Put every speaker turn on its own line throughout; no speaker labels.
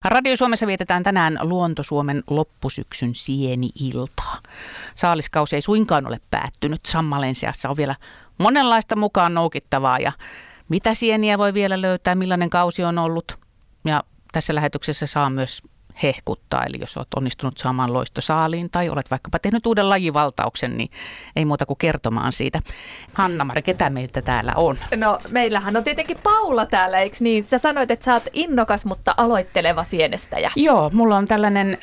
Radio Suomessa vietetään tänään Luonto-Suomen loppusyksyn sieni-iltaa. Saaliskausi ei suinkaan ole päättynyt. Sammaleen seassa on vielä monenlaista mukaan noukittavaa ja mitä sieniä voi vielä löytää, millainen kausi on ollut. Ja tässä lähetyksessä saa myös hehkuttaa, eli jos olet onnistunut saamaan loistosaaliin tai olet vaikkapa tehnyt uuden lajivaltauksen, niin ei muuta kuin kertomaan siitä. Hanna-Mari, ketä meiltä täällä on?
No meillähän on tietenkin Paula täällä, eikö niin? Sä sanoit, että sä oot innokas, mutta aloitteleva sienestäjä.
Joo, mulla on tällainen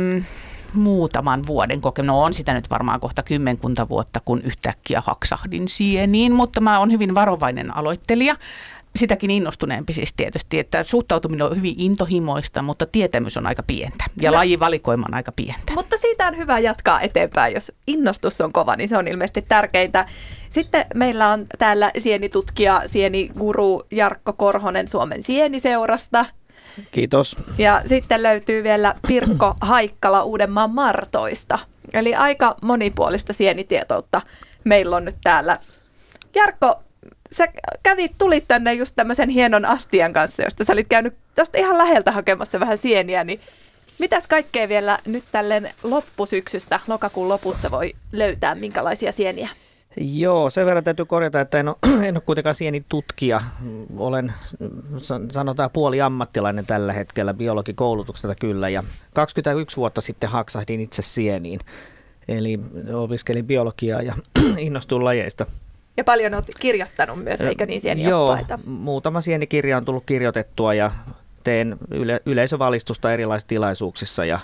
muutaman vuoden kokemus. No on sitä nyt varmaan kohta 10 vuotta, kun yhtäkkiä haksahdin sieniin, mutta mä oon hyvin varovainen aloittelija. Sitäkin innostuneempi siis tietysti, että suhtautuminen on hyvin intohimoista, mutta tietämys on aika pientä ja lajivalikoima on aika pientä.
Mutta siitä on hyvä jatkaa eteenpäin, jos innostus on kova, niin se on ilmeisesti tärkeintä. Sitten meillä on täällä sienitutkija, sieniguru Jarkko Korhonen Suomen sieniseurasta.
Kiitos. Ja
sitten löytyy vielä Pirkko Haikkala Uudenmaan Martoista. Eli aika monipuolista sienitietoutta meillä on nyt täällä. Jarkko, sä tulit tänne just tämmöisen hienon astian kanssa, josta sä olit käynyt tuosta ihan läheltä hakemassa vähän sieniä, niin mitäs kaikkea vielä nyt tälleen loppusyksystä, lokakuun lopussa voi löytää, minkälaisia sieniä?
Joo, sen verran täytyy korjata, että en ole kuitenkaan sienitutkija. Olen, sanotaan, puoliammattilainen tällä hetkellä, biologikoulutuksesta kyllä, ja 21 vuotta sitten haksahdin itse sieniin. Eli opiskelin biologiaa ja innostuin lajeista.
Ja paljon olet kirjoittanut myös, eikö niin, sienioppaita?
Joo, muutama sienikirja on tullut kirjoitettua ja teen yleisövalistusta erilaisissa tilaisuuksissa ja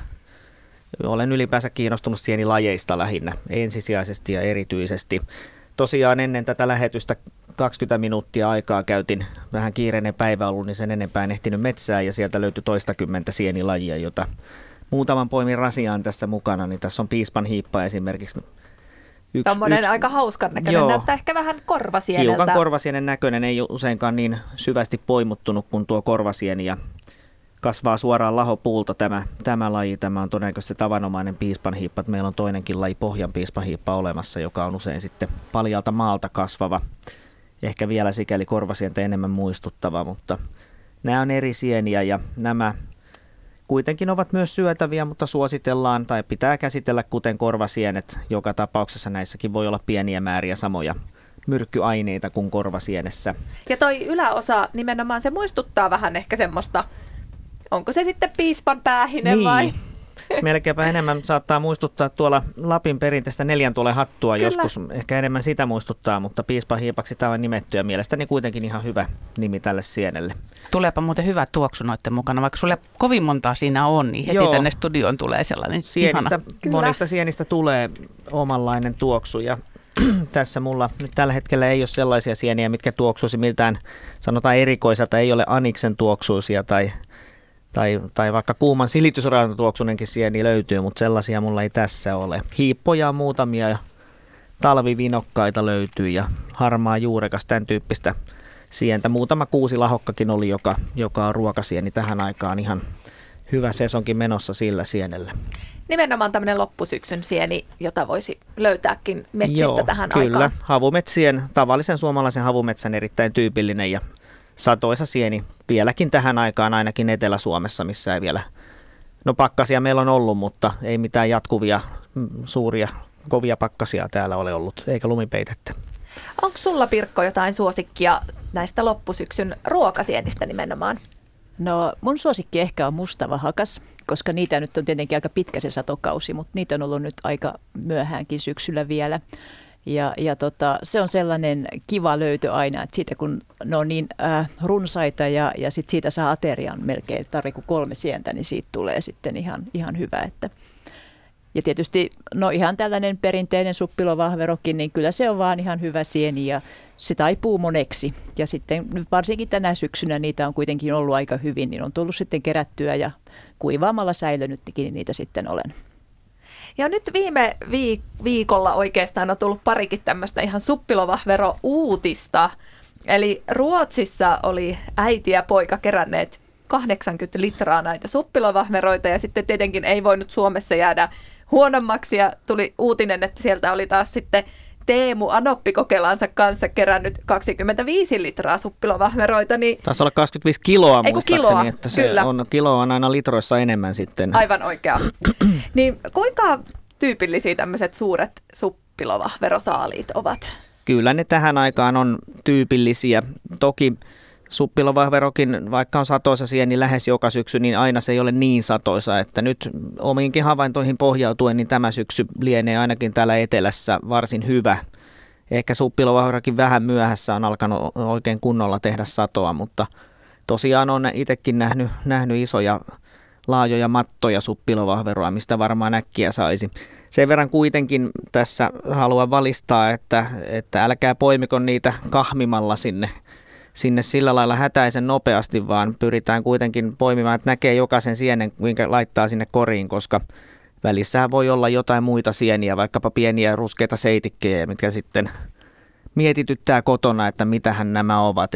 olen ylipäänsä kiinnostunut sienilajeista lähinnä ensisijaisesti ja erityisesti. Tosiaan ennen tätä lähetystä 20 minuuttia aikaa käytin vähän kiireinen päivä ollut, niin sen enempää en ehtinyt metsään ja sieltä löytyi toistakymmentä sienilajia, jota muutaman poimin rasiaan tässä mukana. Niin tässä on piispanhiippa esimerkiksi.
Tuommoinen aika hauskan näköinen, näyttää ehkä vähän korvasieneltä.
Hiukan korvasienen näköinen, ei useinkaan niin syvästi poimuttunut kuin tuo korvasieni ja kasvaa suoraan lahopuulta tämä laji. Tämä on todennäköisesti tavanomainen piispanhiippa. Meillä on toinenkin laji, pohjan piispanhiippa olemassa, joka on usein sitten paljalta maalta kasvava. Ehkä vielä sikäli korvasientä enemmän muistuttava, mutta nämä on eri sieniä ja nämä kuitenkin ovat myös syötäviä, mutta suositellaan tai pitää käsitellä kuten korvasienet. Joka tapauksessa näissäkin voi olla pieniä määriä samoja myrkkyaineita kuin korvasienessä.
Ja toi yläosa nimenomaan se muistuttaa vähän ehkä semmoista, onko se sitten piispan päähinen vai?
Melkeinpä enemmän saattaa muistuttaa tuolla Lapin perinteistä 4 tuolen hattua. Kyllä. Joskus ehkä enemmän sitä muistuttaa, mutta piispanhiipaksi tämä on nimetty ja mielestäni kuitenkin ihan hyvä nimi tälle sienelle.
Tuleepa muuten hyvä tuoksu noiden mukana, vaikka sulle kovin montaa siinä on, niin heti tänne studioon tulee sellainen ihana.
Monista sienistä tulee omanlainen tuoksu ja tässä mulla nyt tällä hetkellä ei ole sellaisia sieniä, mitkä tuoksuisi miltään sanotaan erikoiselta, ei ole aniksen tuoksuisia tai vaikka kuuman silitysraudan tuoksunenkin sieni löytyy, mutta sellaisia mulla ei tässä ole. Hiippoja on muutamia ja talvivinokkaita löytyy ja harmaa juurekas, tämän tyyppistä sientä. Muutama kuusilahokkakin oli, joka on ruokasieni tähän aikaan. Ihan hyvä sesonkin menossa sillä sienellä.
Nimenomaan tämmöinen loppusyksyn sieni, jota voisi löytääkin metsistä tähän aikaan.
Kyllä, havumetsien, tavallisen suomalaisen havumetsän erittäin tyypillinen ja satoisa sieni vieläkin tähän aikaan ainakin Etelä-Suomessa, missä ei vielä, no pakkasia meillä on ollut, mutta ei mitään jatkuvia suuria kovia pakkasia täällä ole ollut, eikä lumipeitettä.
Onko sulla, Pirkko, jotain suosikkia näistä loppusyksyn ruokasienistä nimenomaan?
No mun suosikki ehkä on mustava hakas, koska niitä nyt on tietenkin aika pitkä se satokausi, mutta niitä on ollut nyt aika myöhäänkin syksyllä vielä. Ja se on sellainen kiva löytö aina, että siitä kun ne on niin runsaita ja sit siitä saa aterian melkein kuin 3 sientä, niin siitä tulee sitten ihan hyvä. Ja tietysti no ihan tällainen perinteinen suppilovahverokin, niin kyllä se on vaan ihan hyvä sieni ja se taipuu moneksi. Ja sitten varsinkin tänä syksynä niitä on kuitenkin ollut aika hyvin, niin on tullut sitten kerättyä ja kuivaamalla säilynytkin niitä sitten olen.
Ja nyt viime viikolla oikeastaan on tullut parikin tämmöistä ihan suppilovahvero-uutista. Eli Ruotsissa oli äiti ja poika keränneet 80 litraa näitä suppilovahveroita ja sitten tietenkin ei voinut Suomessa jäädä huonommaksi ja tuli uutinen, että sieltä oli taas sitten Teemu Anoppi-kokeilansa kanssa kerännyt 25 litraa suppilovahveroita. Niin...
Taisi olla 25 kiloa muistaakseni,
kiloa,
että se
kyllä.
kiloa on aina litroissa enemmän sitten.
Aivan oikea. Niin kuinka tyypillisiä tämmöiset suuret suppilovahverosaaliit ovat?
Kyllä ne tähän aikaan on tyypillisiä. Toki suppilovahverokin, vaikka on satoisa sieni lähes joka syksy, niin aina se ei ole niin satoisa, että nyt omiinkin havaintoihin pohjautuen, niin tämä syksy lienee ainakin täällä etelässä varsin hyvä. Ehkä suppilovahverokin vähän myöhässä on alkanut oikein kunnolla tehdä satoa, mutta tosiaan on itsekin nähnyt isoja laajoja mattoja suppilovahveroa, mistä varmaan äkkiä saisi. Sen verran kuitenkin tässä haluan valistaa, että älkää poimiko niitä kahmimalla sinne sillä lailla hätäisen nopeasti, vaan pyritään kuitenkin poimimaan, että näkee jokaisen sienen, minkä laittaa sinne koriin, koska välissähän voi olla jotain muita sieniä, vaikkapa pieniä ruskeita seitikkejä, mitkä sitten mietityttää kotona, että mitähän nämä ovat,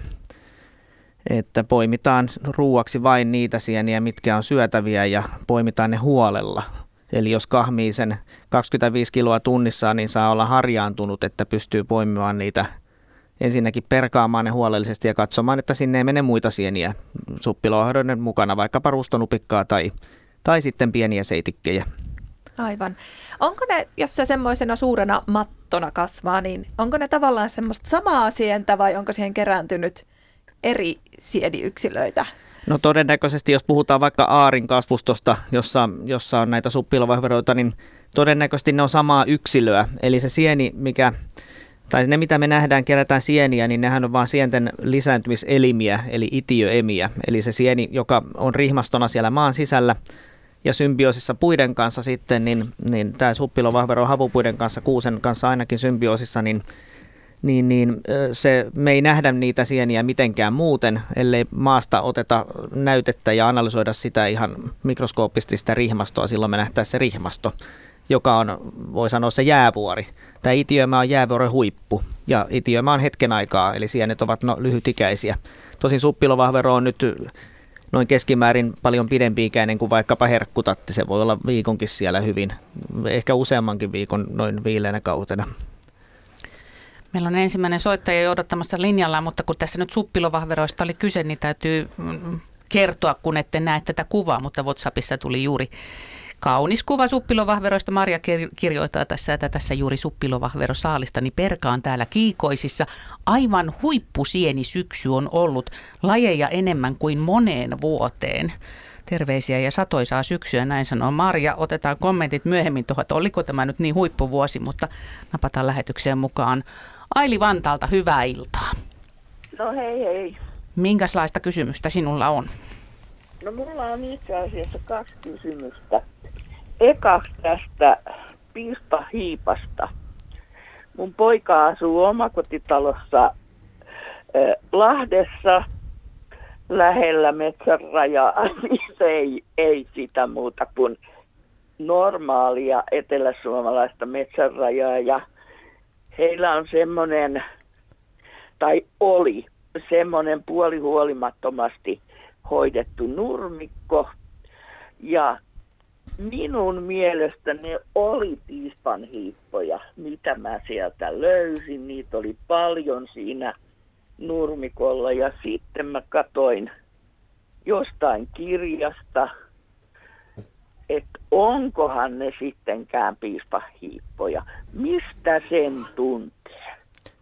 että poimitaan ruuaksi vain niitä sieniä, mitkä on syötäviä ja poimitaan ne huolella. Eli jos kahmii sen 25 kiloa tunnissa, niin saa olla harjaantunut, että pystyy poimimaan niitä, ensinnäkin perkaamaan ne huolellisesti ja katsomaan, että sinne ei mene muita sieniä suppilovahveroiden mukana, vaikkapa rustonupikkaa tai sitten pieniä seitikkejä.
Aivan. Onko ne, jos se semmoisena suurena mattona kasvaa, niin onko ne tavallaan semmoista samaa sientä vai onko siihen kerääntynyt eri sieniyksilöitä?
No todennäköisesti, jos puhutaan vaikka aarin kasvustosta, jossa on näitä suppilovahveroita, niin todennäköisesti ne on samaa yksilöä. Eli se sieni, tai ne mitä me nähdään, kerätään sieniä, niin nehän on vain sienten lisääntymiselimiä, eli itiöemiä. Eli se sieni, joka on rihmastona siellä maan sisällä ja symbioosissa puiden kanssa sitten, niin tämä suppilovahvero on havupuiden kanssa, kuusen kanssa ainakin symbioosissa, me ei nähdä niitä sieniä mitenkään muuten, ellei maasta oteta näytettä ja analysoida sitä ihan mikroskooppisesti sitä rihmastoa. Silloin me nähtäisiin se rihmasto, joka on, voi sanoa, se jäävuori. Tämä itiömä on jäävuoren huippu ja itiömä on hetken aikaa, eli sienet ovat lyhytikäisiä. Tosin suppilovahvero on nyt noin keskimäärin paljon pidempi-ikäinen kuin vaikkapa herkkutatti. Se voi olla viikonkin siellä hyvin, ehkä useammankin viikon noin viileänä kautena.
Meillä on ensimmäinen soittaja jo odottamassa linjalla, mutta kun tässä nyt suppilovahveroista oli kyse, niin täytyy kertoa, kun ette näe tätä kuvaa, mutta WhatsAppissa tuli juuri kaunis kuva suppilovahveroista. Marja kirjoittaa tässä, että tässä juuri suppilovahverosaalista, niin perkaan täällä Kiikoisissa. Aivan huippusieni syksy on ollut, lajeja enemmän kuin moneen vuoteen. Terveisiä ja satoisaa syksyä, näin sanoo Marja. Otetaan kommentit myöhemmin tuohon, että oliko tämä nyt niin huippuvuosi, mutta napataan lähetykseen mukaan. Aili Vantaalta, hyvää iltaa.
No hei.
Minkälaista kysymystä sinulla on?
No mulla on itse asiassa 2 kysymystä. Ekaksi tästä piispahiipasta. Mun poika asuu omakotitalossa Lahdessa lähellä metsän rajaa. Siis ei sitä muuta kuin normaalia eteläsuomalaista metsän rajaa. Ja heillä on semmoinen, tai oli semmoinen puolihuolimattomasti hoidettu nurmikko. Ja minun mielestäni oli piispanhiippoja, mitä mä sieltä löysin. Niitä oli paljon siinä nurmikolla ja sitten mä katoin jostain kirjasta, että onkohan ne sittenkään piispahiippoja. Mistä sen tuntee?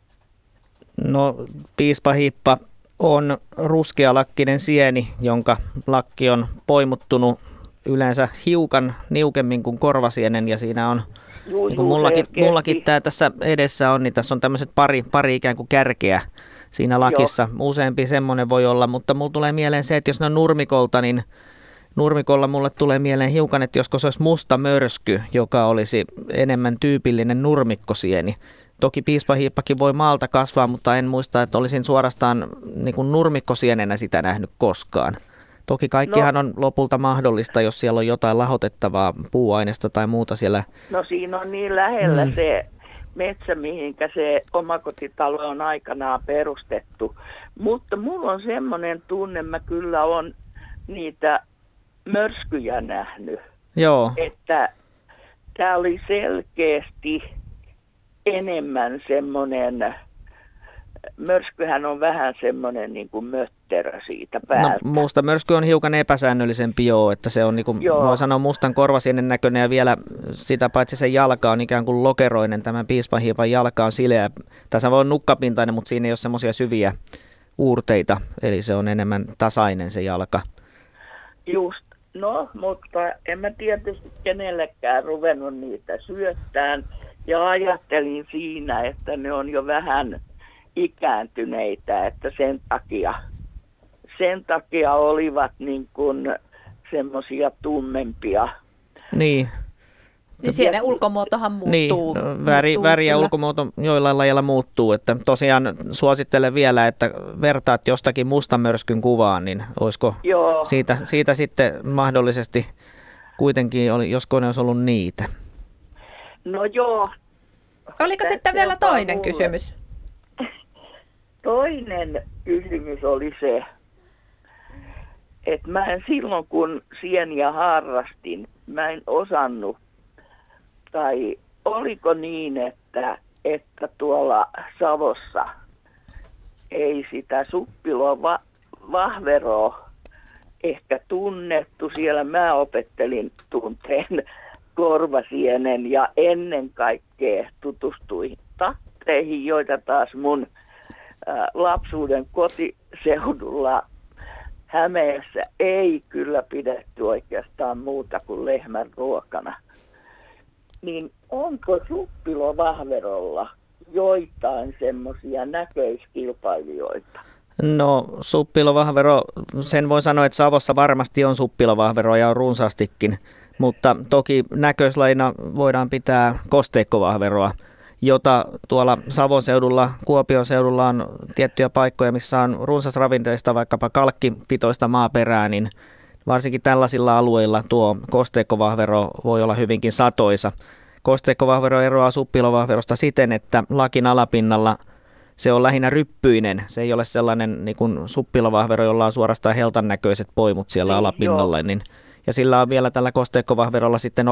No piispahiippa on ruskealakkinen sieni, jonka lakki on poimuttunut yleensä hiukan niukemmin kuin korvasienen ja siinä on, niin kuin mullakin tämä tässä edessä on, niin tässä on tämmöiset pari ikään kuin kärkeä siinä lakissa. Joo. Useampi semmoinen voi olla, mutta mulla tulee mieleen se, että jos ne on nurmikolta, niin nurmikolla mulle tulee mieleen hiukan, että josko se olisi musta mörsky, joka olisi enemmän tyypillinen nurmikkosieni. Toki piispahiippakin voi maalta kasvaa, mutta en muista, että olisin suorastaan niin kuin nurmikkosienenä sitä nähnyt koskaan. Toki kaikkihan on lopulta mahdollista, jos siellä on jotain lahotettavaa puuainesta tai muuta siellä.
No siinä on niin lähellä se metsä, mihinkä se omakotitalo on aikanaan perustettu. Mutta mulla on semmoinen tunne, mä kyllä on niitä mörskyjä nähnyt.
Joo.
Että tää oli selkeästi enemmän semmoinen, mörskyhän on vähän semmoinen niin kuin mötterö siitä päältä.
No, musta mörsky on hiukan epäsäännöllisempi että se on niin kuin, voi sanoa mustan korvasienen näköinen ja vielä sitä paitsi sen jalka on ikään kuin lokeroinen, tämän piispanhiipan jalka on sileä. Tässä voi olla nukkapintainen, mutta siinä ei ole semmoisia syviä uurteita, eli se on enemmän tasainen se jalka.
Just, no, mutta en mä tietysti kenellekään ruvennut niitä syöttään ja ajattelin siinä, että ne on jo vähän ikääntyneitä, että sen takia olivat niin kuin semmoisia tummempia.
Niin.
Niin siellä ulkomuotohan muuttuu.
Niin, väri ja ulkomuoto joillain lailla muuttuu. Että tosiaan suosittelen vielä, että vertaat jostakin mustan mörskyn kuvaan, niin olisiko siitä sitten mahdollisesti kuitenkin, josko ne olisi ollut niitä.
No joo.
Oliko sitten vielä toinen kysymys?
Toinen kysymys oli se, että mä en silloin kun sieniä harrastin, mä en osannut, tai oliko niin, että tuolla Savossa ei sitä suppilovahveroa ehkä tunnettu. Siellä mä opettelin tunteen korvasienen ja ennen kaikkea tutustuin tatteihin, joita taas mun lapsuuden kotiseudulla Hämeessä ei kyllä pidetty oikeastaan muuta kuin lehmän ruokana. Niin onko suppilovahverolla joitain semmoisia näköiskilpailijoita?
No suppilovahvero, sen voi sanoa, että Savossa varmasti on suppilovahveroa ja on runsaastikin, mutta toki näköislajina voidaan pitää kosteikkovahveroa, jota tuolla Savon seudulla, Kuopion seudulla on tiettyjä paikkoja, missä on runsasravinteista, vaikkapa kalkkipitoista maaperää, niin varsinkin tällaisilla alueilla tuo kosteikkovahvero voi olla hyvinkin satoisa. Kosteikkovahvero eroaa suppilovahverosta siten, että lakin alapinnalla se on lähinnä ryppyinen. Se ei ole sellainen niin kuin suppilovahvero, jolla on suorastaan heltan näköiset poimut siellä alapinnalla. Niin, ja sillä on vielä tällä kosteikkovahverolla sitten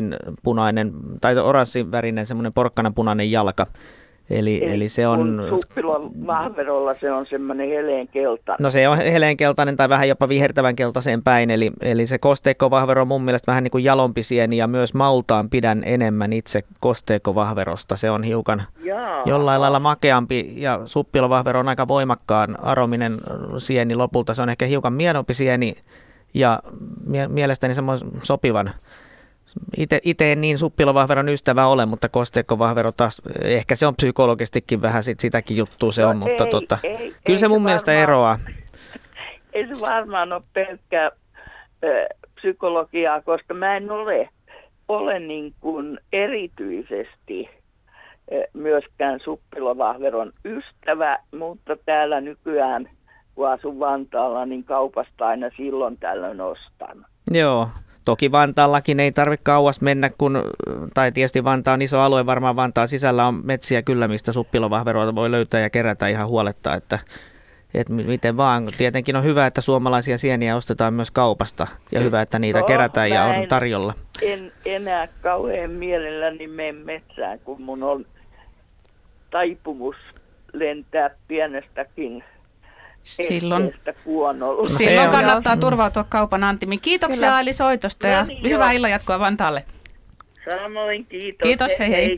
oranssin värinen semmoinen porkkananpunainen jalka. Eli se on...
Suppilovahverolla se on semmoinen heleenkeltainen.
No se on heleenkeltainen tai vähän jopa vihertävän keltaiseen päin. Eli se kosteikkovahvero on mun mielestä vähän niin kuin jalompi sieni ja myös maultaan pidän enemmän itse kosteikkovahverosta. Se on hiukan jollain lailla makeampi ja suppilovahvero on aika voimakkaan arominen sieni lopulta. Se on ehkä hiukan miedompi sieni ja mielestäni semmoinen sopivan. Itse en niin suppilovahveron ystävä ole, mutta kosteikkovahvero taas, ehkä se on psykologistikin vähän sitäkin juttua se on, mutta kyllä se mun mielestä eroaa.
Ei se varmaan ole pelkkää psykologiaa, koska mä en ole niin kuin erityisesti myöskään suppilovahveron ystävä, mutta täällä nykyään, kun asun Vantaalla, niin kaupasta aina silloin tällöin ostan.
Joo. Toki Vantaallakin ei tarvitse kauas mennä, tai tietysti Vantaa on iso alue, varmaan Vantaan sisällä on metsiä kyllä, mistä suppilovahveroita voi löytää ja kerätä ihan huoletta, että miten vaan. Tietenkin on hyvä, että suomalaisia sieniä ostetaan myös kaupasta ja hyvä, että niitä kerätään ja on tarjolla.
En enää kauhean mielelläni mene metsään, kun mun on taipumus lentää pienestäkin.
Silloin
Silloin
kannattaa turvautua kaupan antimiin. Kiitoksia Aili soitosta ja hyvää illanjatkoa Vantaalle.
Samoin, kiitos.
Kiitos, hei.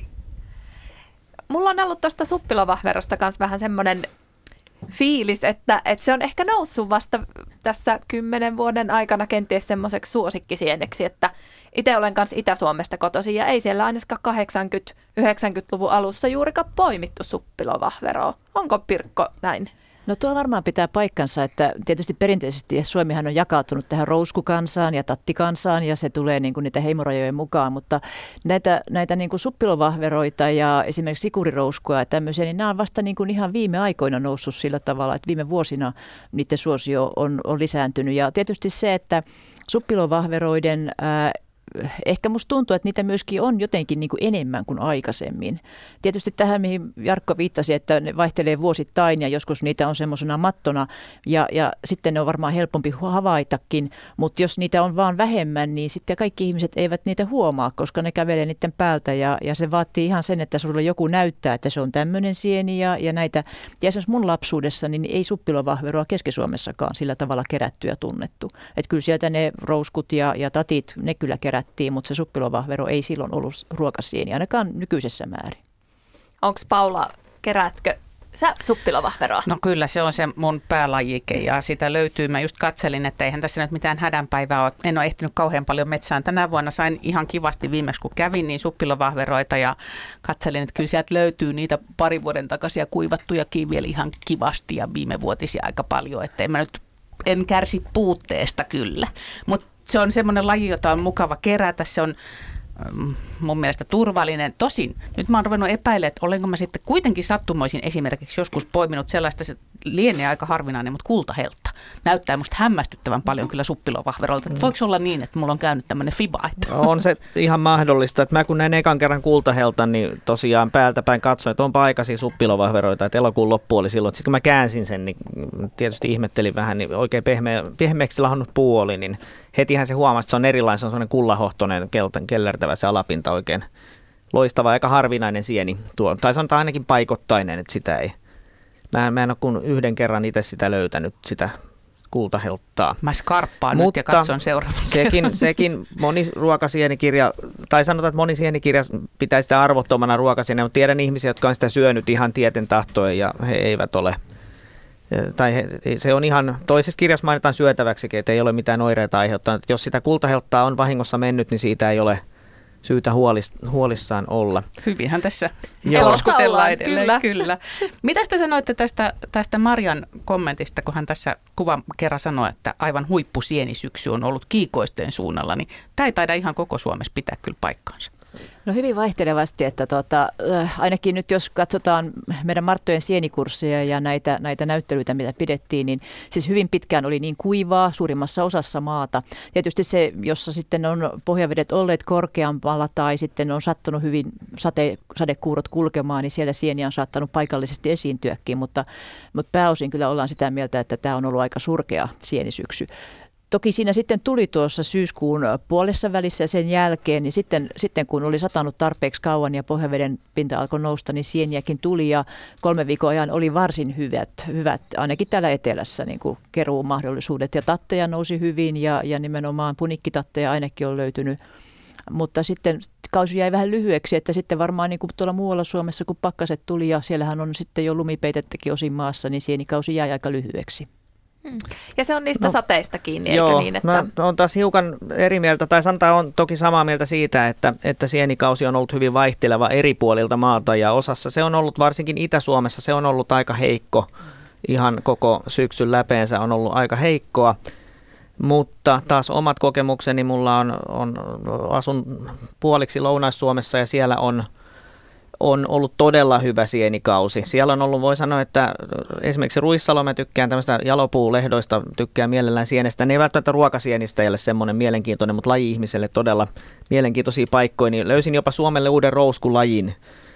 Mulla on ollut tuosta suppilovahverosta kanssa vähän semmoinen fiilis, että se on ehkä noussut vasta tässä 10 vuoden aikana kenties semmoiseksi suosikkisieneksi, että itse olen kanssa Itä-Suomesta kotoisin ja ei siellä ainakaan 80-90-luvun alussa juurikaan poimittu suppilovahveroa. Onko Pirkko näin?
No tuo varmaan pitää paikkansa, että tietysti perinteisesti Suomihan on jakautunut tähän rouskokansaan ja tattikansaan ja se tulee niin kuin niitä heimorajojen mukaan, mutta näitä niin kuin suppilovahveroita ja esimerkiksi sikurirouskua ja tämmöisiä, niin nämä on vasta niin kuin ihan viime aikoina noussut sillä tavalla, että viime vuosina niiden suosio on lisääntynyt ja tietysti se, että suppilovahveroiden ehkä musta tuntuu, että niitä myöskin on jotenkin niin kuin enemmän kuin aikaisemmin. Tietysti tähän, mihin Jarkko viittasi, että ne vaihtelee vuosittain ja joskus niitä on semmoisena mattona ja sitten ne on varmaan helpompi havaitakin, mutta jos niitä on vaan vähemmän, niin sitten kaikki ihmiset eivät niitä huomaa, koska ne kävelee niiden päältä ja se vaatii ihan sen, että sulla joku näyttää, että se on tämmöinen sieni ja näitä. Ja esimerkiksi mun lapsuudessa niin ei suppilovahveroa Keski-Suomessakaan sillä tavalla kerätty ja tunnettu. Että kyllä sieltä ne rouskut ja tatit, ne kyllä kerättiin, mutta se suppilovahvero ei silloin ollut ruokasieni, ainakaan nykyisessä määrin.
Onko Paula, keräätkö sä suppilovahveroa?
No kyllä, se on se mun päälajike ja sitä löytyy. Mä just katselin, että eihän tässä nyt mitään hädänpäivää ole. En ole ehtinyt kauhean paljon metsään. Tänä vuonna sain ihan kivasti viimeksi, kun kävin, niin suppilovahveroita ja katselin, että kyllä sieltä löytyy niitä parin vuoden takaisia kuivattujakin vielä ihan kivasti ja viimevuotisia aika paljon. Että en kärsi puutteesta kyllä, mutta se on semmoinen laji, jota on mukava kerätä. Se on mun mielestä turvallinen. Tosin nyt mä oon ruvennut epäilemään, että olenko mä sitten kuitenkin sattumoisin esimerkiksi joskus poiminut sellaista, se lienee aika harvinainen, mutta kultaheltta. Näyttää musta hämmästyttävän paljon kyllä suppilovahverolta. Voiko olla niin, että mulla on käynyt tämmöinen fiba?
On se ihan mahdollista. Että mä kun näin ekan kerran kultaheltan, niin tosiaan päältä päin katsoin, että onpa aikaisia suppilovahveroita. Että elokuun loppu oli silloin. Sitten kun mä käänsin sen, niin tietysti ihmettelin vähän, niin oikein pehmeäksi lahonnut puu oli, niin hetihän se huomasi, että se on erilainen. Se on sellainen kullahohtoinen, kellertävä se alapinta, oikein loistava, aika harvinainen sieni. Tai sanotaan ainakin paikottainen, että sitä ei. Mä en ole kuin yhden kerran itse sitä löytänyt, sitä kultahelttaa.
Mä skarppaan nyt ja katson seuraavan
sekin moni ruokasienikirja, tai sanotaan, että moni sienikirja pitää sitä arvottomana ruokasienä, mutta tiedän ihmisiä, jotka on sitä syönyt ihan tieten tahtoen ja he eivät ole. Se on ihan, toisessa kirjassa mainitaan syötäväksi, että ei ole mitään oireita aiheuttanut. Jos sitä kultahelttaa on vahingossa mennyt, niin siitä ei ole syytä huolissaan olla.
Hyvinhän tässä
Elossa
ollaan edelleen. Kyllä. Mitä te sanoitte tästä Marjan kommentista, kun hän tässä kuvan kerran sanoi, että aivan huippusienisyksy on ollut kiikoisten suunnalla, niin tämä ei taida ihan koko Suomessa pitää kyllä paikkaansa.
No hyvin vaihtelevasti, että ainakin nyt jos katsotaan meidän Marttojen sienikursseja ja näitä näyttelyitä, mitä pidettiin, niin siis hyvin pitkään oli niin kuivaa suurimmassa osassa maata. Tietysti se, jossa sitten on pohjavedet olleet korkeammalla tai sitten on sattunut hyvin sadekuurot kulkemaan, niin siellä sieniä on saattanut paikallisesti esiintyäkin, mutta pääosin kyllä ollaan sitä mieltä, että tämä on ollut aika surkea sienisyksy. Toki siinä sitten tuli tuossa syyskuun puolessa välissä ja sen jälkeen, niin sitten kun oli satanut tarpeeksi kauan ja pohjaveden pinta alkoi nousta, niin sieniäkin tuli ja 3 viikon ajan oli varsin hyvät ainakin täällä etelässä niin kuin keruumahdollisuudet. Ja tatteja nousi hyvin ja nimenomaan punikkitatteja ainakin on löytynyt, mutta sitten kausi jäi vähän lyhyeksi, että sitten varmaan niin kuin tuolla muualla Suomessa, kun pakkaset tuli ja siellähän on sitten jo lumipeitettäkin osin maassa, niin sienikausi jäi aika lyhyeksi.
Ja se on niistä sateista kiinni, eikö
joo,
niin? Että
mä olen taas hiukan eri mieltä, tai sanotaan on toki samaa mieltä siitä, että sienikausi on ollut hyvin vaihteleva eri puolilta maata, ja osassa se on ollut, varsinkin Itä-Suomessa, se on ollut aika heikko, ihan koko syksyn läpeensä on ollut aika heikkoa, mutta taas omat kokemukseni, mulla asun puoliksi Lounais-Suomessa, ja siellä on ollut todella hyvä sienikausi. Siellä on ollut, voi sanoa, että esimerkiksi Ruissalo, mä tykkään tämmöistä jalopuulehdoista, tykkään mielellään sienestä. Ne ei välttämättä ruokasienistä ei ole semmoinen mielenkiintoinen, mutta laji-ihmiselle todella mielenkiintoisia paikkoja. Niin löysin jopa Suomelle uuden rouskulajin.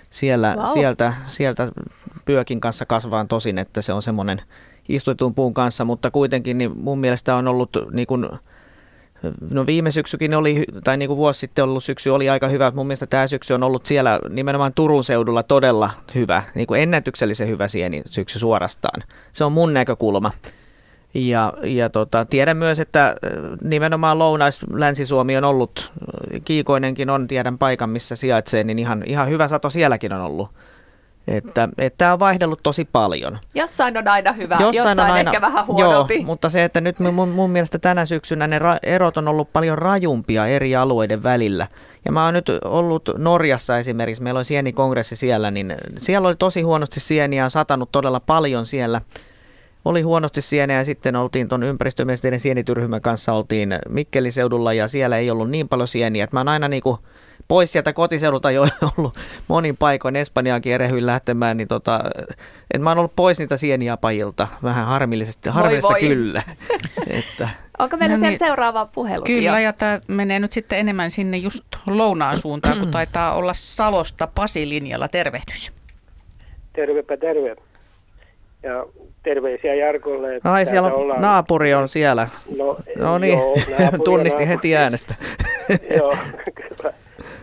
Sieltä pyökin kanssa kasvaa tosin, että se on semmoinen istutun puun kanssa, mutta kuitenkin niin mun mielestä on ollut niin kuin no viime syksykin oli, tai niin kuin vuosi sitten ollut syksy oli aika hyvä. Mun mielestä tämä syksy on ollut siellä nimenomaan Turun seudulla todella hyvä, niin kuin ennätyksellisen hyvä syksy suorastaan. Se on mun näkökulma. Ja tiedän myös, että nimenomaan Lounais-Länsi-Suomi on ollut, Kiikoinenkin on, tiedän paikan missä sijaitsee, niin ihan hyvä sato sielläkin on ollut. Että tämä on vaihdellut tosi paljon.
Jossain on aina hyvä, jossain on ehkä vähän huonompi.
Joo, mutta se, että nyt mun mielestä tänä syksynä ne erot on ollut paljon rajumpia eri alueiden välillä. Ja mä oon nyt ollut Norjassa esimerkiksi, meillä on sienikongressi siellä, niin siellä oli tosi huonosti sieniä, on satanut todella paljon siellä. Oli huonosti sieniä ja sitten oltiin tuon ympäristöministeriön sienityrhymän kanssa oltiin Mikkelin seudulla ja siellä ei ollut niin paljon sieniä. Että mä oon aina niinku pois sieltä kotiseudulta jo ollut monin paikoin Espanjaankin erehyin lähtemään, niin että mä oon ollut pois niitä sieniapajilta vähän harmillista kyllä. Että
Onko meillä
No
siellä
niin.
seuraava puhelu?
Kyllä, ja tämä menee nyt sitten enemmän sinne just lounaan suuntaan, kun taitaa olla Salosta Pasi linjalla. Tervehdys.
Tervepä terve. Ja terveisiä Jarkolle.
Ai,
Täältä
siellä on, naapuri on siellä. No niin,
joo, naapuri
tunnistin
on
heti äänestä.
Joo, kyllä.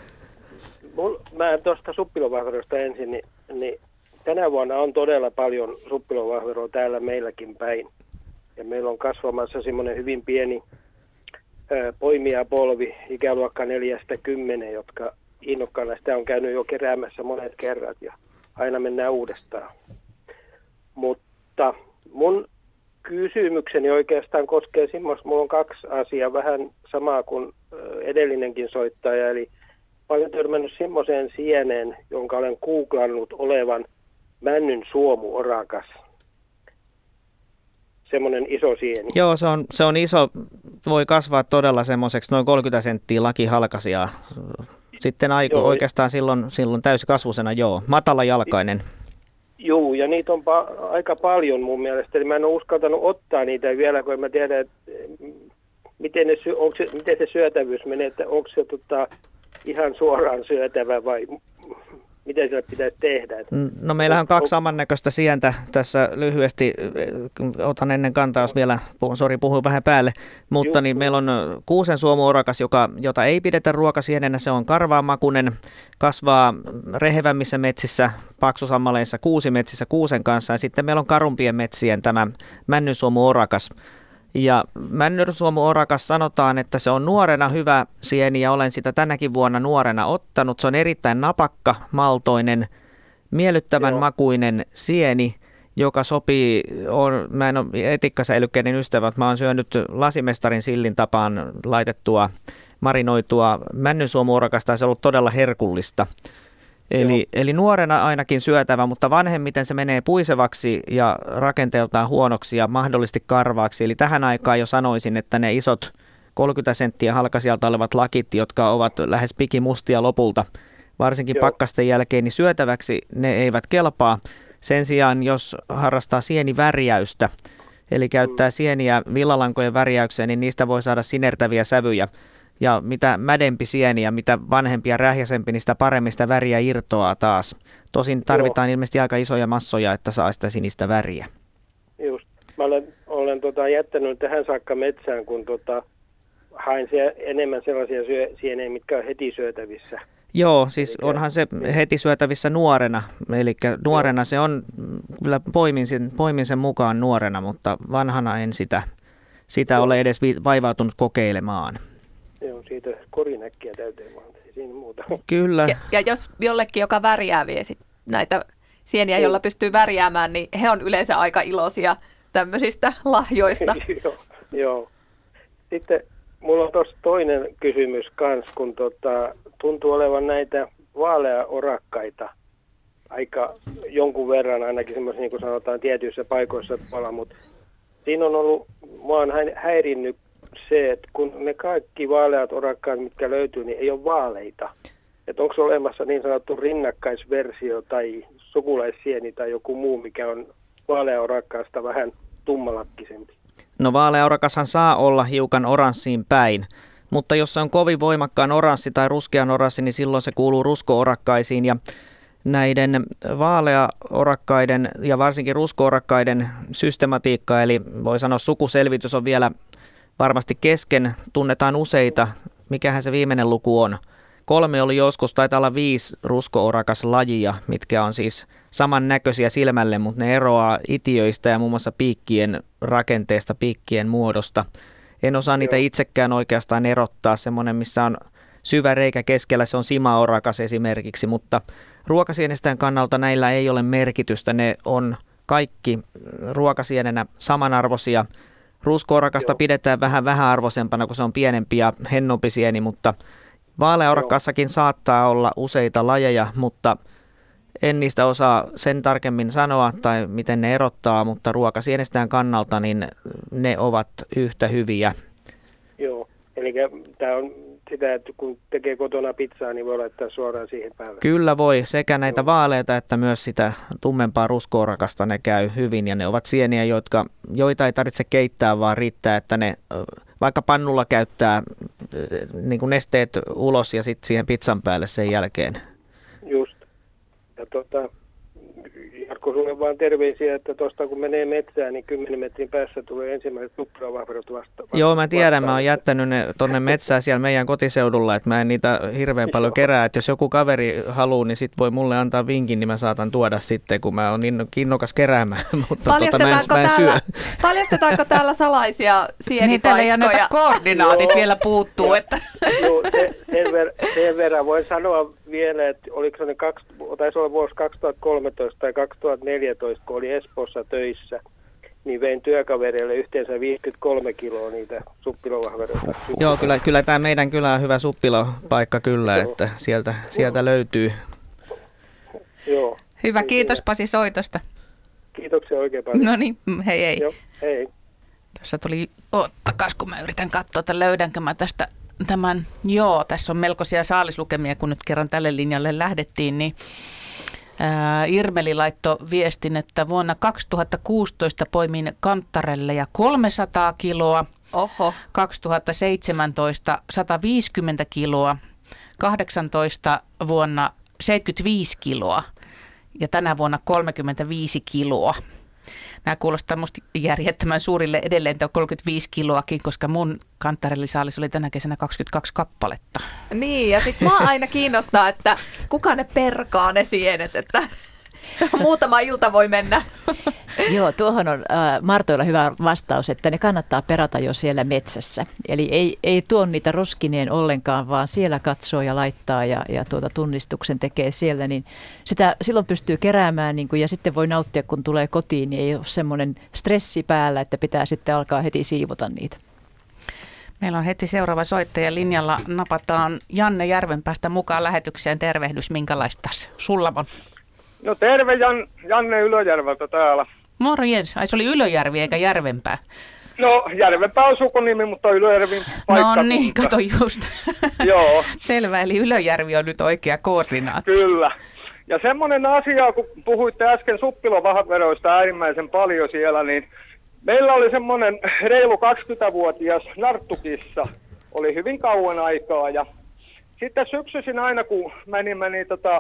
Mä tuosta suppilovahverosta ensin, niin tänä vuonna on todella paljon suppilovahveroa täällä meilläkin päin. Ja meillä on kasvamassa semmoinen hyvin pieni poimijapolvi, ikäluokka 4-10, jotka innokkaana sitä on käynyt jo keräämässä monet kerrat ja aina mennään uudestaan. Mutta mun kysymykseni oikeastaan koskee semmoista, mulla on 2 asiaa, vähän samaa kuin edellinenkin soittaja, eli olen törmännyt semmoiseen sieneen, jonka olen googlannut olevan männyn suomuorakas. Semmoinen iso sieni.
Joo, se on iso, voi kasvaa todella semmoiseksi noin 30 senttiä lakihalkasia. Sitten oikeastaan silloin täysikasvusena, joo, matalajalkainen.
Joo, ja niitä on aika paljon mun mielestä. Eli mä en ole uskaltanut ottaa niitä vielä, kun en mä tiedä, että miten se syötävyys menee, että onko se ihan suoraan syötävä vai miten sillä pitäisi tehdä?
No meillähän on 2 samannäköistä sientä tässä lyhyesti. Otan ennen kantaa, jos vielä, puhuin vähän päälle. Mutta niin meillä on kuusen suomuorakas, jota ei pidetä ruokasienenä. Se on karvaamakuinen, kasvaa rehevämmissä metsissä, paksusammaleissa, kuusimetsissä kuusen kanssa. Ja sitten meillä on karumpien metsien tämä männynsuomuorakas. Ja männynsuomuorakas sanotaan, että se on nuorena hyvä sieni ja olen sitä tänäkin vuonna nuorena ottanut. Se on erittäin napakka, maltoinen, miellyttävän makuinen sieni, joka sopii, mä en ole etikkasäilykkeiden ystävä, mä oon syönyt lasimestarin sillin tapaan laitettua, marinoitua männynsuomuorakasta ja se on ollut todella herkullista. Eli nuorena ainakin syötävä, mutta vanhemmiten se menee puisevaksi ja rakenteeltaan huonoksi ja mahdollisesti karvaaksi. Eli tähän aikaan jo sanoisin, että ne isot 30 senttiä halkasijalta olevat lakit, jotka ovat lähes pikimustia lopulta, varsinkin pakkasten jälkeen, niin syötäväksi ne eivät kelpaa. Sen sijaan, jos harrastaa sienivärjäystä, eli käyttää sieniä villalankojen värjäykseen, niin niistä voi saada sinertäviä sävyjä. Ja mitä mädempi sieni ja mitä vanhempi ja rähjäsempi, niin sitä paremmin sitä väriä irtoaa taas. Tosin tarvitaan ilmeisesti aika isoja massoja, että saa sitä sinistä väriä. Just.
Mä olen jättänyt tähän saakka metsään, kun hain enemmän sellaisia sieniä, mitkä on heti syötävissä.
Joo, siis onhan se heti syötävissä nuorena. Eli nuorena se on, kyllä poimin sen mukaan nuorena, mutta vanhana en sitä ole edes vaivautunut kokeilemaan.
Joo, siitä korinäkkiä täytyy vaan, ei siinä muuta.
Kyllä.
Ja jos jollekin, joka värjää vie näitä sieniä, jolla pystyy värjäämään, niin he on yleensä aika iloisia tämmöisistä lahjoista.
Joo. Sitten mulla on tuossa toinen kysymys kanssa, kun tuntuu olevan näitä vaaleaorakkaita aika jonkun verran, ainakin semmoisia niin kuin sanotaan tietyissä paikoissa tuolla, mutta siinä on ollut, mua on häirinnyt se, että kun ne kaikki vaaleat orakkaat, mitkä löytyy, niin ei ole vaaleita. Että onko olemassa niin sanottu rinnakkaisversio tai sukulaissieni tai joku muu, mikä on vaaleaorakkaasta vähän tummalakkisempi?
No vaaleaorakashan saa olla hiukan oranssiin päin, mutta jos se on kovin voimakkaan oranssi tai ruskean oranssi, niin silloin se kuuluu rusko-orakkaisiin ja näiden vaaleaorakkaiden ja varsinkin rusko-orakkaiden systematiikka, eli voi sanoa sukuselvitys on vielä varmasti kesken, tunnetaan useita. Mikähän se viimeinen luku on? 3 oli joskus, taitaa olla 5 rusko-orakaslajia, mitkä on siis samannäköisiä silmälle, mutta ne eroaa itiöistä ja muun muassa piikkien rakenteesta, piikkien muodosta. En osaa niitä itsekään oikeastaan erottaa. Semmoinen, missä on syvä reikä keskellä, se on simaorakas esimerkiksi, mutta ruokasienestään kannalta näillä ei ole merkitystä. Ne on kaikki ruokasienenä samanarvoisia. Rusko-orakasta pidetään vähän vähäarvoisempana, kun se on pienempi ja hennompi sieni, mutta vaaleaorakassakin saattaa olla useita lajeja, mutta en niistä osaa sen tarkemmin sanoa tai miten ne erottaa, mutta ruokasienestään kannalta niin ne ovat yhtä hyviä.
Joo, eli tämä on sitä, että kun tekee kotona pizzaa, niin voi laittaa suoraan siihen päälle.
Kyllä voi, sekä näitä vaaleita että myös sitä tummempaa rusko-orakasta ne käy hyvin ja ne ovat sieniä, joita ei tarvitse keittää, vaan riittää, että ne vaikka pannulla käyttää niin kuin nesteet ulos ja sitten siihen pizzan päälle sen jälkeen.
Just. Ja Jarkko, sulle vaan terveisiä, että tuosta kun menee metsään, niin 10 metrin päässä tulee ensimmäiset suppilovahverot vastaan.
Joo, mä tiedän, mä oon jättänyt ne tonne metsään siellä meidän kotiseudulla, että mä en niitä hirveän paljon kerää, että jos joku kaveri haluaa, niin sit voi mulle antaa vinkin, niin mä saatan tuoda sitten, kun mä oon innokas keräämään, mutta mä en syö.
Paljastetaanko täällä salaisia sienipaikkoja?
Niitä ei näitä koordinaatit vielä puuttuu. Että.
Joo, sen verran voin sanoa vielä, että oliko se taisi olla vuosi 2013 tai 2014, kun oli Espoossa töissä, niin vein työkavereille yhteensä 53 kiloa niitä suppilovahveroita.
Joo, kyllä tämä meidän kylä on hyvä suppilopaikka kyllä,
Joo.
että sieltä löytyy.
Joo.
Hyvä, kiitos Pasi soitosta.
Kiitoksia oikein paljon.
No niin, hei.
Joo, hei.
Tässä tuli, ottakas kun mä yritän katsoa, että löydänkö mä tästä tämän. Joo, tässä on melkoisia saalislukemia, kun nyt kerran tälle linjalle lähdettiin, niin Irmeli laittoi viestin, että vuonna 2016 poimin kanttarelle ja 300 kiloa,
Oho.
2017 150 kiloa, 18 vuonna 75 kiloa ja tänä vuonna 35 kiloa. Nämä kuulostaa musta järjettömän suurille edelleen 35 kiloakin, koska mun kanttarellisaalis oli tänä kesänä 22 kappaletta.
Niin, ja sitten mua aina kiinnostaa, että kuka ne perkaa ne sienet, että muutama ilta voi mennä.
Joo, tuohon on Martoilla hyvä vastaus, että ne kannattaa perata jo siellä metsässä. Eli ei tuo niitä roskineen ollenkaan, vaan siellä katsoo ja laittaa ja tunnistuksen tekee siellä. Niin sitä silloin pystyy keräämään niin kuin, ja sitten voi nauttia, kun tulee kotiin, niin ei ole semmoinen stressi päällä, että pitää sitten alkaa heti siivota niitä.
Meillä on heti seuraava soittaja linjalla. Napataan Janne Järvenpäästä mukaan lähetykseen. Tervehdys, minkälaista sulla on?
No terve Janne Ylöjärveltä täällä.
Morjens. Ai se oli Ylöjärvi eikä Järvenpää.
No Järvenpää on sukunimi, mutta Ylöjärvin paikkakunta.
No niin, kato just.
Joo.
Selvä, eli Ylöjärvi on nyt oikea koordinaatti.
Kyllä. Ja semmoinen asia, kun puhuitte äsken suppilovahveroista äärimmäisen paljon siellä, niin meillä oli semmoinen reilu 20-vuotias narttukissa. Oli hyvin kauan aikaa ja sitten syksyisin aina, kun menimme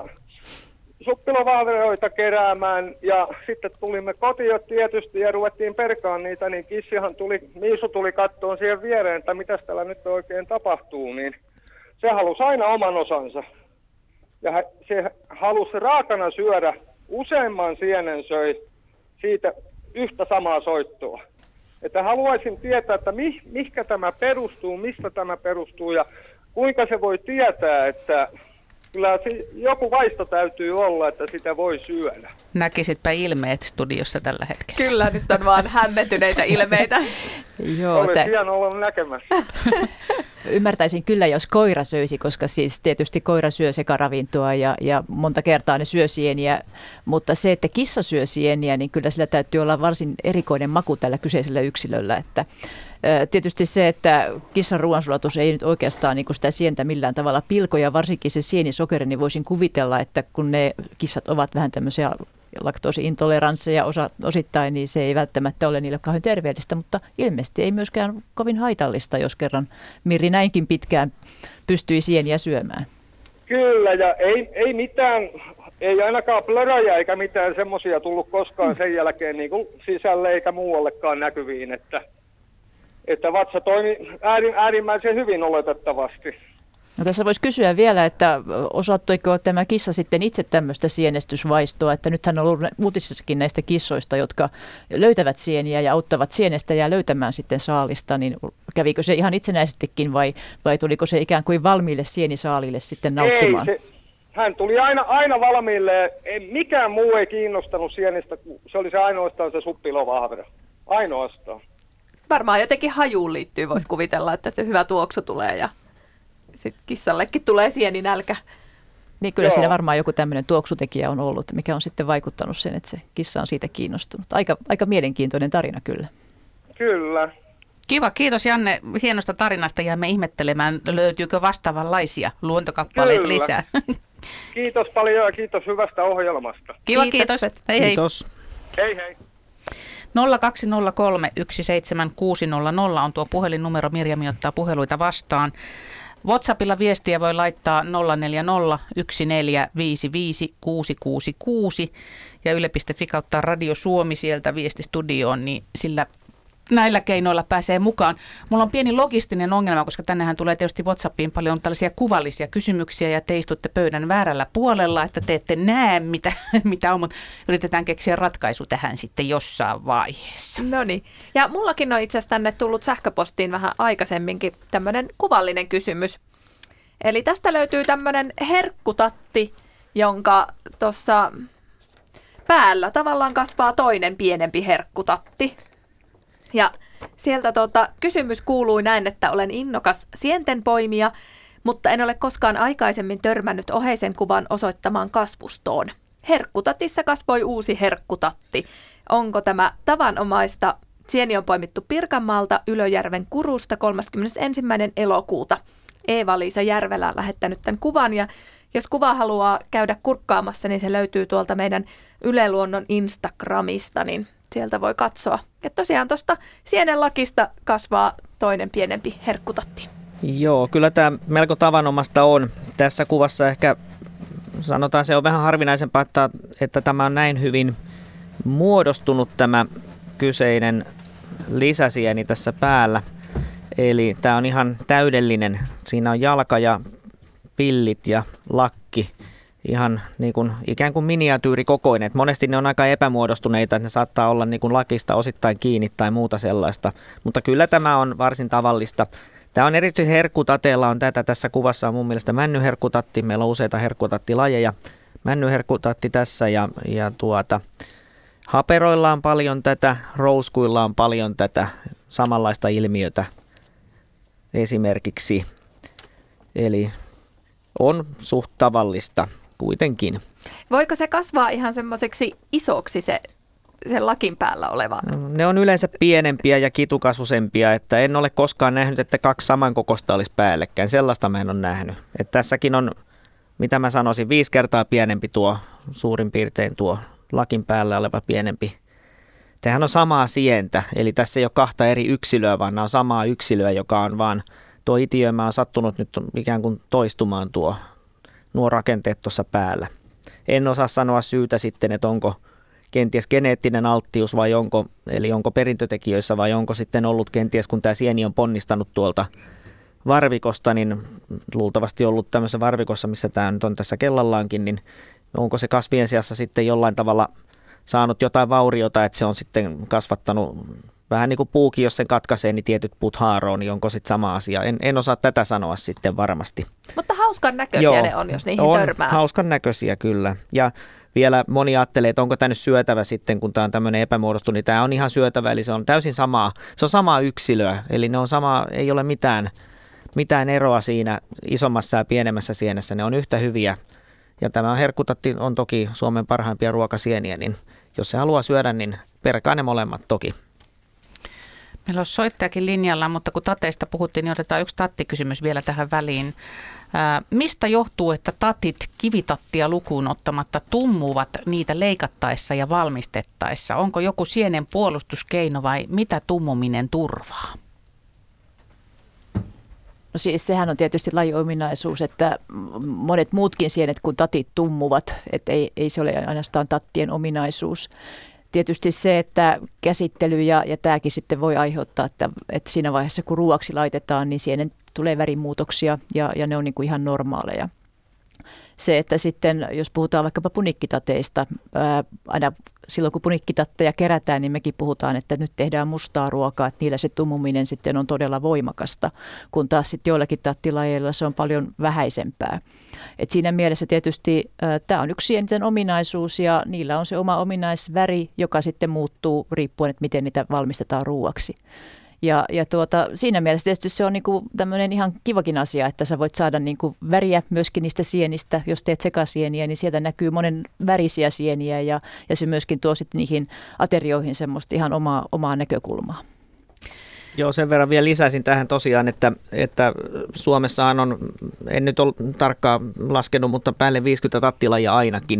suppilovahveroita keräämään ja sitten tulimme kotiin tietysti ja ruvettiin perkaan niitä, niin Miisu tuli kattoon siihen viereen, että mitäs täällä nyt oikein tapahtuu, niin se halusi aina oman osansa. Ja se halusi raakana syödä, useamman sienen söi siitä yhtä samaa soittoa. Että haluaisin tietää, että mihkä tämä perustuu, mistä tämä perustuu ja kuinka se voi tietää, että kyllä joku vaisto täytyy olla, että sitä voi syödä.
Näkisitpä ilmeet studiossa tällä hetkellä.
Kyllä, nyt on vaan hämmentyneitä ilmeitä.
Joo,
Olisi hienoa olla näkemässä.
Ymmärtäisin kyllä, jos koira söisi, koska siis tietysti koira syö sekaravintoa ja monta kertaa ne syö sieniä, mutta se, että kissa syö sieniä, niin kyllä sillä täytyy olla varsin erikoinen maku tällä kyseisellä yksilöllä, että tietysti se, että kissan ruoansulatus ei nyt oikeastaan niin kuin sitä sientä millään tavalla pilko ja varsinkin se sienisokeri, niin voisin kuvitella, että kun ne kissat ovat vähän tämmöisiä laktoosiintoleransseja osittain, niin se ei välttämättä ole niille kauhean terveellistä, mutta ilmeisesti ei myöskään kovin haitallista, jos kerran Mirri näinkin pitkään pystyi sieniä syömään.
Kyllä, ja ei mitään, ei ainakaan plöräjä eikä mitään semmoisia tullut koskaan sen jälkeen niin kuin sisälle eikä muuallekaan näkyviin, että vatsa toimi äärimmäisen hyvin oletettavasti.
No tässä voisi kysyä vielä, että osattoiko tämä kissa sitten itse tämmöistä sienestysvaistoa, että nythän on ollut uutisissakin näistä kissoista, jotka löytävät sieniä ja auttavat sienestä ja löytämään sitten saalista, niin kävikö se ihan itsenäisestikin vai tuliko se ikään kuin valmiille sienisaalille sitten nauttimaan?
Ei, hän tuli aina valmiille, mikään muu ei kiinnostanut sienistä, se oli se ainoastaan se suppilovahvero, ainoastaan.
Varmaan jotenkin hajuun liittyy, voisi kuvitella, että se hyvä tuoksu tulee ja sitten kissallekin tulee sieninälkä.
Niin kyllä siinä varmaan joku tämmöinen tuoksutekijä on ollut, mikä on sitten vaikuttanut sen, että se kissa on siitä kiinnostunut. Aika mielenkiintoinen tarina kyllä.
Kyllä.
Kiva, kiitos Janne hienosta tarinasta. Jäämme ihmettelemään, löytyykö vastaavanlaisia luontokappaleita lisää.
Kiitos paljon ja kiitos hyvästä ohjelmasta.
Kiva, kiitos. Hei hei.
Kiitos.
Hei hei.
0203 17600 on tuo puhelinnumero. Mirjami ottaa puheluita vastaan. WhatsAppilla viestiä voi laittaa 040 1455 666 ja yle.fi kautta Radio Suomi sieltä viestistudioon, niin sillä näillä keinoilla pääsee mukaan. Mulla on pieni logistinen ongelma, koska tännehän tulee tietysti WhatsAppiin paljon tällaisia kuvallisia kysymyksiä ja te istutte pöydän väärällä puolella, että te ette näe mitä on, mutta yritetään keksiä ratkaisu tähän sitten jossain vaiheessa.
No niin. Ja mullakin on itse asiassa tänne tullut sähköpostiin vähän aikaisemminkin tämmöinen kuvallinen kysymys. Eli tästä löytyy tämmöinen herkkutatti, jonka tuossa päällä tavallaan kasvaa toinen pienempi herkkutatti. Ja sieltä kysymys kuului näin, että olen innokas sientenpoimija, mutta en ole koskaan aikaisemmin törmännyt oheisen kuvan osoittamaan kasvustoon. Herkkutatissa kasvoi uusi herkkutatti. Onko tämä tavanomaista? Sieni on poimittu Pirkanmaalta Ylöjärven Kurusta 31. elokuuta. Eeva-Liisa Järvelä on lähettänyt tämän kuvan ja jos kuva haluaa käydä kurkkaamassa, niin se löytyy tuolta meidän Yle Luonnon Instagramista, niin sieltä voi katsoa. Ja tosiaan tuosta sienenlakista kasvaa toinen pienempi herkkutatti.
Joo, kyllä tämä melko tavanomasta on. Tässä kuvassa ehkä sanotaan, se on vähän harvinaisempaa, että tämä on näin hyvin muodostunut tämä kyseinen lisäsieni tässä päällä. Eli tämä on ihan täydellinen. Siinä on jalka ja pillit ja lakki. Ihan niin kuin, ikään kuin miniatyyrikokoinen. Monesti ne on aika epämuodostuneita, että ne saattaa olla niin kuin lakista osittain kiinni tai muuta sellaista. Mutta kyllä tämä on varsin tavallista. Tämä on erityisesti herkkutateella on tätä. Tässä kuvassa on mun mielestä männyherkkutatti. Meillä on useita herkkutattilajeja. Männyherkkutatti tässä ja haperoilla on paljon tätä, rouskuilla on paljon tätä samanlaista ilmiötä esimerkiksi. Eli on suht tavallista kuitenkin.
Voiko se kasvaa ihan semmoiseksi isoksi se lakin päällä oleva?
Ne on yleensä pienempiä ja kitukasvusempia, että en ole koskaan nähnyt, että kaksi samankokoista olisi päällekkäin. Sellaista mä en ole nähnyt. Että tässäkin on, mitä mä sanoisin, 5 kertaa pienempi tuo suurin piirtein tuo lakin päällä oleva pienempi. Tämähän on samaa sientä, eli tässä ei ole 2 eri yksilöä, vaan nämä on samaa yksilöä, joka on vaan, tuo itiöimä on sattunut nyt ikään kuin toistumaan nuo rakenteet tuossa päällä. En osaa sanoa syytä sitten, että onko kenties geneettinen alttius vai onko perintötekijöissä vai onko sitten ollut kenties, kun tämä sieni on ponnistanut tuolta varvikosta, niin luultavasti ollut tämmöisessä varvikossa, missä tämä nyt on tässä kellallaankin, niin onko se kasvien sijassa sitten jollain tavalla saanut jotain vauriota, että se on sitten kasvattanut vähän niin kuin puukin, jos sen katkaisee, niin tietyt puut haaroo, niin onko sitten sama asia. En osaa tätä sanoa sitten varmasti.
Mutta hauskan näköisiä ne on, jos niihin törmää.
Hauskan näköisiä kyllä. Ja vielä moni ajattelee, että onko tämä nyt syötävä sitten, kun tämä on tämmöinen epämuodostunut, niin tämä on ihan syötävä, eli se on täysin samaa. Se on samaa yksilöä, eli ne on samaa, ei ole mitään eroa siinä isommassa ja pienemmässä sienessä, ne on yhtä hyviä. Ja tämä herkkutatti on toki Suomen parhaimpia ruokasieniä, niin jos se haluaa syödä, niin perkaa ne molemmat toki.
Meillä on soittajakin linjalla, mutta kun tateista puhuttiin, niin otetaan yksi tattikysymys vielä tähän väliin. Mistä johtuu, että tatit kivitattia lukuun ottamatta tummuvat niitä leikattaessa ja valmistettaessa? Onko joku sienen puolustuskeino vai mitä tummuminen turvaa?
No siis sehän on tietysti lajiominaisuus, että monet muutkin sienet kuin tatit tummuvat, että ei se ole ainoastaan tattien ominaisuus. Tietysti se, että käsittely ja tämäkin sitten voi aiheuttaa, että siinä vaiheessa kun ruuaksi laitetaan, niin sienen tulee värimuutoksia ja ne on niin kuin ihan normaaleja. Se, että sitten jos puhutaan vaikkapa punikkitateista, aina silloin kun punikkitatteja kerätään, niin mekin puhutaan, että nyt tehdään mustaa ruokaa, että niillä se tummuminen sitten on todella voimakasta, kun taas sitten joillakin tattilajeilla se on paljon vähäisempää. Et siinä mielessä tietysti tämä on yksi sienten ominaisuus ja niillä on se oma ominaisväri, joka sitten muuttuu riippuen, että miten niitä valmistetaan ruuaksi. Ja siinä mielessä tietysti se on niinku tämmöinen ihan kivakin asia, että sä voit saada niinku väriä myöskin niistä sienistä. Jos teet sekasieniä, niin sieltä näkyy monen värisiä sieniä ja se myöskin tuo sitten niihin aterioihin semmoista ihan omaa näkökulmaa.
Joo, sen verran vielä lisäisin tähän tosiaan, että Suomessahan on, en nyt ole tarkkaan laskenut, mutta päälle 50 tattilajia ainakin.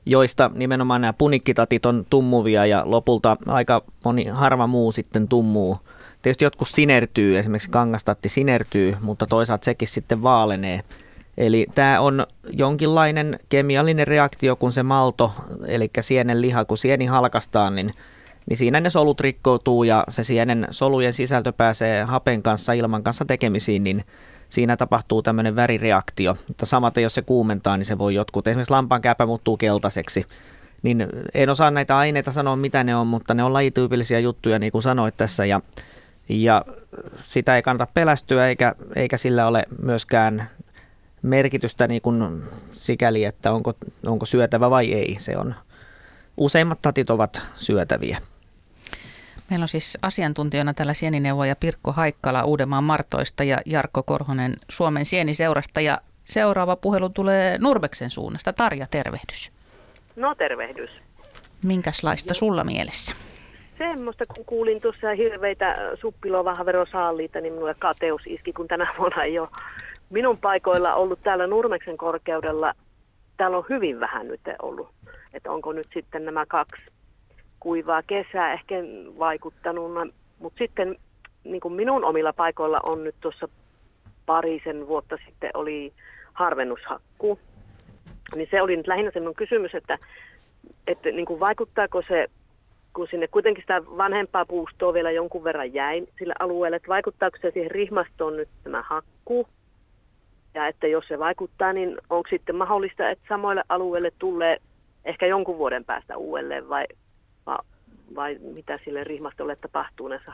joista nimenomaan nämä punikkitatit on tummuvia ja lopulta aika harva muu sitten tummuu. Tietysti jotkut sinertyy, esimerkiksi kangastatti sinertyy, mutta toisaalta sekin sitten vaalenee. Eli tämä on jonkinlainen kemiallinen reaktio, kun se malto, eli sienen liha, kun sieni halkaistaan, niin siinä ne solut rikkoutuu ja se sienen solujen sisältö pääsee hapen kanssa, ilman kanssa tekemisiin, niin siinä tapahtuu tämmöinen värireaktio. Mutta samaten jos se kuumentaa, niin se voi jotkut, esimerkiksi lampaankääpä muuttuu keltaiseksi. Niin en osaa näitä aineita sanoa, mitä ne on, mutta ne on lajityypillisiä juttuja, niin kuin sanoit tässä. Ja sitä ei kannata pelästyä, eikä sillä ole myöskään merkitystä niin kuin sikäli, että onko syötävä vai ei. Se on, useimmat tatit ovat syötäviä.
Meillä on siis asiantuntijana täällä sienineuvoja Pirkko Haikkala Uudenmaan Martoista ja Jarkko Korhonen Suomen sieniseurasta. Ja seuraava puhelu tulee Nurmeksen suunnasta. Tarja, tervehdys.
No tervehdys.
Minkälaista sulla mielessä?
Semmoista, kun kuulin tuossa hirveitä suppilovahverosaaliita, niin minulle kateus iski, kun tänä vuonna ei ole minun paikoilla ollut täällä Nurmeksen korkeudella. Täällä on hyvin vähän nyt ollut, että onko nyt sitten nämä 2 kuivaa kesää ehkä vaikuttanut, mutta sitten niin kuin minun omilla paikoilla on nyt tuossa parisen vuotta sitten oli harvennushakkuu. Niin se oli nyt lähinnä semmoinen kysymys, että niin kuin vaikuttaako se, kun sinne kuitenkin sitä vanhempaa puustoa vielä jonkun verran jäi sille alueelle, että vaikuttaako se siihen rihmastoon nyt tämä hakkuu? Ja että jos se vaikuttaa, niin onko sitten mahdollista, että samoille alueille tulee ehkä jonkun vuoden päästä uudelleen vai mitä sille rihmastolle tapahtuu näissä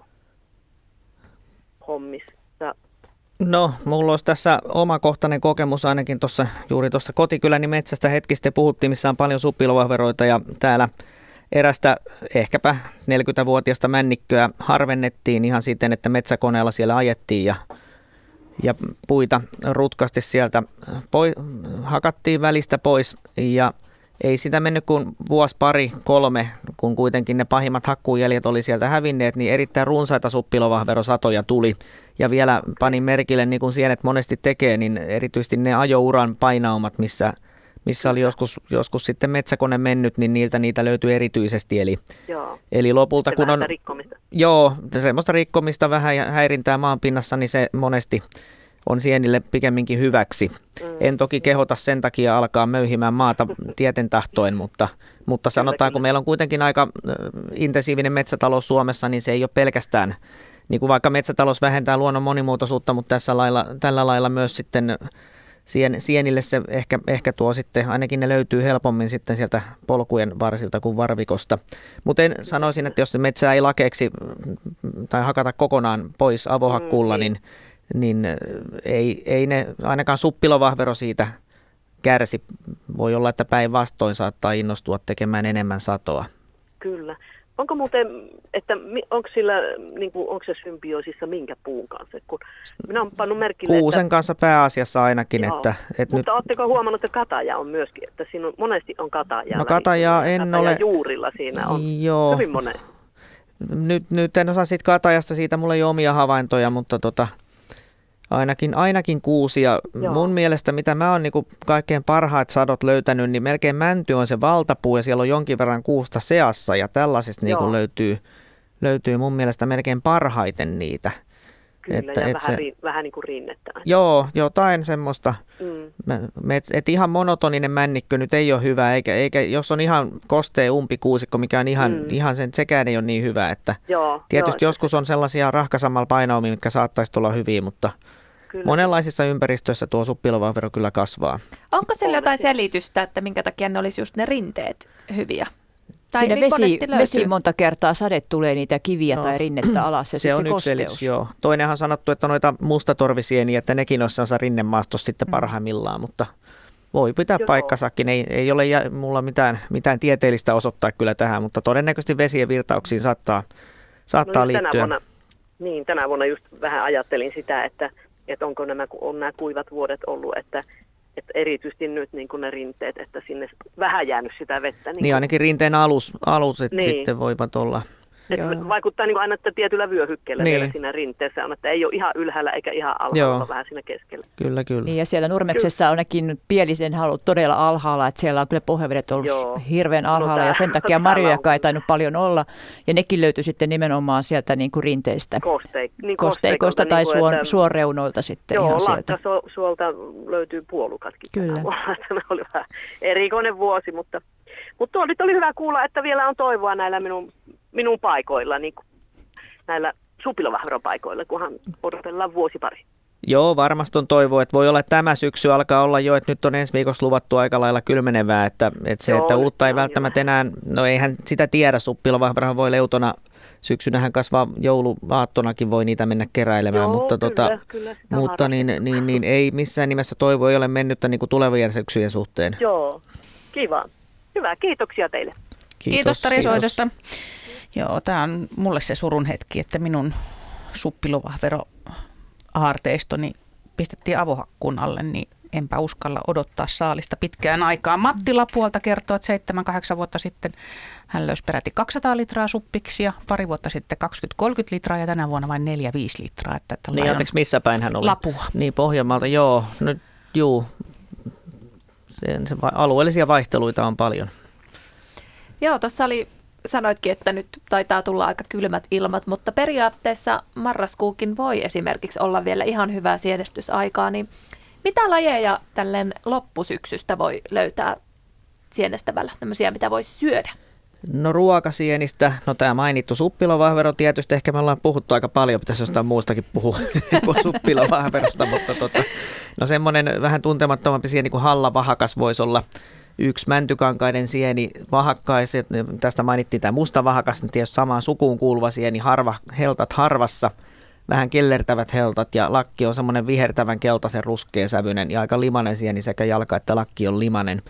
hakkuuhommissa?
No, mulla olisi tässä omakohtainen kokemus ainakin juuri tuossa kotikyläni metsästä hetki sitten puhuttiin, missä on paljon suppilovahveroita ja täällä erästä ehkäpä 40-vuotiaista männikköä harvennettiin ihan siten, että metsäkoneella siellä ajettiin ja puita rutkasti sieltä hakattiin välistä pois ja ei sitä mennyt kuin vuosi, pari, 3, kun kuitenkin ne pahimmat hakkuujäljet oli sieltä hävinneet, niin erittäin runsaita suppilovahverosatoja tuli. Ja vielä panin merkille, niin kuin sienet monesti tekee, niin erityisesti ne ajouran painaumat, missä oli joskus sitten metsäkone mennyt, niin niitä löytyy erityisesti. Eli lopulta kun on
rikkomista.
Joo, semmoista rikkomista, vähän häirintää maanpinnassa, niin se monesti on sienille pikemminkin hyväksi. En toki kehota sen takia alkaa möyhimään maata tieten tahtoen, mutta sanotaan, kun meillä on kuitenkin aika intensiivinen metsätalous Suomessa, niin se ei ole pelkästään, niin kuin vaikka metsätalous vähentää luonnon monimuotoisuutta, mutta tällä lailla myös sitten sienille se ehkä tuo sitten, ainakin ne löytyy helpommin sitten sieltä polkujen varsilta kuin varvikosta. Mutta sanoisin, että jos metsää ei lakeeksi tai hakata kokonaan pois avohakkuulla, niin ei ne ainakaan suppilovahvero siitä kärsi. Voi olla, että päinvastoin saattaa innostua tekemään enemmän satoa.
Kyllä. Onko muuten, että onko sillä, niin kuin, onko se symbioosissa minkä puun kanssa? Kun minä olen pannut merkille,
kuusen kanssa pääasiassa ainakin.
Joo,
että
mutta
nyt
oletteko huomannut, että kataja on myöskin, että siinä on, monesti on katajaa.
No katajaa en ole.
Juurilla siinä on
joo.
Hyvin monesti.
Nyt en osaa siitä katajasta, siitä mulla ei ole omia havaintoja, mutta ainakin kuusi. Ja mun mielestä, mitä mä oon niinku kaikkein parhaat sadot löytänyt, niin melkein mänty on se valtapuu ja siellä on jonkin verran kuusta seassa ja tällaisista niinku löytyy mun mielestä melkein parhaiten niitä.
Kyllä, ja vähän niin kuin rinnettä.
Joo, jotain semmoista. Että ihan monotoninen männikkö nyt ei ole hyvä, eikä jos on ihan kostea umpikuusikko, mikä on ihan sekään ei ole niin hyvä. Että tietysti joskus on sellaisia rahkasammalla painaumia, mitkä saattaisi tulla hyviä, mutta kyllä monenlaisissa ympäristöissä tuo suppilovahvero kyllä kasvaa.
Onko siellä jotain selitystä, että minkä takia ne olisi just ne rinteet hyviä? Tai
siinä vesi monta kertaa sade tulee niitä kiviä tai rinnettä alas ja
se on yksi selitys, joo. Toinenhan on sanottu, että noita mustatorvisieniä, että nekin olisi rinnemaastossa sitten parhaimmillaan, mutta voi pitää paikkansakin. Ei ole mulla mitään tieteellistä osoittaa kyllä tähän, mutta todennäköisesti vesien virtauksiin saattaa liittyä.
Tänä vuonna just vähän ajattelin sitä, että onko nämä kuivat vuodet ollut, että erityisesti nyt niin kuin ne rinteet, että sinne vähän jäänyt sitä vettä.
Niin ainakin rinteen aluset sitten voivat olla.
Vaikuttaa niin kuin aina, että tietyllä vyöhykkeellä
Niin.
vielä siinä rinteessä on, että ei ole ihan ylhäällä eikä ihan alhaalla, vaan vähän siinä keskellä.
Kyllä.
Niin, ja siellä Nurmeksessa on ainakin Pielisen ollut todella alhaalla, että siellä on kyllä pohjavedet ollut hirveän alhaalla, ja sen takia marjojakaan ei tainnut paljon olla, ja nekin löytyi sitten nimenomaan sieltä niin kuin rinteistä. Kosteikoista tai suoreunoilta sitten ihan sieltä.
Joo, suolta löytyy puolukatkin.
Kyllä.
Tämä oli vähän erikoinen vuosi, mutta nyt oli hyvä kuulla, että vielä on toivoa näillä minun paikoilla, niin kuin näillä Suppilovahveropaikoilla, kunhan odotellaan vuosi pari.
Joo, varmasti on toivoa, että voi olla, että tämä syksy alkaa olla jo, että nyt on ensi viikossa luvattu aika lailla kylmenevää, että uutta ei välttämättä enää, no eihän sitä tiedä, Suppilovahverahan voi leutona, syksynähän kasvaa jouluaattonakin, voi niitä mennä keräilemään, mutta niin ei missään nimessä toivo ei ole mennyttä niin kuin tulevien syksyjen suhteen.
Joo, kiva. Hyvä, kiitoksia teille.
Kiitos Tari soitosta. Joo, tämä on mulle se surun hetki, että minun Suppilovahvero-aarteistoni pistettiin avohakkuun alle, niin enpä uskalla odottaa saalista pitkään aikaa. Matti Lapuolta kertoo, että 7-8 vuotta sitten hän löysi peräti 200 litraa suppiksia, pari vuotta sitten 20-30 litraa ja tänä vuonna vain 4-5 litraa.
Niin, anteeksi, missä päin hän oli?
Lapua.
Niin, Pohjanmaalta, joo. No, juu. Alueellisia vaihteluita on paljon.
Joo, tuossa sanoitkin, että nyt taitaa tulla aika kylmät ilmat, mutta periaatteessa marraskuukin voi esimerkiksi olla vielä ihan hyvää sienestysaikaa, niin mitä lajeja tälleen loppusyksystä voi löytää sienestävällä, tämmöisiä mitä voi syödä?
No ruokasienistä, no tämä mainittu Suppilovahvero tietysti, ehkä me ollaan puhuttu aika paljon, pitäisi jostain muustakin puhua kuin Suppilovahverosta, mutta no semmoinen vähän tuntemattomampi sieni kuin hallavahakas voisi olla yksi, mäntykankaiden sieni, vahakkaiset, tästä mainittiin tämä mustavahakas, niin tietysti samaan sukuun kuuluva sieni, heltat harvassa, vähän kellertävät heltat ja lakki on semmoinen vihertävän keltaisen ruskeasävyinen ja aika limainen sieni, sekä jalka että lakki on limainen.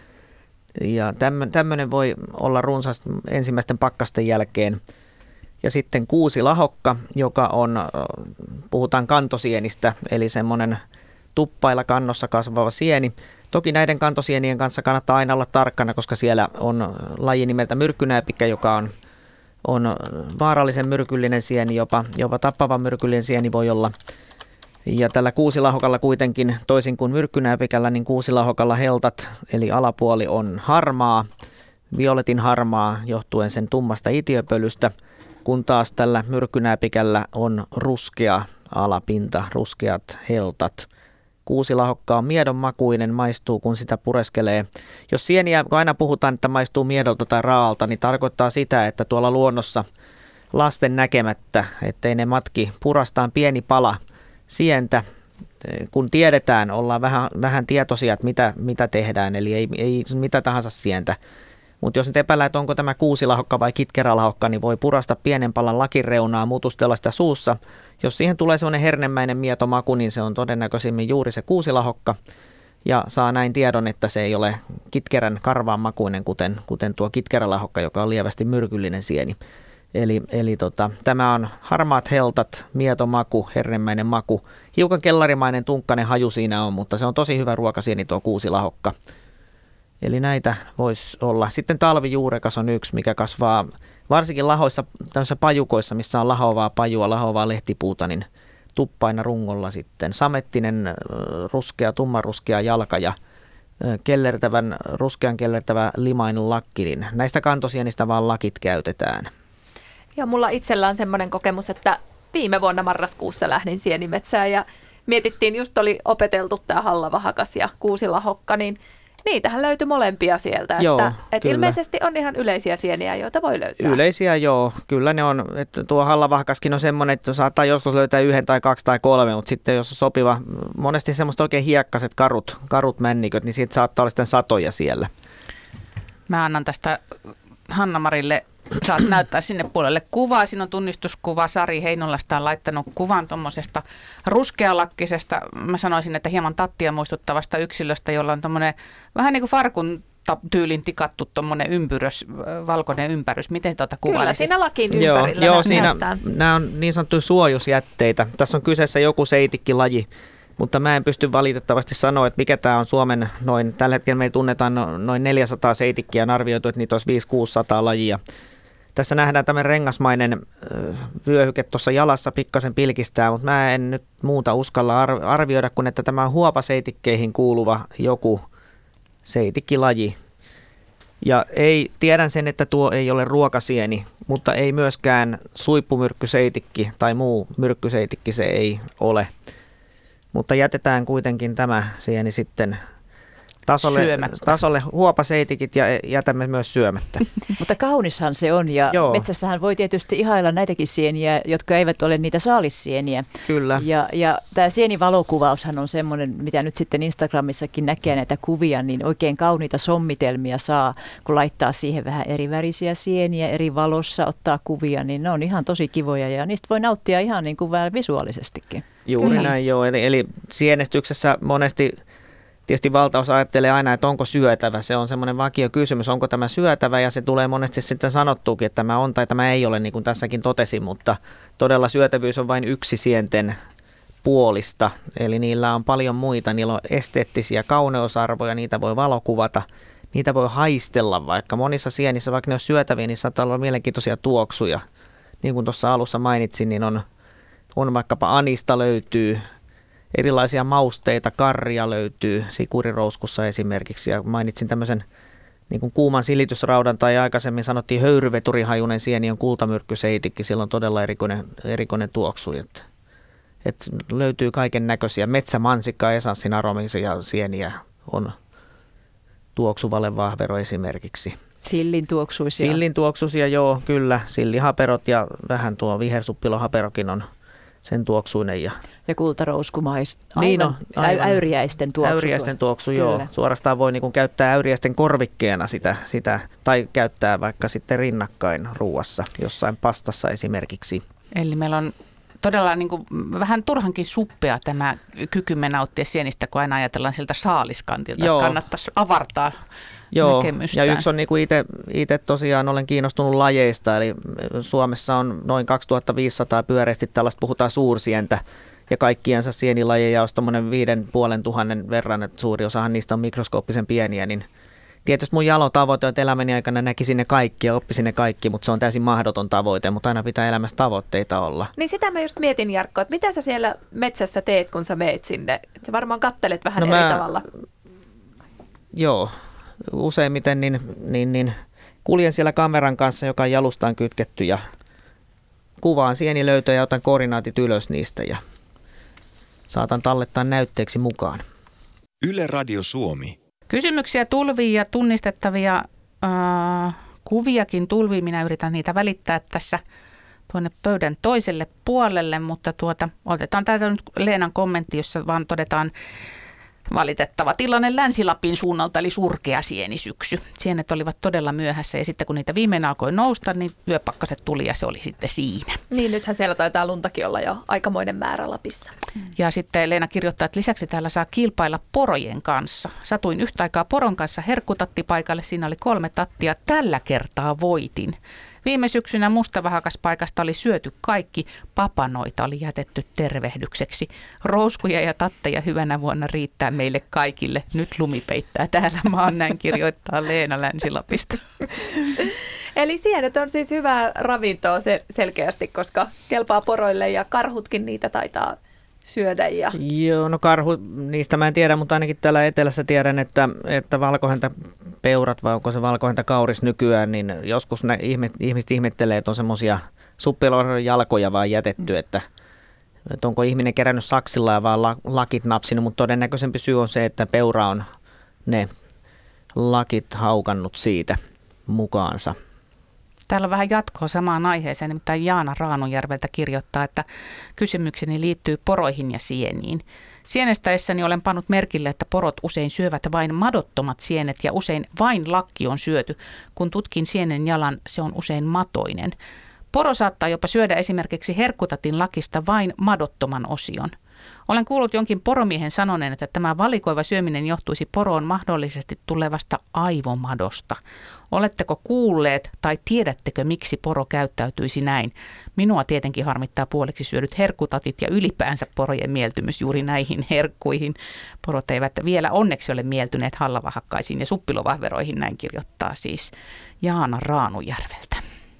Ja tämmöinen voi olla runsas ensimmäisten pakkasten jälkeen. Ja sitten kuusilahokka, joka on, puhutaan kantosienistä, eli semmoinen tuppailla kannossa kasvava sieni. Toki näiden kantosienien kanssa kannattaa aina olla tarkkana, koska siellä on laji nimeltä myrkkynääpikä, joka on vaarallisen myrkyllinen sieni, jopa tappavan myrkyllinen sieni voi olla. Ja tällä kuusilahokalla kuitenkin, toisin kuin myrkkynääpikällä, niin kuusilahokalla heltat, eli alapuoli on harmaa, violetin harmaa johtuen sen tummasta itiöpölystä, kun taas tällä myrkkynääpikällä on ruskea alapinta, ruskeat heltat. Kuusilahokka on miedon makuinen, maistuu kun sitä pureskelee. Jos sieniä, kun aina puhutaan, että maistuu miedolta tai raalta, niin tarkoittaa sitä, että tuolla luonnossa lasten näkemättä, ettei ne matki, purastaan pieni pala sientä, kun tiedetään, ollaan vähän tietoisia, että mitä tehdään, eli ei mitä tahansa sientä. Mutta jos nyt epäillään, että onko tämä kuusilahokka vai kitkerälahokka, niin voi purasta pienen palan lakin reunaa, mutustella sitä suussa. Jos siihen tulee semmoinen hernemäinen mietomaku, niin se on todennäköisimmin juuri se kuusilahokka. Ja saa näin tiedon, että se ei ole kitkerän karvaan makuinen, kuten tuo kitkerälahokka, joka on lievästi myrkyllinen sieni. Eli tämä on harmaat heltat, mieto maku, hernemäinen maku. Hiukan kellarimainen tunkkainen haju siinä on, mutta se on tosi hyvä ruokasieni tuo kuusilahokka. Eli näitä voisi olla. Sitten talvijuurekas on yksi, mikä kasvaa varsinkin lahoissa, tämmöisissä pajukoissa, missä on lahoavaa pajua, lahoavaa lehtipuuta, niin tuppaina rungolla sitten. Samettinen, ruskea, tummanruskea jalka ja ruskean kellertävä limainen lakki, niin näistä kantosienistä vaan lakit käytetään.
Ja mulla itsellä on semmoinen kokemus, että viime vuonna marraskuussa lähdin sienimetsään ja mietittiin, just oli opeteltu tämä hallavahakas ja kuusilahokka, niin niitähän löytyi molempia sieltä.
Joo,
että ilmeisesti on ihan yleisiä sieniä, joita voi löytää.
Yleisiä, joo. Kyllä ne on. Että tuo hallavahakaskin on semmoinen, että saattaa joskus löytää 1 tai 2 tai 3, mutta sitten jos on sopiva, monesti semmoista oikein hiekkaset karut männiköt, niin siitä saattaa olla sitten satoja siellä.
Mä annan tästä Hanna-Marille, saat näyttää sinne puolelle kuvaa. Siinä on tunnistuskuva. Sari Heinolasta on laittanut kuvan tuommoisesta ruskealakkisesta, mä sanoisin, että hieman tattia muistuttavasta yksilöstä, jolla on tommoinen vähän niin kuin farkun tyylin tikattu tuommoinen ympyrös, valkoinen ympärys. Miten kuvailisit?
Kyllä, siinä lakin ympärillä
Joo, siinä nämä on niin sanottuja suojusjätteitä. Tässä on kyseessä joku seitikkilaji, mutta mä en pysty valitettavasti sanoa, että mikä tämä on Suomen tällä hetkellä me tunnetaan noin 400 seitikkiä, on arvioitu, että niitä olisi 500-600 lajia. Tässä nähdään tämmöinen rengasmainen vyöhyke tuossa jalassa pikkasen pilkistää, mutta mä en nyt muuta uskalla arvioida, kun että tämä on huopaseitikkeihin kuuluva joku seitikkilaji. Ja tiedän sen, että tuo ei ole ruokasieni, mutta ei myöskään suippumyrkkyseitikki tai muu myrkkyseitikki se ei Mutta jätetään kuitenkin tämä sieni sitten tasolle huopaseitikit ja jätämme myös syömättä.
Mutta kaunishan se on ja
Joo.
Metsässähän voi tietysti ihailla näitäkin sieniä, jotka eivät ole niitä saalissieniä.
Kyllä.
Ja tämä sienivalokuvaushan on semmoinen, mitä nyt sitten Instagramissakin näkee näitä kuvia, niin oikein kauniita sommitelmia saa, kun laittaa siihen vähän eri värisiä sieniä, eri valossa ottaa kuvia, niin ne on ihan tosi kivoja ja niistä voi nauttia ihan niin kuin vähän visuaalisestikin.
Juuri näin joo, eli sienestyksessä monesti tietysti valtaosa ajattelee aina, että onko syötävä. Se on semmoinen vakio kysymys, onko tämä syötävä ja se tulee monesti sitten sanottuukin, että tämä on tai tämä ei ole, niin kuin tässäkin totesin, mutta todella syötävyys on vain yksi sienten puolista. Eli niillä on paljon muita, niillä on esteettisiä kauneusarvoja, niitä voi valokuvata, niitä voi haistella vaikka. Monissa sienissä, vaikka ne on syötäviä, niin saattaa olla mielenkiintoisia tuoksuja. Niin kuin tuossa alussa mainitsin, niin on vaikkapa anista löytyy, erilaisia mausteita, karria löytyy sikurirouskussa esimerkiksi ja mainitsin tämmöisen niin kuin kuuman silitysraudan tai aikaisemmin sanottiin höyryveturihajunen sieni on kultamyrkkyseitikki, sillä on todella erikoinen tuoksu. Et löytyy kaiken näköisiä metsämansikkaa, esanssin aromisia sieniä on tuoksuvalevahvero esimerkiksi.
Sillin tuoksuisia,
joo, kyllä. Sillihaperot ja vähän tuo vihersuppilohaperokin on sen tuoksuinen. Ja
kultarouskumais,
aivan.
Äyriäisten tuoksu.
Äyriäisten tuoksu, joo. Suorastaan voi niin kuin käyttää äyriäisten korvikkeena sitä, tai käyttää vaikka sitten rinnakkain ruuassa, jossain pastassa esimerkiksi.
Eli meillä on todella niin kuin vähän turhankin suppea tämä kykymme nauttia sienistä, kun aina ajatellaan siltä saaliskantilta, että kannattaisi avartaa näkemystään.
Ja yksi on niin kuin itse tosiaan olen kiinnostunut lajeista, eli Suomessa on noin 2500 pyöreästi tällaista, puhutaan suursientä, ja kaikkiensa sienilajeja olisi tuommoinen 5500 verran, että suuri osahan niistä on mikroskooppisen pieniä, niin tietysti mun jalo tavoite on, että elämäni aikana näkisin ne kaikki ja oppisin ne kaikki, mutta se on täysin mahdoton tavoite, mutta aina pitää elämässä tavoitteita olla.
Niin sitä mä just mietin, Jarkko, että mitä sä siellä metsässä teet, kun sä meet sinne? Sä varmaan kattelet vähän eri tavalla.
Joo, useimmiten niin kuljen siellä kameran kanssa, joka on jalustaan kytketty ja kuvaan sienilöytöjä ja otan koordinaatit ylös niistä ja saatan tallettaa näytteeksi mukaan.
Yle Radio Suomi.
Kysymyksiä tulvii ja tunnistettavia kuviakin tulvii. Minä yritän niitä välittää tässä tuonne pöydän toiselle puolelle, mutta otetaan täältä nyt Leenan kommentti, jossa vaan todetaan valitettava tilanne Länsi-Lapin suunnalta, eli surkea sienisyksy. Sienet olivat todella myöhässä ja sitten kun niitä viimein alkoi nousta, niin yöpakkaset tuli ja se oli sitten siinä.
Niin, nythän siellä taitaa luntakin olla jo aikamoinen määrä Lapissa.
Ja sitten Leena kirjoittaa, että lisäksi täällä saa kilpailla porojen kanssa. Satuin yhtä aikaa poron kanssa herkkutatti-paikalle, siinä oli 3 tattia, tällä kertaa voitin. Viime syksynä mustavahakaspaikasta oli syöty kaikki, papanoita oli jätetty tervehdykseksi. Rouskuja ja tatteja hyvänä vuonna riittää meille kaikille. Nyt lumi peittää täällä maan, näin kirjoittaa Leena Länsi-Lapista.
Eli sienet on siis hyvää ravintoa selkeästi, koska kelpaa poroille ja karhutkin niitä taitaa syödä.
Joo, no niistä mä en tiedä, mutta ainakin täällä etelässä tiedän, että valkohäntäpeurat, vai onko se valkohäntäkauris nykyään, niin joskus ihmiset ihmettelee, että on semmoisia suppiloiden jalkoja vaan jätetty, että onko ihminen kerännyt saksilla ja vaan lakit napsinut, mutta todennäköisempi syy on se, että peura on ne lakit haukannut siitä mukaansa.
Täällä on vähän jatkoa samaan aiheeseen, nimittäin Jaana Raanujärveltä kirjoittaa, että kysymykseni liittyy poroihin ja sieniin. Sienestäessäni olen pannut merkille, että porot usein syövät vain madottomat sienet ja usein vain lakki on syöty. Kun tutkin sienen jalan, se on usein matoinen. Poro saattaa jopa syödä esimerkiksi herkkutatin lakista vain madottoman osion. Olen kuullut jonkin poromiehen sanoneen, että tämä valikoiva syöminen johtuisi poroon mahdollisesti tulevasta aivomadosta. Oletteko kuulleet tai tiedättekö, miksi poro käyttäytyisi näin? Minua tietenkin harmittaa puoliksi syödyt herkkutatit ja ylipäänsä porojen mieltymys juuri näihin herkkuihin. Porot eivät vielä onneksi ole mieltyneet hallavahakkaisiin ja suppilovahveroihin, näin kirjoittaa siis Jaana Raanujärveltä.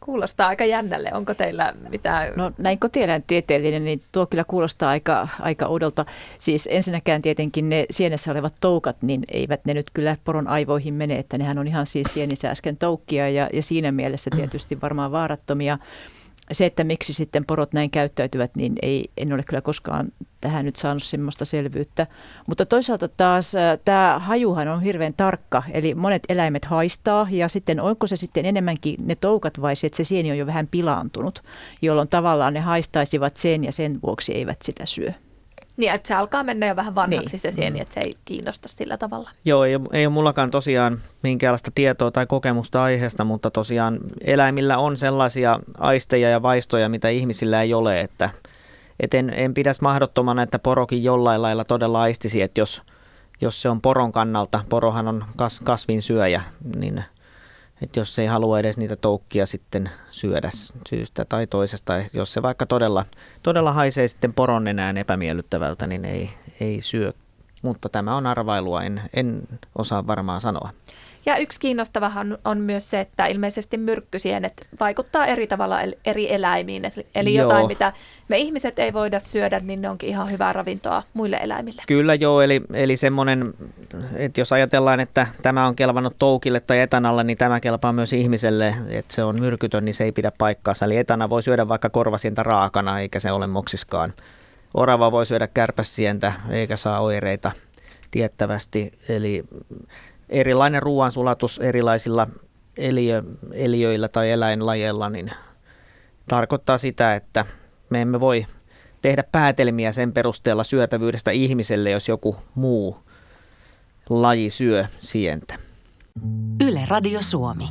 Kuulostaa aika jännälle. Onko teillä mitään?
No näin kotieläintieteellinen, niin tuo kyllä kuulostaa aika oudolta. Siis ensinnäkään tietenkin ne sienessä olevat toukat, niin eivät ne nyt kyllä poron aivoihin mene, että nehän on ihan siis sienisääsken toukkia ja siinä mielessä tietysti varmaan vaarattomia. Se, että miksi sitten porot näin käyttäytyvät, niin en ole kyllä koskaan tähän nyt saanut semmoista selvyyttä. Mutta toisaalta taas tämä hajuhan on hirveän tarkka, eli monet eläimet haistaa ja sitten onko se sitten enemmänkin ne toukat vai se, että se sieni on jo vähän pilaantunut, jolloin tavallaan ne haistaisivat sen ja sen vuoksi eivät sitä syö.
Niin, että se alkaa mennä jo vähän vanhaksi se sieni, että se ei kiinnosta sillä tavalla.
Joo, ei ole mullakaan tosiaan minkäänlaista tietoa tai kokemusta aiheesta, mutta tosiaan eläimillä on sellaisia aisteja ja vaistoja, mitä ihmisillä ei ole, että en pidäisi mahdottomana, että porokin jollain lailla todella aistisi, että jos se on poron kannalta, porohan on kasvinsyöjä, niin että jos ei halua edes niitä toukkia sitten syödä syystä tai toisesta, jos se vaikka todella haisee sitten poron nenään epämiellyttävältä, niin ei syö. Mutta tämä on arvailua, en osaa varmaan sanoa.
Ja yksi kiinnostavahan on myös se, että ilmeisesti myrkkysienet vaikuttaa eri tavalla eri eläimiin. Eli jotain, mitä me ihmiset ei voida syödä, niin ne onkin ihan hyvää ravintoa muille eläimille.
Kyllä joo, eli semmoinen, että jos ajatellaan, että tämä on kelvannut toukille tai etanalle, niin tämä kelpaa myös ihmiselle, että se on myrkytön, niin se ei pidä paikkaansa. Eli etana voi syödä vaikka korvasientä raakana, eikä se ole moksiskaan. Orava voi syödä kärpäsientä, eikä saa oireita tiettävästi. Eli erilainen ruoansulatus erilaisilla eliöillä tai eläinlajeilla niin tarkoittaa sitä, että me emme voi tehdä päätelmiä sen perusteella syötävyydestä ihmiselle, jos joku muu laji syö sientä.
Yle Radio Suomi.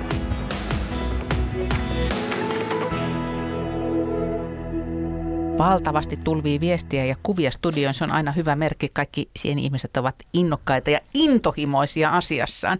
Valtavasti tulvii viestiä ja kuvia studioon. Se on aina hyvä merkki. Kaikki sieni-ihmiset ovat innokkaita ja intohimoisia asiassaan.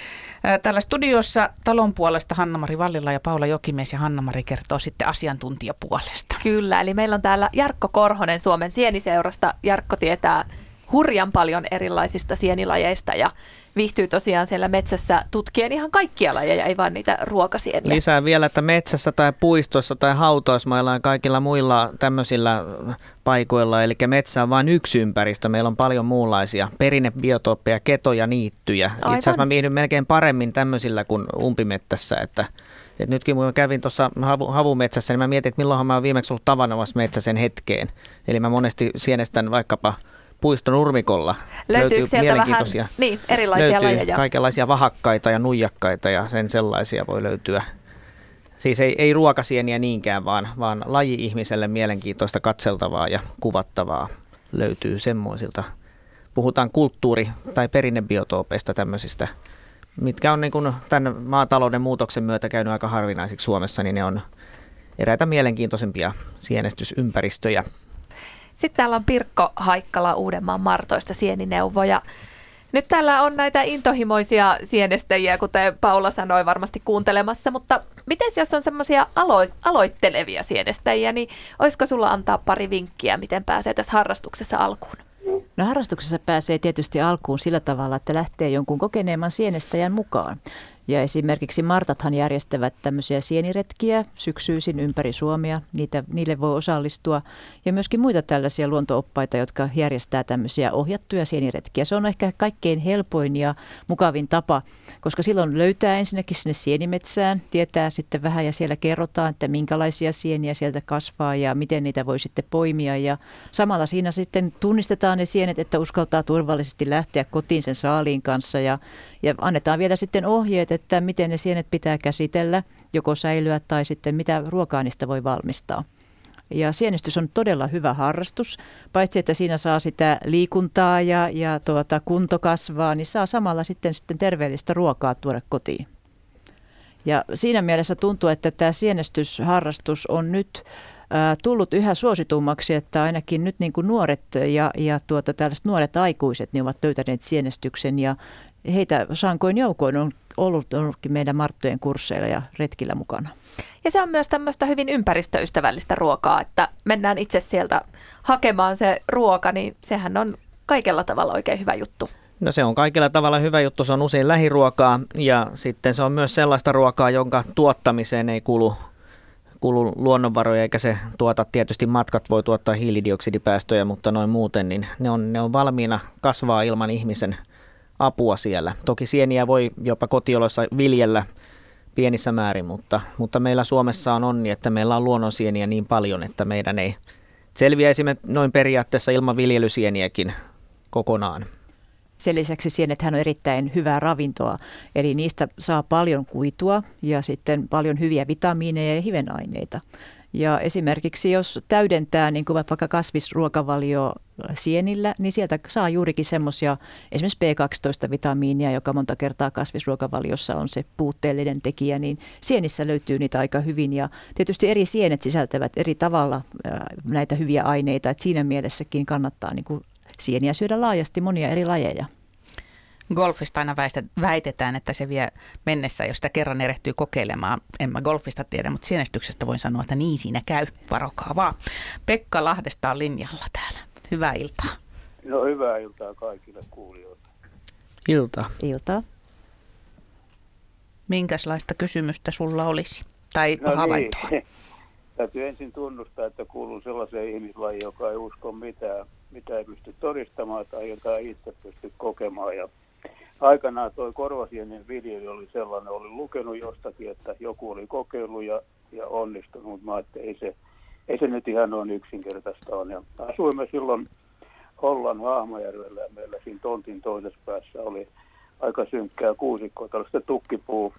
Täällä studiossa talon puolesta Hanna-Mari Vallila ja Paula Jokimies, ja Hanna-Mari kertoo sitten asiantuntijapuolesta.
Kyllä, eli meillä on täällä Jarkko Korhonen Suomen sieniseurasta. Jarkko tietää hurjan paljon erilaisista sienilajeista ja viihtyy tosiaan siellä metsässä tutkien ihan kaikkia lajeja, ei vain niitä ruokasieniä.
Lisää vielä, että metsässä tai puistoissa tai hautausmailla ja kaikilla muilla tämmöisillä paikoilla, eli metsä on vain yksi ympäristö. Meillä on paljon muunlaisia perinnebiotooppeja, ketoja, niittyjä. Aivan. Itse asiassa mä viihdyn melkein paremmin tämmöisillä kuin umpimettässä, että nytkin kun mä kävin tuossa havumetsässä, niin mä mietin, että milloinhan mä oon viimeksi ollut tavanomaisessa metsäsen hetkeen. Eli mä monesti sienestän vaikkapa puiston nurmikolla.
Löytyy sieltä vähän erilaisia lajeja?
Kaikenlaisia vahakkaita ja nuijakkaita ja sen sellaisia voi löytyä. Siis ei ruokasieniä niinkään, vaan laji-ihmiselle mielenkiintoista katseltavaa ja kuvattavaa löytyy semmoisilta. Puhutaan kulttuuri- tai perinnebiotoopeista tämmöisistä, mitkä on niin kuin tämän maatalouden muutoksen myötä käynyt aika harvinaisiksi Suomessa, niin ne on eräitä mielenkiintoisempia sienestysympäristöjä.
Sitten täällä on Pirkko Haikkala Uudenmaan Martoista sienineuvoja. Nyt täällä on näitä intohimoisia sienestäjiä, kuten Paula sanoi, varmasti kuuntelemassa, mutta miten jos on semmoisia aloittelevia sienestäjiä, niin olisiko sulla antaa pari vinkkiä, miten pääsee tässä harrastuksessa alkuun?
No harrastuksessa pääsee tietysti alkuun sillä tavalla, että lähtee jonkun kokeneemman sienestäjän mukaan. Ja esimerkiksi Martathan järjestävät tämmöisiä sieniretkiä syksyisin ympäri Suomea, niille voi osallistua. Ja myöskin muita tällaisia luonto-oppaita, jotka järjestää tämmöisiä ohjattuja sieniretkiä. Se on ehkä kaikkein helpoin ja mukavin tapa, koska silloin löytää ensinnäkin sinne sienimetsään, tietää sitten vähän ja siellä kerrotaan, että minkälaisia sieniä sieltä kasvaa ja miten niitä voi sitten poimia. Ja samalla siinä sitten tunnistetaan ne sienet, että uskaltaa turvallisesti lähteä kotiin sen saaliin kanssa ja annetaan vielä sitten ohjeet, että miten ne sienet pitää käsitellä, joko säilyä tai sitten mitä ruokaa niistä voi valmistaa. Ja sienestys on todella hyvä harrastus, paitsi että siinä saa sitä liikuntaa ja kunto kasvaa, niin saa samalla sitten terveellistä ruokaa tuoda kotiin. Ja siinä mielessä tuntuu, että tämä sienestysharrastus on nyt tullut yhä suositummaksi, että ainakin nyt niin kuin nuoret ja tällaiset nuoret aikuiset niin ovat löytäneet sienestyksen ja heitä sankoin joukoin on ollutkin meidän Marttojen kursseilla ja retkillä mukana.
Ja se on myös tämmöistä hyvin ympäristöystävällistä ruokaa, että mennään itse sieltä hakemaan se ruoka, niin sehän on kaikella tavalla oikein hyvä juttu.
No se on kaikilla tavalla hyvä juttu, se on usein lähiruokaa ja sitten se on myös sellaista ruokaa, jonka tuottamiseen ei kulu luonnonvaroja, eikä se tuota, tietysti matkat voi tuottaa hiilidioksidipäästöjä, mutta noin muuten, niin ne on valmiina kasvaa ilman ihmisen apua siellä. Toki sieniä voi jopa kotioloissa viljellä pienissä määrin, mutta meillä Suomessa on onni, että meillä on luonnonsieniä niin paljon, että meidän ei selviäisi noin periaatteessa ilman viljelysieniäkin kokonaan.
Sen lisäksi sienethän on erittäin hyvää ravintoa, eli niistä saa paljon kuitua ja sitten paljon hyviä vitamiineja ja hivenaineita. Ja esimerkiksi jos täydentää niin kuin vaikka kasvisruokavalio sienillä, niin sieltä saa juurikin semmoisia esimerkiksi B12-vitamiinia, joka monta kertaa kasvisruokavaliossa on se puutteellinen tekijä, niin sienissä löytyy niitä aika hyvin. Ja tietysti eri sienet sisältävät eri tavalla näitä hyviä aineita, että siinä mielessäkin kannattaa niin kuin sieniä syödä laajasti, monia eri lajeja.
Golfista aina väitetään, että se vie mennessä, jos sitä kerran erehtyy kokeilemaan. En mä golfista tiedä, mutta sienestyksestä voin sanoa, että niin siinä käy. Varokaa vaan. Pekka Lahdesta on linjalla täällä. Hyvää iltaa.
No hyvää iltaa kaikille kuulijoille.
Iltaa.
Minkälaista kysymystä sulla olisi? Tai havaintoa?
Niin. Täytyy ensin tunnustaa, että kuuluu sellaiseen ihmislajiin, joka ei usko mitään, mitä ei pysty todistamaan tai jota ei itse pysty kokemaan. Ja aikanaan tuo korvasienien viljely oli sellainen, oli lukenut jostakin, että joku oli kokeillut ja onnistunut, mutta mä ajattelin, että ei se nyt ihan noin yksinkertaista on. Ja asuimme silloin Hollan Hahmajärvellä ja meillä siinä tontin toisessa päässä oli aika synkkää kuusikkoa, tällaista tukkipuu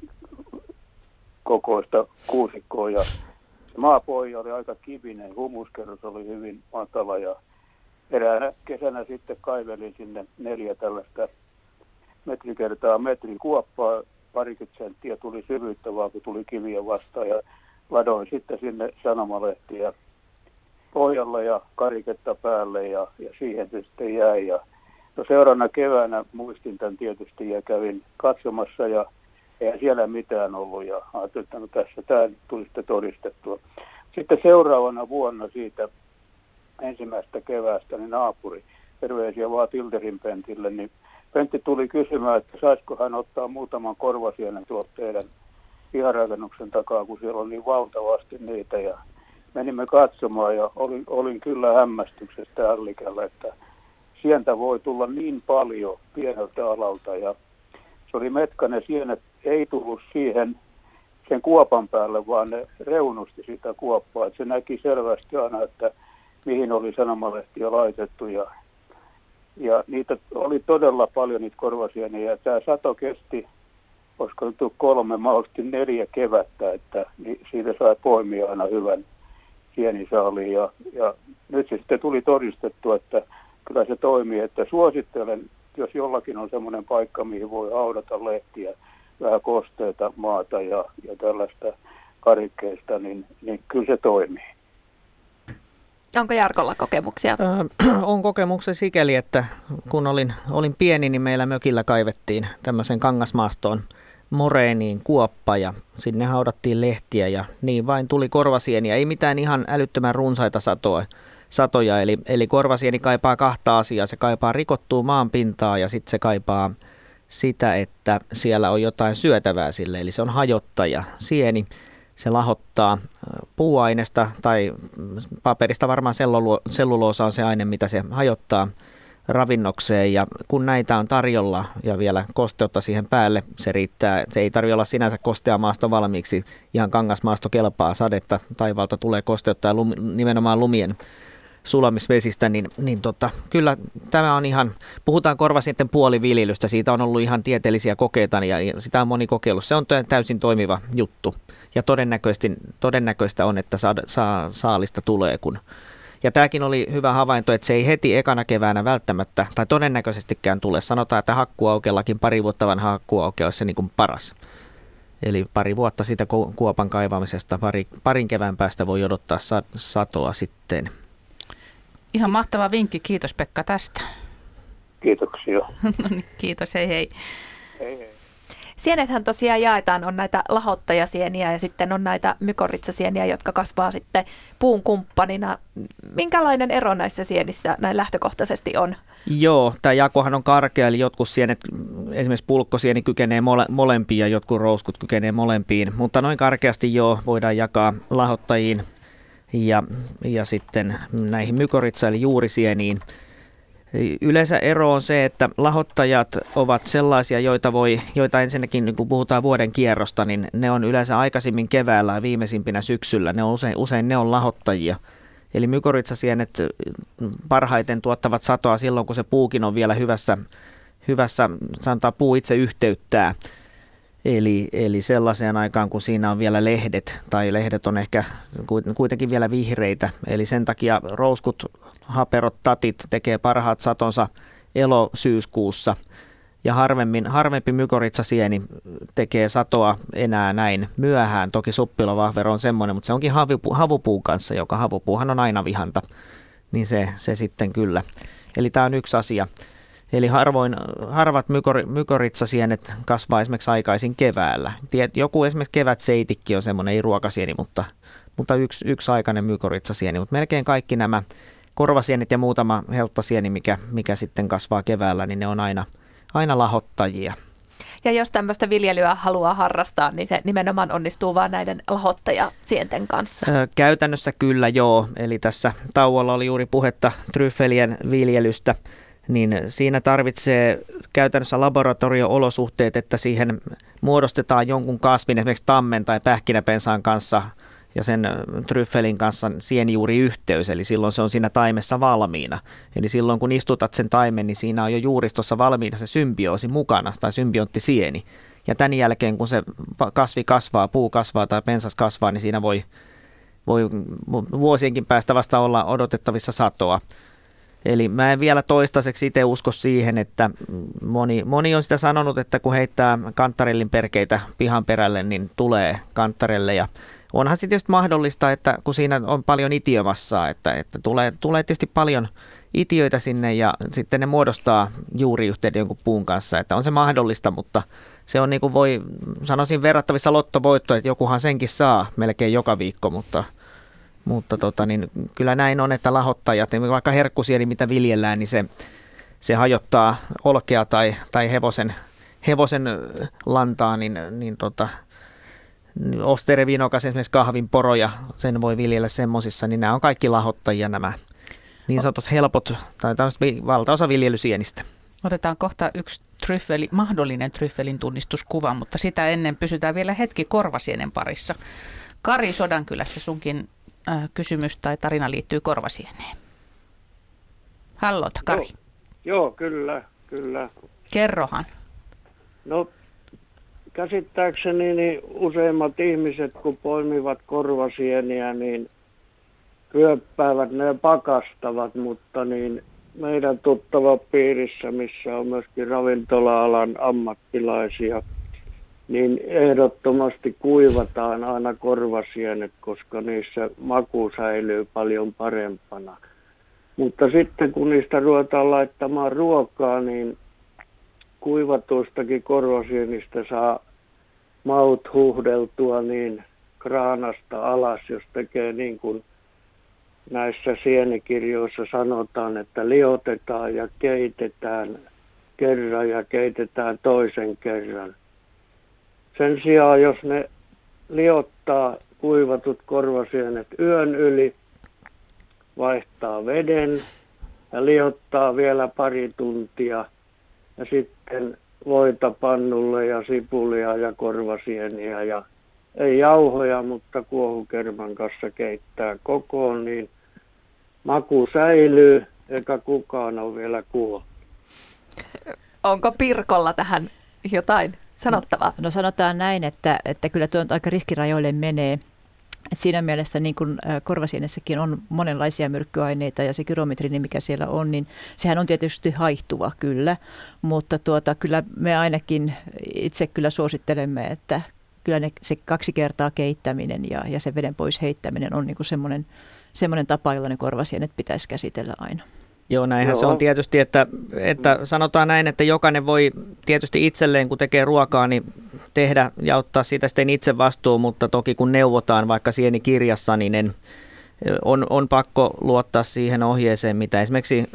kokoista kuusikkoa ja maapohja oli aika kivinen, humuskerros oli hyvin matala ja eräänä kesänä sitten kaivelin sinne 4 tällaista metri kertaa metrin kuoppaa, 20 senttiä tuli syvyyttä vaan kun tuli kiviä vastaan ja ladoin sitten sinne sanomalehtiä pohjalle ja kariketta päälle ja siihen se sitten jäi. Ja no seuraavana keväänä muistin tämän tietysti ja kävin katsomassa ja eihän siellä mitään ollut ja ajattelin, että no tässä tämä tuli sitten todistettua. Sitten seuraavana vuonna siitä ensimmäisestä keväästä niin naapuri, terveisiä vaan Tilterin Pentille, niin Pentti tuli kysymään, että saisiko hän ottaa muutaman korvasienen tuolta teidän piharakennuksen takaa, kun siellä on niin valtavasti niitä ja menimme katsomaan ja olin kyllä hämmästyksestä ällikällä, että sientä voi tulla niin paljon pieneltä alalta ja se oli metkäinen sienet, ei tullut siihen sen kuopan päälle, vaan ne reunusti sitä kuoppaa. Että se näki selvästi aina, että mihin oli sanomalehtiä laitettu ja niitä oli todella paljon niitä korvasieniä. Ja tämä sato kesti, olisiko nyt 3, mahdollisesti 4 kevättä, että siitä sai poimia aina hyvän sienisaaliin. Ja nyt se sitten tuli todistettu, että kyllä se toimii, että suosittelen, jos jollakin on semmoinen paikka, mihin voi haudata lehtiä, vähän kosteita maata ja tällaista karikkeista, niin kyllä se toimii.
Onko Jarkolla kokemuksia?
On kokemuksia sikäli, että kun olin pieni, niin meillä mökillä kaivettiin tämmöisen kangasmaastoon moreeniin kuoppa ja sinne haudattiin lehtiä ja niin vain tuli korvasieniä. Ei mitään ihan älyttömän runsaita satoja, eli korvasieni kaipaa 2 asiaa. Se kaipaa rikottua maanpintaa ja sitten se kaipaa sitä, että siellä on jotain syötävää sille, eli se on hajottaja. Sieni, se lahottaa puuainesta tai paperista, varmaan selluloosa on se aine, mitä se hajottaa ravinnokseen, ja kun näitä on tarjolla ja vielä kosteutta siihen päälle, se riittää. Se ei tarvitse olla sinänsä kostea maasto valmiiksi, ihan kangasmaasto kelpaa, sadetta taivaalta tulee kosteutta ja nimenomaan lumien sulamisvesistä, niin kyllä tämä on ihan, puhutaan korvasienten puoliviljelystä, siitä on ollut ihan tieteellisiä kokeita ja sitä on moni kokeillut. Se on täysin toimiva juttu ja todennäköistä on, että saalista tulee. Ja tämäkin oli hyvä havainto, että se ei heti ekana keväänä välttämättä tai todennäköisestikään tule. Sanotaan, että hakkuaukeallakin 2 vuotta vanha hakkuaukea olisi se niin kuin paras. Eli 2 vuotta sitä kuopan kaivamisesta, parin kevään päästä voi odottaa satoa sitten.
Ihan mahtava vinkki. Kiitos Pekka tästä.
Kiitoksia.
No niin, kiitos. Hei hei.
Hei hei.
Sienethän tosiaan jaetaan, on näitä lahottajasieniä ja sitten on näitä mykorritsasieniä, jotka kasvaa sitten puun kumppanina. Minkälainen ero näissä sienissä näin lähtökohtaisesti on
Joo, tämä jakohan on karkea, eli jotkut sienet, esimerkiksi pulkkosieni kykenee molempiin ja jotkut rouskut kykenee molempiin, mutta noin karkeasti voidaan jakaa lahottajiin ja sitten näihin mykorrhiza eli juurisieniin. Yleensä ero on se, että lahottajat ovat sellaisia, joita ensinnäkin, niin kun puhutaan vuoden kierrosta, niin ne on yleensä aikaisemmin keväällä ja viimeisimpinä syksyllä. Ne on usein ne on lahottajia. Eli mykorrhizasienet parhaiten tuottavat satoa silloin, kun se puukin on vielä hyvässä sanotaan puu itse yhteyttää. Eli sellaiseen aikaan, kun siinä on vielä lehdet, tai lehdet on ehkä kuitenkin vielä vihreitä. Eli sen takia rouskut, haperot, tatit tekee parhaat satonsa elo-syyskuussa. Ja harvempi mykorrhizasieni tekee satoa enää näin myöhään. Toki suppilovahvero on semmoinen, mutta se onkin havupuun kanssa, joka havupuuhan on aina vihanta. Niin se sitten kyllä. Eli tämä on yksi asia. Eli harvat mykorrhizasienet kasvaa esimerkiksi aikaisin keväällä. Joku esimerkiksi kevätseitikki on semmoinen, ei ruokasieni, mutta yksi aikainen mykorrhizasieni. Mutta melkein kaikki nämä korvasienet ja muutama helttasieni, mikä sitten kasvaa keväällä, niin ne on aina lahottajia.
Ja jos tämmöistä viljelyä haluaa harrastaa, niin se nimenomaan onnistuu vaan näiden lahottajasienten kanssa.
Käytännössä kyllä joo. Eli tässä tauolla oli juuri puhetta tryffelien viljelystä. Niin siinä tarvitsee käytännössä laboratorio-olosuhteet, että siihen muodostetaan jonkun kasvin, esimerkiksi tammen tai pähkinäpensaan kanssa ja sen tryffelin kanssa sienijuuriyhteys, eli silloin se on siinä taimessa valmiina. Eli silloin kun istutat sen taimen, niin siinä on jo juuristossa valmiina se symbioosi mukana tai symbionttisieni. Ja tämän jälkeen kun se kasvi kasvaa, puu kasvaa tai pensas kasvaa, niin siinä voi vuosienkin päästä vasta olla odotettavissa satoa. Eli mä en vielä toistaiseksi itse usko siihen, että moni on sitä sanonut, että kun heittää kanttarellin perkeitä pihan perälle, niin tulee kanttarelle. Ja onhan se tietysti mahdollista, että kun siinä on paljon itiomassaa, että tulee tietysti paljon itiöitä sinne ja sitten ne muodostaa juuriyhteyden jonkun puun kanssa. Että on se mahdollista, mutta se on niin kuin sanoisin verrattavissa lottovoittoa, että jokuhan senkin saa melkein joka viikko, mutta niin kyllä näin on, että lahottajat, vaikka herkkusieni mitä viljellään, niin se hajottaa olkea tai hevosen lantaa, niin osterevinokas esimerkiksi kahvin poroja, sen voi viljellä semmoisissa, niin nämä on kaikki lahottajia nämä niin sanotut helpot, tai valtaosa viljelysienistä.
Otetaan kohta yksi mahdollinen tryffelin tunnistuskuva, mutta sitä ennen pysytään vielä hetki korvasienen parissa. Kari Sodankylästä, sunkin kysymys tai tarina liittyy korvasieneen. Hallota, Kari.
Joo, kyllä.
Kerrohan.
No, käsittääkseni niin useimmat ihmiset, kun poimivat korvasieniä, niin ryöppäävät ne pakastavat, mutta niin meidän tuttava piirissä, missä on myöskin ravintola-alan ammattilaisia, niin ehdottomasti kuivataan aina korvasienet, koska niissä maku säilyy paljon parempana. Mutta sitten kun niistä ruvetaan laittamaan ruokaa, niin kuivatuistakin korvasienistä saa maut huuhdeltua niin kraanasta alas, jos tekee niin kuin näissä sienikirjoissa sanotaan, että liotetaan ja keitetään kerran ja keitetään toisen kerran. Sen sijaan, jos ne liottaa kuivatut korvasienet yön yli, vaihtaa veden ja liottaa vielä pari tuntia ja sitten voita pannulle ja sipulia ja korvasieniä ja ei jauhoja, mutta kuohukerman kanssa keittää kokoon, niin maku säilyy eikä kukaan ole vielä kuollut.
Onko Pirkolla tähän jotain sanottavaa?
No sanotaan näin, että kyllä tuo aika riskirajoille menee. Et siinä mielessä niin kuin korvasienessäkin on monenlaisia myrkkyaineita ja se gyrometrini, mikä siellä on, niin sehän on tietysti haihtuva kyllä, mutta kyllä me ainakin itse kyllä suosittelemme, että kyllä se 2 kertaa keittäminen ja se veden pois heittäminen on niin kuin semmoinen tapa, jolla ne korvasienet pitäisi käsitellä aina.
Joo, näinhän se on tietysti, että sanotaan näin, että jokainen voi tietysti itselleen, kun tekee ruokaa, niin tehdä ja ottaa siitä sitten itse vastuun, mutta toki kun neuvotaan vaikka sienikirjassa, niin on pakko luottaa siihen ohjeeseen, mitä esimerkiksi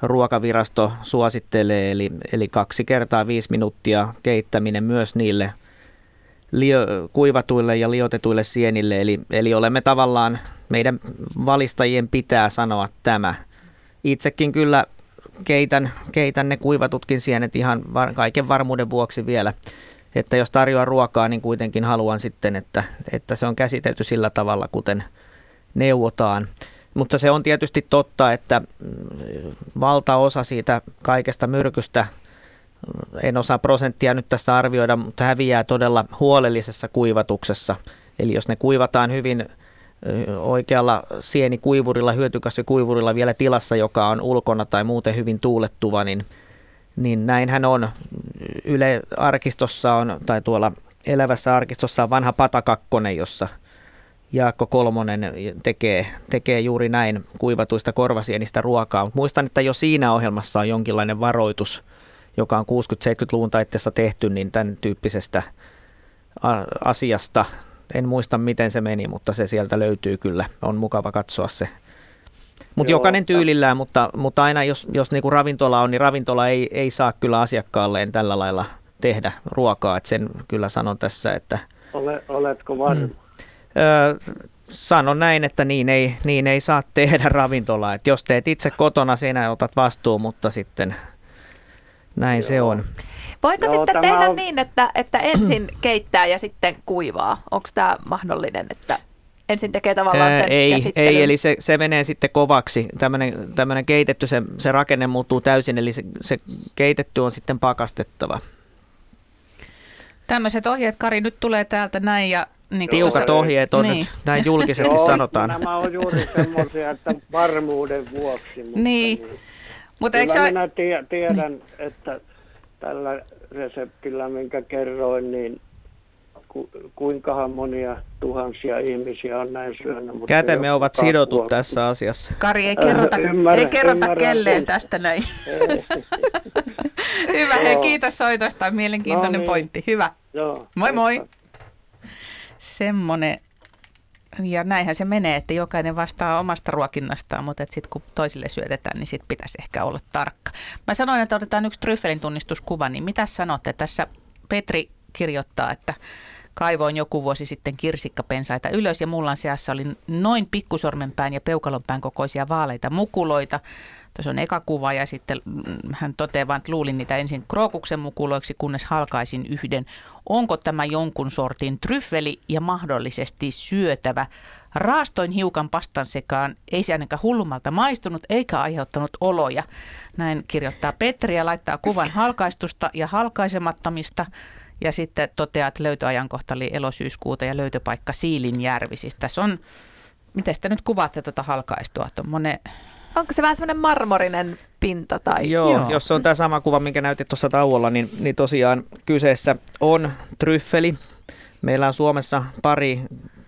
Ruokavirasto suosittelee, eli 2 kertaa 5 minuuttia keittäminen myös niille kuivatuille ja liotetuille sienille. Eli olemme tavallaan, meidän valistajien pitää sanoa tämä. Itsekin kyllä keitän ne kuivatutkin sienet ihan kaiken varmuuden vuoksi vielä. Että jos tarjoan ruokaa, niin kuitenkin haluan sitten, että se on käsitelty sillä tavalla, kuten neuvotaan. Mutta se on tietysti totta, että valtaosa siitä kaikesta myrkystä, en osaa prosenttia nyt tässä arvioida, mutta häviää todella huolellisessa kuivatuksessa. Eli jos ne kuivataan hyvin oikealla sienikuivurilla, hyötykasvikuivurilla vielä tilassa, joka on ulkona tai muuten hyvin tuulettuva, niin näinhän on. Yle arkistossa on, tai tuolla Elävässä arkistossa on vanha patakakkonen, jossa Jaakko Kolmonen tekee juuri näin kuivatuista korvasienistä ruokaa. Mutta muistan, että jo siinä ohjelmassa on jonkinlainen varoitus, joka on 60-70-luvun taitteessa tehty, niin tämän tyyppisestä asiasta. En muista, miten se meni, mutta se sieltä löytyy kyllä. On mukava katsoa se. Mutta jokainen tyylillään, mutta aina jos niinku ravintola on, niin ravintola ei saa kyllä asiakkaalleen tällä lailla tehdä ruokaa. Et sen kyllä sanon tässä, että...
Oletko varma?
Sanon näin, että niin ei saa tehdä ravintolaa. Et jos teet itse kotona, sinä otat vastuun, mutta sitten näin se on.
Voiko sitten tehdä niin, että ensin keittää ja sitten kuivaa? Onko tämä mahdollinen, että ensin tekee tavallaan sen käsittelyn?
Ei, eli se menee sitten kovaksi. Tämmöinen keitetty, se rakenne muuttuu täysin, eli se keitetty on sitten pakastettava.
Tämmöiset ohjeet, Kari, nyt tulee täältä näin ja... Niin
tiukat ohjeet on nyt, näin julkisesti sanotaan.
Nämä on juuri semmoisia, että varmuuden vuoksi.
Mutta
kyllä minä tiedän, että tällä reseptillä, minkä kerroin, niin kuinkahan monia tuhansia ihmisiä on näin syönyt.
Kätemme ovat sidotut tässä asiassa.
Kari, ei kerrota kelleen tästä näin. Hyvä, hei, kiitos soitosta. Mielenkiintoinen pointti. Hyvä.
Joo,
moi moi. Semmoinen, ja näinhän se menee, että jokainen vastaa omasta ruokinnastaan, mutta sitten kun toisille syötetään, niin sitten pitäisi ehkä olla tarkka. Mä sanoin, että otetaan yksi tryffelin tunnistuskuva, niin mitä sanotte? Tässä Petri kirjoittaa, että kaivoin joku vuosi sitten kirsikkapensaita ylös ja mullan seassa oli noin pikkusormenpään ja peukalonpään kokoisia vaaleita mukuloita. Tuossa on eka kuva ja sitten hän toteaa vaan, että luulin niitä ensin krookuksen mukuloiksi, kunnes halkaisin yhden. Onko tämä jonkun sortin tryffeli ja mahdollisesti syötävä? Raastoin hiukan pastan sekaan, ei se ainakaan hullumalta maistunut eikä aiheuttanut oloja. Näin kirjoittaa Petri ja laittaa kuvan halkaistusta ja halkaisemattomista. Ja sitten toteaa, että löytöajankohta oli elosyyskuuta ja löytöpaikka Siilinjärvi. Siis tässä on, miten te nyt kuvaatte tuota halkaistua?
Onko se vähän semmoinen marmorinen pinta? Tai?
Joo, jos se on tämä sama kuva, minkä näytit tuossa tauolla, niin tosiaan kyseessä on tryffeli. Meillä on Suomessa pari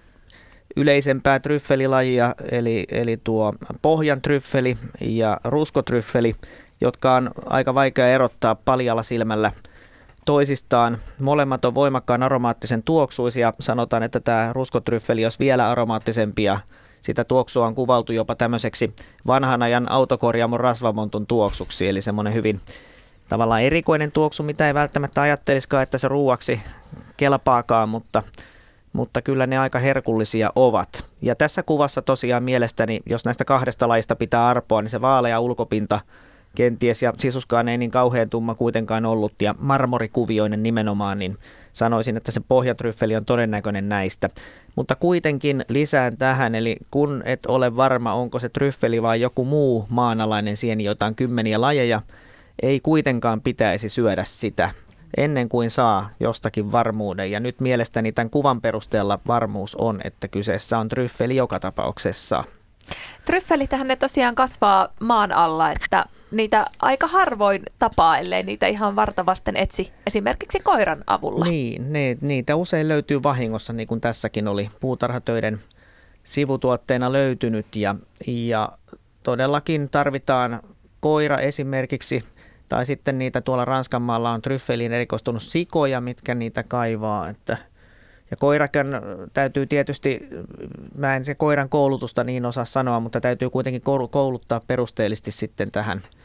yleisempää tryffelilajia, eli tuo pohjan tryffeli ja ruskotryffeli, jotka on aika vaikea erottaa paljalla silmällä toisistaan. Molemmat on voimakkaan aromaattisen tuoksuisia. Sanotaan, että tämä ruskotryffeli olisi vielä aromaattisempi ja sitä tuoksua on kuvailtu jopa tämmöiseksi vanhan ajan autokorjaamon rasvamontun tuoksuksi. Eli semmoinen hyvin tavallaan erikoinen tuoksu, mitä ei välttämättä ajattelisikaan, että se ruuaksi kelpaakaan, mutta kyllä ne aika herkullisia ovat. Ja tässä kuvassa tosiaan mielestäni, jos näistä kahdesta lajista pitää arpoa, niin se vaalea ulkopinta kenties, ja sisuskaan ei niin kauhean tumma kuitenkaan ollut, ja marmorikuvioinen nimenomaan, niin sanoisin, että se pohjatryffeli on todennäköinen näistä. Mutta kuitenkin lisään tähän, eli kun et ole varma, onko se tryffeli vai joku muu maanalainen sieni, jota on kymmeniä lajeja, ei kuitenkaan pitäisi syödä sitä ennen kuin saa jostakin varmuuden. Ja nyt mielestäni tämän kuvan perusteella varmuus on, että kyseessä on tryffeli joka tapauksessa.
Tryffelitähän ne tosiaan kasvaa maan alla, että niitä aika harvoin tapaa, ellei niitä ihan vartavasten etsi esimerkiksi koiran avulla.
Niin, niitä usein löytyy vahingossa, niin kuin tässäkin oli puutarhatöiden sivutuotteena löytynyt. Ja todellakin tarvitaan koira esimerkiksi, tai sitten niitä tuolla Ranskanmaalla on tryffeliin erikoistunut sikoja, mitkä niitä kaivaa, ja koirakan täytyy tietysti, mä en se koiran koulutusta niin osaa sanoa, mutta täytyy kuitenkin kouluttaa perusteellisesti sitten tähän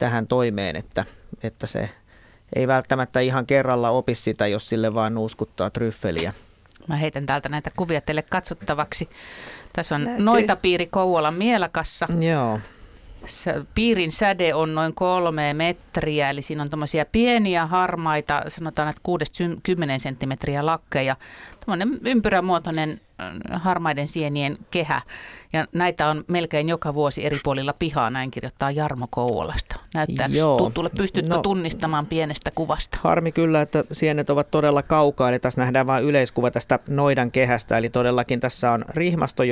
tähän toimeen, että se ei välttämättä ihan kerralla opi sitä, jos sille vaan nuuskuttaa tryffeliä.
Mä heitän täältä näitä kuvia teille katsottavaksi. Tässä on noitapiiri Kouvolan Mielakassa.
Joo.
Piirin säde on noin 3 metriä, eli siinä on tämmöisiä pieniä harmaita, sanotaan, että 6-10 senttimetriä lakkeja. Tämmöinen ympyrämuotoinen harmaiden sienien kehä. Ja näitä on melkein joka vuosi eri puolilla pihaa, näin kirjoittaa Jarmo Kouvolasta. Näyttää tuttulle. Pystytkö tunnistamaan pienestä kuvasta?
Harmi kyllä, että sienet ovat todella kaukaa. Eli tässä nähdään vain yleiskuva tästä noidan kehästä. Eli todellakin tässä on rihmasto,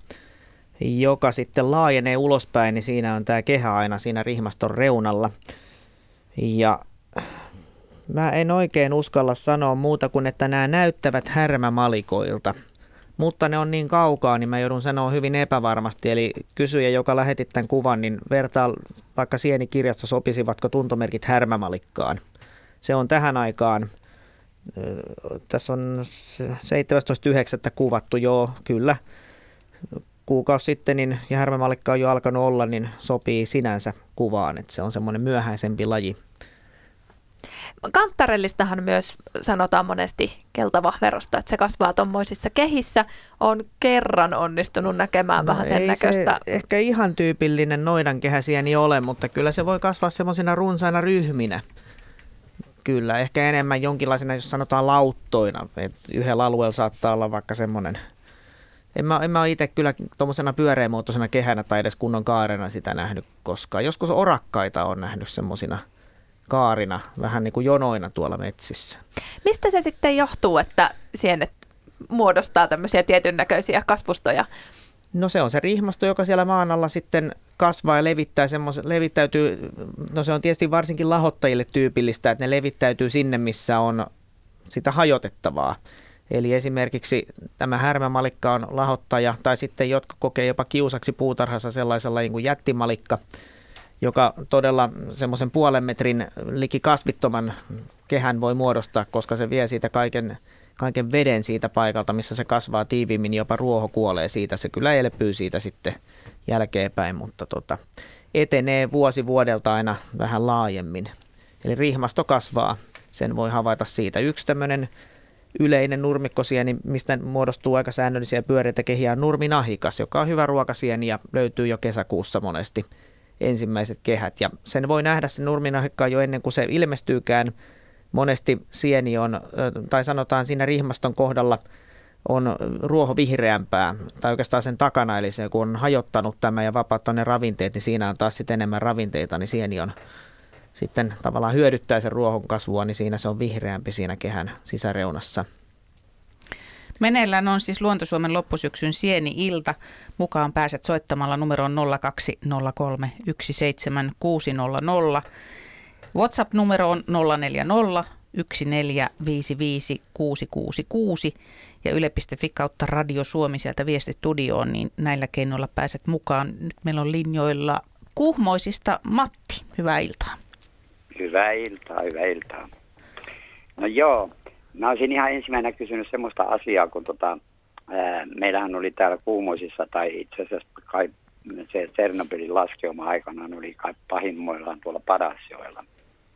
joka sitten laajenee ulospäin, niin siinä on tämä kehä aina siinä rihmaston reunalla. Ja mä en oikein uskalla sanoa muuta kuin, että nämä näyttävät härmämalikoilta. Mutta ne on niin kaukaa, niin mä joudun sanoa hyvin epävarmasti. Eli kysyjä, joka lähetit tämän kuvan, niin vertaa vaikka sienikirjassa sopisivatko tuntomerkit härmämalikkaan. Se on tähän aikaan, tässä on 17.9. kuvattu, joo, kyllä. Kuukausi sitten, niin, ja härmämalikka on jo alkanut olla, niin sopii sinänsä kuvaan, että se on semmoinen myöhäisempi laji.
Kantarellistahan myös sanotaan monesti keltavahverosta, että se kasvaa tuommoisissa kehissä. On kerran onnistunut näkemään vähän sen näköistä.
Se ehkä ihan tyypillinen noidankehäsieni ole, mutta kyllä se voi kasvaa semmoisina runsaina ryhminä. Kyllä, ehkä enemmän jonkinlaisena, jos sanotaan lauttoina. Että yhdellä alueella saattaa olla vaikka semmoinen. En mä ole itse kyllä tuommoisena pyöreämuotoisena kehänä tai edes kunnon kaarena sitä nähnyt koskaan. Joskus orakkaita on nähnyt semmoisina kaarina, vähän niin kuin jonoina tuolla metsissä.
Mistä se sitten johtuu, että sienet muodostaa tämmöisiä tietyn näköisiä kasvustoja?
No se on se rihmasto, joka siellä maan alla sitten kasvaa ja levittäytyy. No se on tietysti varsinkin lahottajille tyypillistä, että ne levittäytyy sinne, missä on sitä hajotettavaa. Eli esimerkiksi tämä härmämalikka on lahottaja, tai sitten jotka kokee jopa kiusaksi puutarhassa sellaisella niin kuin jättimalikka, joka todella semmoisen 0,5 metrin liki kasvittoman kehän voi muodostaa, koska se vie siitä kaiken veden siitä paikalta, missä se kasvaa tiiviimmin, jopa ruoho kuolee siitä. Se kyllä elpyy siitä sitten jälkeenpäin, mutta etenee vuosi vuodelta aina vähän laajemmin. Eli rihmasto kasvaa, sen voi havaita siitä. Yksi tämmöinen yleinen nurmikkosieni, mistä muodostuu aika säännöllisiä pyöreitä kehiä, on nurminahikas, joka on hyvä ruokasieni ja löytyy jo kesäkuussa monesti ensimmäiset kehät. Ja sen voi nähdä sen nurminahikkaan jo ennen kuin se ilmestyykään. Monesti sieni on, tai sanotaan siinä rihmaston kohdalla, on ruoho vihreämpää, tai oikeastaan sen takana, eli se kun on hajottanut tämä ja vapauttanut ne ravinteet, niin siinä on taas sitten enemmän ravinteita, niin sieni on sitten tavallaan hyödyttää sen ruohon kasvua, niin siinä se on vihreämpi siinä kehän sisäreunassa.
Meneillään on siis Luontosuomen loppusyksyn sieni-ilta. Mukaan pääset soittamalla numeroon 0203 17600. WhatsApp-numero on 040 1455 666 ja yle.fi kautta Radio Suomi sieltä viestistudioon, niin näillä keinoilla pääset mukaan. Nyt meillä on linjoilla Kuhmoisista Matti. Hyvää iltaa.
Hyvää iltaa. No joo, mä olisin ihan ensimmäisenä kysynyt semmoista asiaa, kun meillähän oli täällä Kuhmoisissa, tai itse asiassa kai se Tsernobylin laskeuma aikanaan oli kai pahimmoillaan tuolla Padasjoella.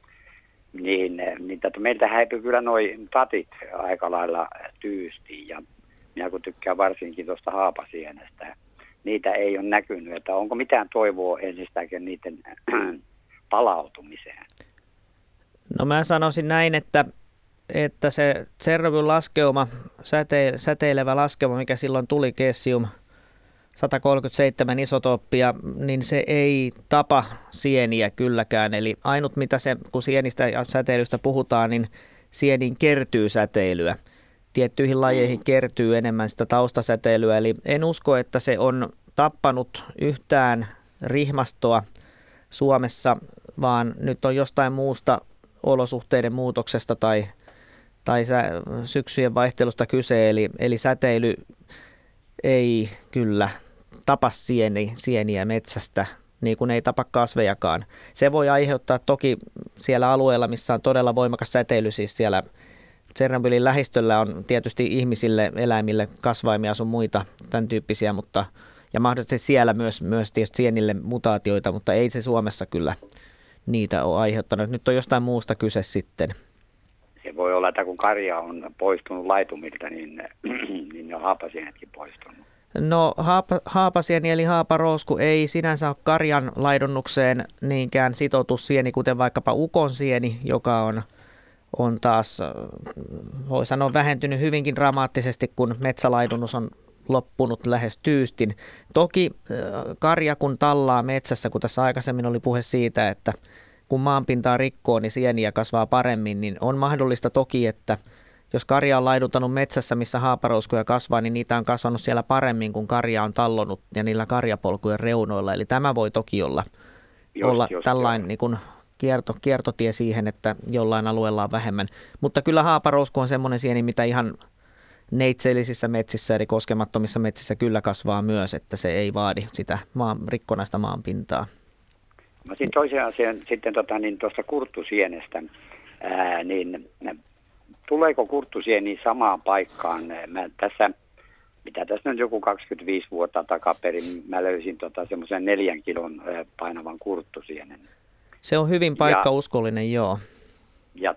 Niin meiltä häipyi kyllä noi tatit aika lailla tyystiin, ja minä kun tykkään varsinkin tuosta haapasienestä, niitä ei ole näkynyt, että onko mitään toivoa ensistäkin niiden palautumiseen?
No mä sanoisin näin, että se Tsernobylin laskeuma, säteilevä laskeuma, mikä silloin tuli cesium 137 isotooppia, niin se ei tapa sieniä kylläkään. Eli ainut mitä se, kun sienistä ja säteilystä puhutaan, niin sieniin kertyy säteilyä. Tiettyihin lajeihin kertyy enemmän sitä taustasäteilyä, eli en usko, että se on tappanut yhtään rihmastoa Suomessa, vaan nyt on jostain muusta olosuhteiden muutoksesta tai syksyjen vaihtelusta kyse, eli säteily ei kyllä tapa sieniä metsästä, niin kuin ei tapa kasvejakaan. Se voi aiheuttaa toki siellä alueella, missä on todella voimakas säteily, siis siellä Tsernobylin lähistöllä on tietysti ihmisille, eläimille, kasvaimia sun muita tämän tyyppisiä, ja mahdollisesti siellä myös tietysti sienille mutaatioita, mutta ei se Suomessa kyllä niitä on aiheuttanut. Nyt on jostain muusta kyse sitten.
Se voi olla, että kun karja on poistunut laitumilta, niin on haapasienetkin poistunut.
No haapasieni eli haaparousku ei sinänsä ole karjan laidunnukseen niinkään sitoutussieni, kuten vaikkapa ukonsieni, joka on taas, voi sanoa, vähentynyt hyvinkin dramaattisesti, kun metsälaidunnus on loppunut lähes tyystin. Toki karja kun tallaa metsässä, kun tässä aikaisemmin oli puhe siitä, että kun maanpintaa rikkoo, niin sieniä kasvaa paremmin, niin on mahdollista toki, että jos karja on laiduntanut metsässä, missä haaparouskuja kasvaa, niin niitä on kasvanut siellä paremmin, kun karja on tallonut ja niillä karjapolkujen reunoilla. Eli tämä voi toki olla tällainen niin kuin kiertotie siihen, että jollain alueella on vähemmän. Mutta kyllä haaparousku on semmoinen sieni, mitä ihan neitseellisissä metsissä eli koskemattomissa metsissä kyllä kasvaa myös, että se ei vaadi sitä rikkonaista maanpintaa.
No sitten toisen asian sitten tuosta kurttusienestä, niin tuleeko kurttusieni samaan paikkaan? Mä tässä, mitä tässä nyt joku 25 vuotta takaperin, mä löysin semmoisen 4 kilon painavan kurttusienen.
Se on hyvin paikkauskollinen, joo. Ja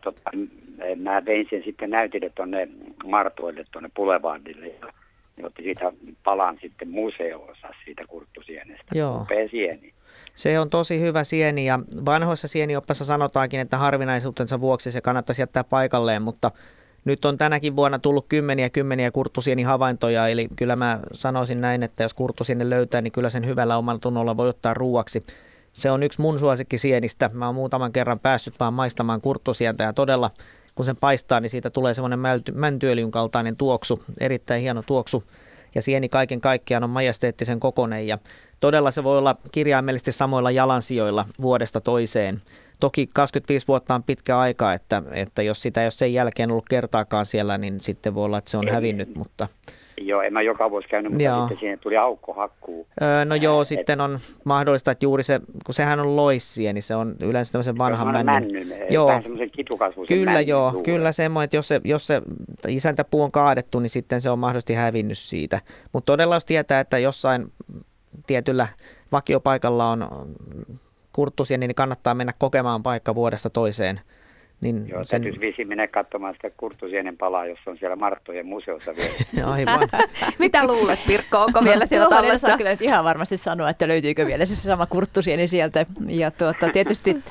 mä vein sen sitten näytille tuonne Martoille, tuonne Boulevardille, ja ne otti siitä palan sitten museoossa siitä kurttusienestä.
Joo.
Upea sieni.
Se on tosi hyvä sieni ja vanhoissa sienioppassa sanotaankin, että harvinaisuutensa vuoksi se kannattaisi jättää paikalleen, mutta nyt on tänäkin vuonna tullut kymmeniä kurttusienihavaintoja, eli kyllä mä sanoisin näin, että jos kurttusienen löytää, niin kyllä sen hyvällä omalla tunnolla voi ottaa ruuaksi. Se on yksi mun suosikkisienistä. Mä oon muutaman kerran päässyt vaan maistamaan kurttusientä ja todella kun sen paistaa, niin siitä tulee semmoinen mäntyöljyn kaltainen tuoksu, erittäin hieno tuoksu. Ja sieni kaiken kaikkiaan on majesteettisen kokoinen ja todella se voi olla kirjaimellisesti samoilla jalansijoilla vuodesta toiseen. Toki 25 vuotta on pitkä aika, että jos sitä ei ole sen jälkeen ollut kertaakaan siellä, niin sitten voi olla, että se on hävinnyt. Mutta
joo, en mä joka vuosi käynyt, mutta sitten siihen tuli aukkohakkuu.
No joo, sitten on mahdollista, että juuri se, kun sehän on loissieni, se on yleensä tämmöisen vanhan männyn.
Joo, vähän semmoisen kitukasvuisen
kyllä
männyn.
Joo, kyllä semmoinen, että jos se isäntäpuu on kaadettu, niin sitten se on mahdollisesti hävinnyt siitä. Mutta todella jos tietää, että jossain tietyllä vakiopaikalla on kurttusieni, niin kannattaa mennä kokemaan paikka vuodesta toiseen. Niin
joo, täytyisi viisi mennä katsomaan sitä kurttusienen palaa, jos on siellä Marttojen museossa vielä.
Aivan.
Mitä luulet, Pirkko, onko vielä siellä tallessa?
Tuohon kyllä ihan varmasti sanoa, että löytyykö vielä se sama kurttusieni sieltä. Ja tietysti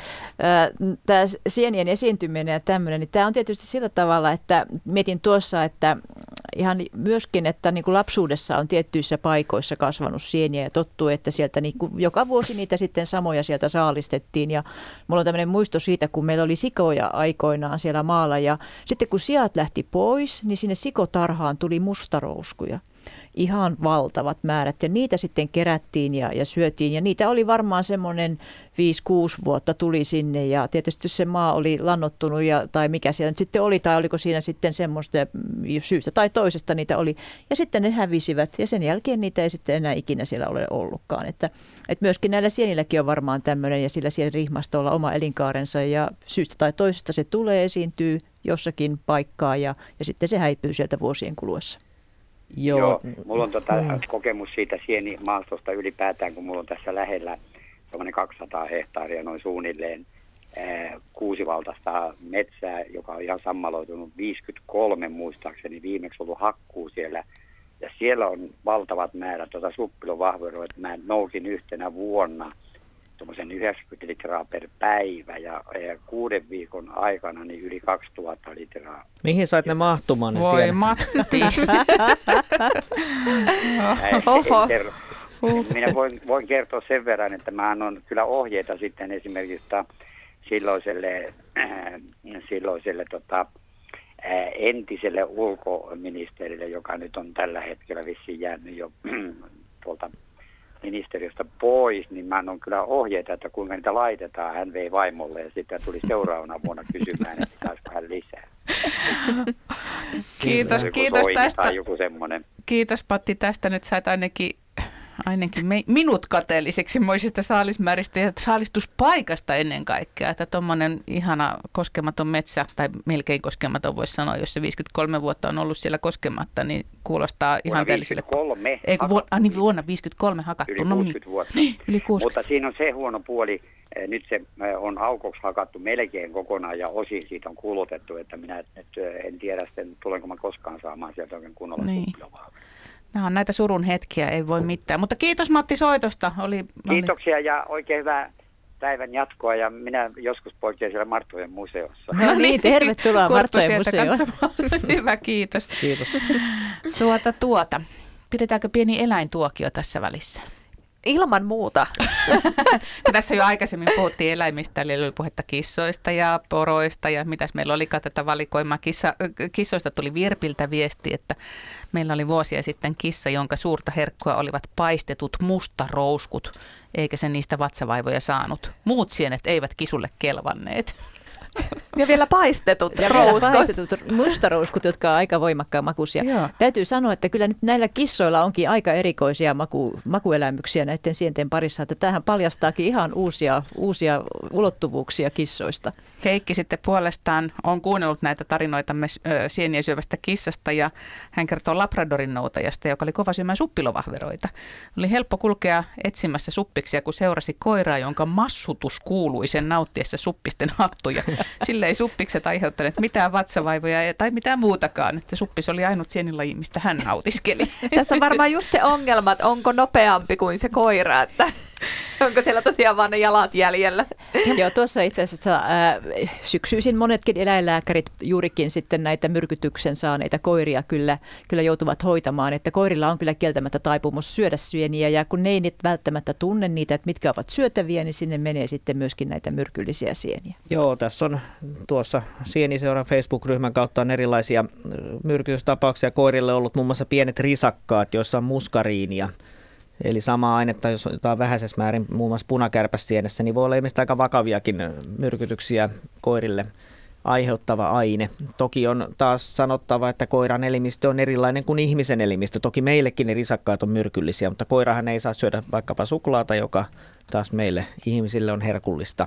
tämä sienien esiintyminen ja tämmöinen, niin tämä on tietysti sillä tavalla, että mietin tuossa, että ihan myöskin, että niin kuin lapsuudessa on tiettyissä paikoissa kasvanut sieniä ja tottuu, että sieltä niin kuin joka vuosi niitä sitten samoja sieltä saalistettiin. Ja mulla on tämmöinen muisto siitä, kun meillä oli sikoja aikoinaan siellä maalla ja sitten kun siat lähti pois, niin sinne sikotarhaan tuli mustarouskuja. Ihan valtavat määrät ja niitä sitten kerättiin ja syötiin ja niitä oli varmaan semmoinen 5-6 vuotta tuli sinne ja tietysti se maa oli lannottunut tai mikä siellä nyt sitten oli tai oliko siinä sitten semmoista syystä tai toisesta niitä oli ja sitten ne hävisivät ja sen jälkeen niitä ei sitten enää ikinä siellä ole ollutkaan, että myöskin näillä sienilläkin on varmaan tämmöinen ja sillä sienirihmastolla oma elinkaarensa ja syystä tai toisesta se tulee esiintyy jossakin paikkaa ja sitten se häipyy sieltä vuosien kuluessa.
Joo, mulla on kokemus siitä sienimaastosta ylipäätään, kun mulla on tässä lähellä semmoinen 200 hehtaaria noin suunnilleen kuusivaltaista metsää, joka on ihan sammaloitunut 53 muistaakseni, viimeksi ollut hakkuu siellä. Ja siellä on valtavat määrät suppilovahveroa, että mä noukin yhtenä vuonna tuommoisen 90 litraa per päivä ja 6 viikon aikana niin yli 2000 litraa.
Mihin sait ne mahtumaan ne
Voi
sienet?
Matti.
Minä voin kertoa sen verran, että mä annan kyllä ohjeita sitten esimerkiksi silloiselle entiselle ulkoministerille, joka nyt on tällä hetkellä vissiin jäänyt jo tuolta ministeriöstä pois, niin mä annan kyllä ohjeita, että kuinka niitä laitetaan. Hän vei vaimolle ja sitten tuli seuraavana vuonna kysymään, että saisiko hän lisää.
Kiitos tästä.
Tai joku semmoinen.
Kiitos Patti tästä. Nyt sait ainakin minut kateelliseksi moisista saalismääristä ja saalistuspaikasta ennen kaikkea. Että tuommoinen ihana koskematon metsä, tai melkein koskematon voisi sanoa, jos se 53 vuotta on ollut siellä koskematta, niin kuulostaa ihanteelliselle. Vuonna 53 hakattu.
Yli 60 vuotta.
Yli 60.
Mutta siinä on se huono puoli. Nyt se on aukoksi hakattu melkein kokonaan ja osin siitä on kulutettu, että minä nyt en tiedä sitten, tulenko mä koskaan saamaan sieltä oikein kunnolla suppilovaa.
Nämä on näitä surun hetkiä, ei voi mitään. Mutta kiitos Matti soitosta.
Kiitoksia ja oikein hyvää päivän jatkoa ja minä joskus poikkean siellä Marttojen museossa.
No niin, tervetuloa Marttojen museoon.
Hyvä, kiitos.
Kiitos.
Pidetäänkö pieni eläintuokio tässä välissä?
Ilman muuta.
Tässä jo aikaisemmin puhuttiin eläimistä, eli oli puhetta kissoista ja poroista ja mitäs meillä olikaan tätä valikoimaa. Kissoista tuli Virpiltä viesti, että meillä oli vuosia sitten kissa, jonka suurta herkkua olivat paistetut mustarouskut, eikä se niistä vatsavaivoja saanut. Muut sienet eivät kisulle kelvanneet.
Ja vielä paistetut
mustarouskut, jotka on aika voimakkaan makuisia.
Joo.
Täytyy sanoa, että kyllä nyt näillä kissoilla onkin aika erikoisia makuelämyksiä näiden sienten parissa. Että tämähän paljastaakin ihan uusia ulottuvuuksia kissoista.
Heikki sitten puolestaan on kuunnellut näitä tarinoitamme sieniä syövästä kissasta ja hän kertoo Labradorin noutajasta, joka oli kova syömään suppilovahveroita. Oli helppo kulkea etsimässä suppiksia, kun seurasi koiraa, jonka massutus kuului sen nauttiessa suppisten hattuja. Sillä ei suppikset aiheuttaneet mitään vatsavaivoja tai mitään muutakaan. Että suppis oli ainut sienilaji, mistä hän nautiskeli.
Tässä on varmaan just se ongelma, että onko nopeampi kuin se koira, että onko siellä tosiaan vaan ne jalat jäljellä.
Joo, tuossa itse asiassa syksyisin monetkin eläinlääkärit juurikin sitten näitä myrkytyksen saaneita koiria kyllä joutuvat hoitamaan, että koirilla on kyllä kieltämättä taipumus syödä sieniä ja kun ne ei välttämättä tunne niitä, että mitkä ovat syötäviä, niin sinne menee sitten myöskin näitä myrkyllisiä sieniä.
Joo, tässä on tuossa Sieniseuran Facebook-ryhmän kautta on erilaisia myrkytystapauksia koirille ollut, muun muassa pienet risakkaat, joissa on muskariinia. Eli samaa ainetta, jos otetaan vähäisessä määrin muun muassa punakärpäsienessä, niin voi olla ilmeisesti aika vakaviakin myrkytyksiä koirille aiheuttava aine. Toki on taas sanottava, että koiran elimistö on erilainen kuin ihmisen elimistö. Toki meillekin ne risakkaat on myrkyllisiä, mutta koirahan ei saa syödä vaikkapa suklaata, joka taas meille ihmisille on herkullista.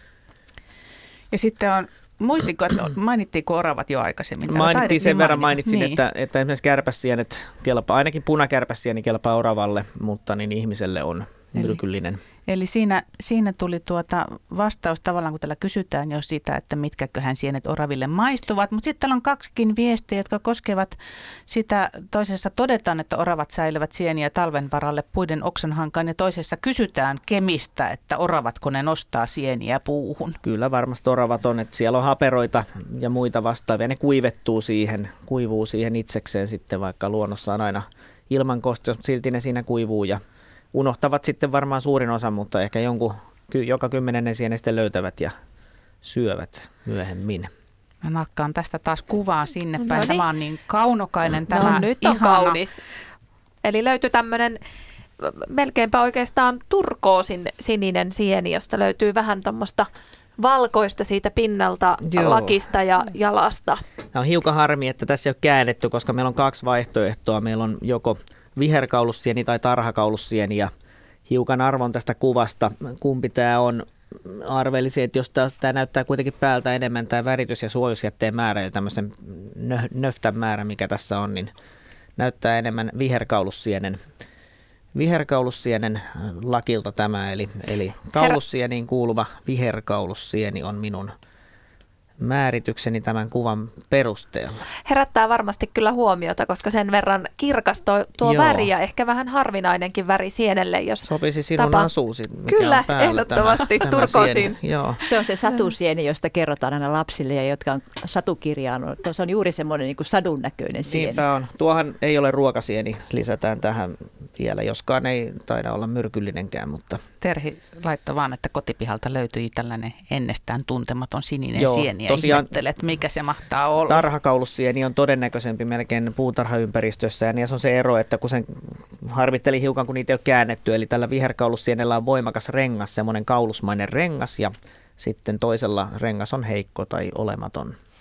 Ja sitten on, muistitko, että mainittiinko oravat jo aikaisemmin?
Mainittiin sen verran, mainitsin, niin. että esimerkiksi kärpäsienet kelpaa, ainakin punakärpäsieni kelpaa oravalle, mutta niin ihmiselle on myrkyllinen.
Eli siinä tuli vastaus tavallaan, kun täällä kysytään jo sitä, että mitkäköhän sienet oraville maistuvat. Mutta sitten täällä on kaksikin viestiä, jotka koskevat sitä. Toisessa todetaan, että oravat säilyvät sieniä talven varalle puiden oksanhankaan ja toisessa kysytään Kemistä, että oravatko ne nostaa sieniä puuhun.
Kyllä varmasti oravat on, että siellä on haperoita ja muita vastaavia. Ne kuivuu siihen itsekseen sitten, vaikka luonnossa on aina ilman kosteus, silti ne siinä kuivuu ja unohtavat sitten varmaan suurin osa, mutta ehkä joka 10. sienen sitten löytävät ja syövät myöhemmin.
Mä nakkaan tästä taas kuvaa sinne päin. Tämä on niin kaunokainen. Tämä
nyt on kaunis. Eli löytyy tämmöinen melkeinpä oikeastaan turkoosin sininen sieni, josta löytyy vähän tuommoista valkoista siitä pinnalta, lakista ja jalasta.
Tämä on hiukan harmi, että tässä ei ole käännetty, koska meillä on 2 vaihtoehtoa. Meillä on joko viherkaulussieni tai tarhakaulussieni ja hiukan arvon tästä kuvasta, kumpi tämä on. Arvelisin, että jos tämä näyttää kuitenkin päältä enemmän tämä väritys- ja suojusjätteen määrä ja tämmöisen nöftän määrä, mikä tässä on, niin näyttää enemmän viherkaulussienen lakilta tämä, eli kaulussieniin kuuluva viherkaulussieni on minun määritykseni tämän kuvan perusteella.
Herättää varmasti kyllä huomiota, koska sen verran kirkas tuo väri ja ehkä vähän harvinainenkin väri sienelle, jos
sopisi sinun asuusi, mikä
kyllä,
on päällä
ehdottomasti turkoosiin.
Se on se satusieni, josta kerrotaan aina lapsille ja jotka on satukirjaan. Se on juuri semmoinen niin kuin sadun näköinen sieni.
Niinpä on. Tuohan ei ole ruokasieni, lisätään tähän vielä, joskaan ei taida olla myrkyllinenkään. Mutta
Terhi laittoi vaan, että kotipihalta löytyi tällainen ennestään tuntematon sininen sieni.
Tosiaan,
ihmettelet, mikä se mahtaa olla.
Tarhakaulussieni on todennäköisempi melkein puutarhaympäristössä, ja niin se on se ero, että kun sen harvitteli hiukan, kun niitä ei ole käännetty, eli tällä viherkaulussienellä on voimakas rengas, semmoinen kaulusmainen rengas, ja sitten toisella rengas on heikko tai olematon.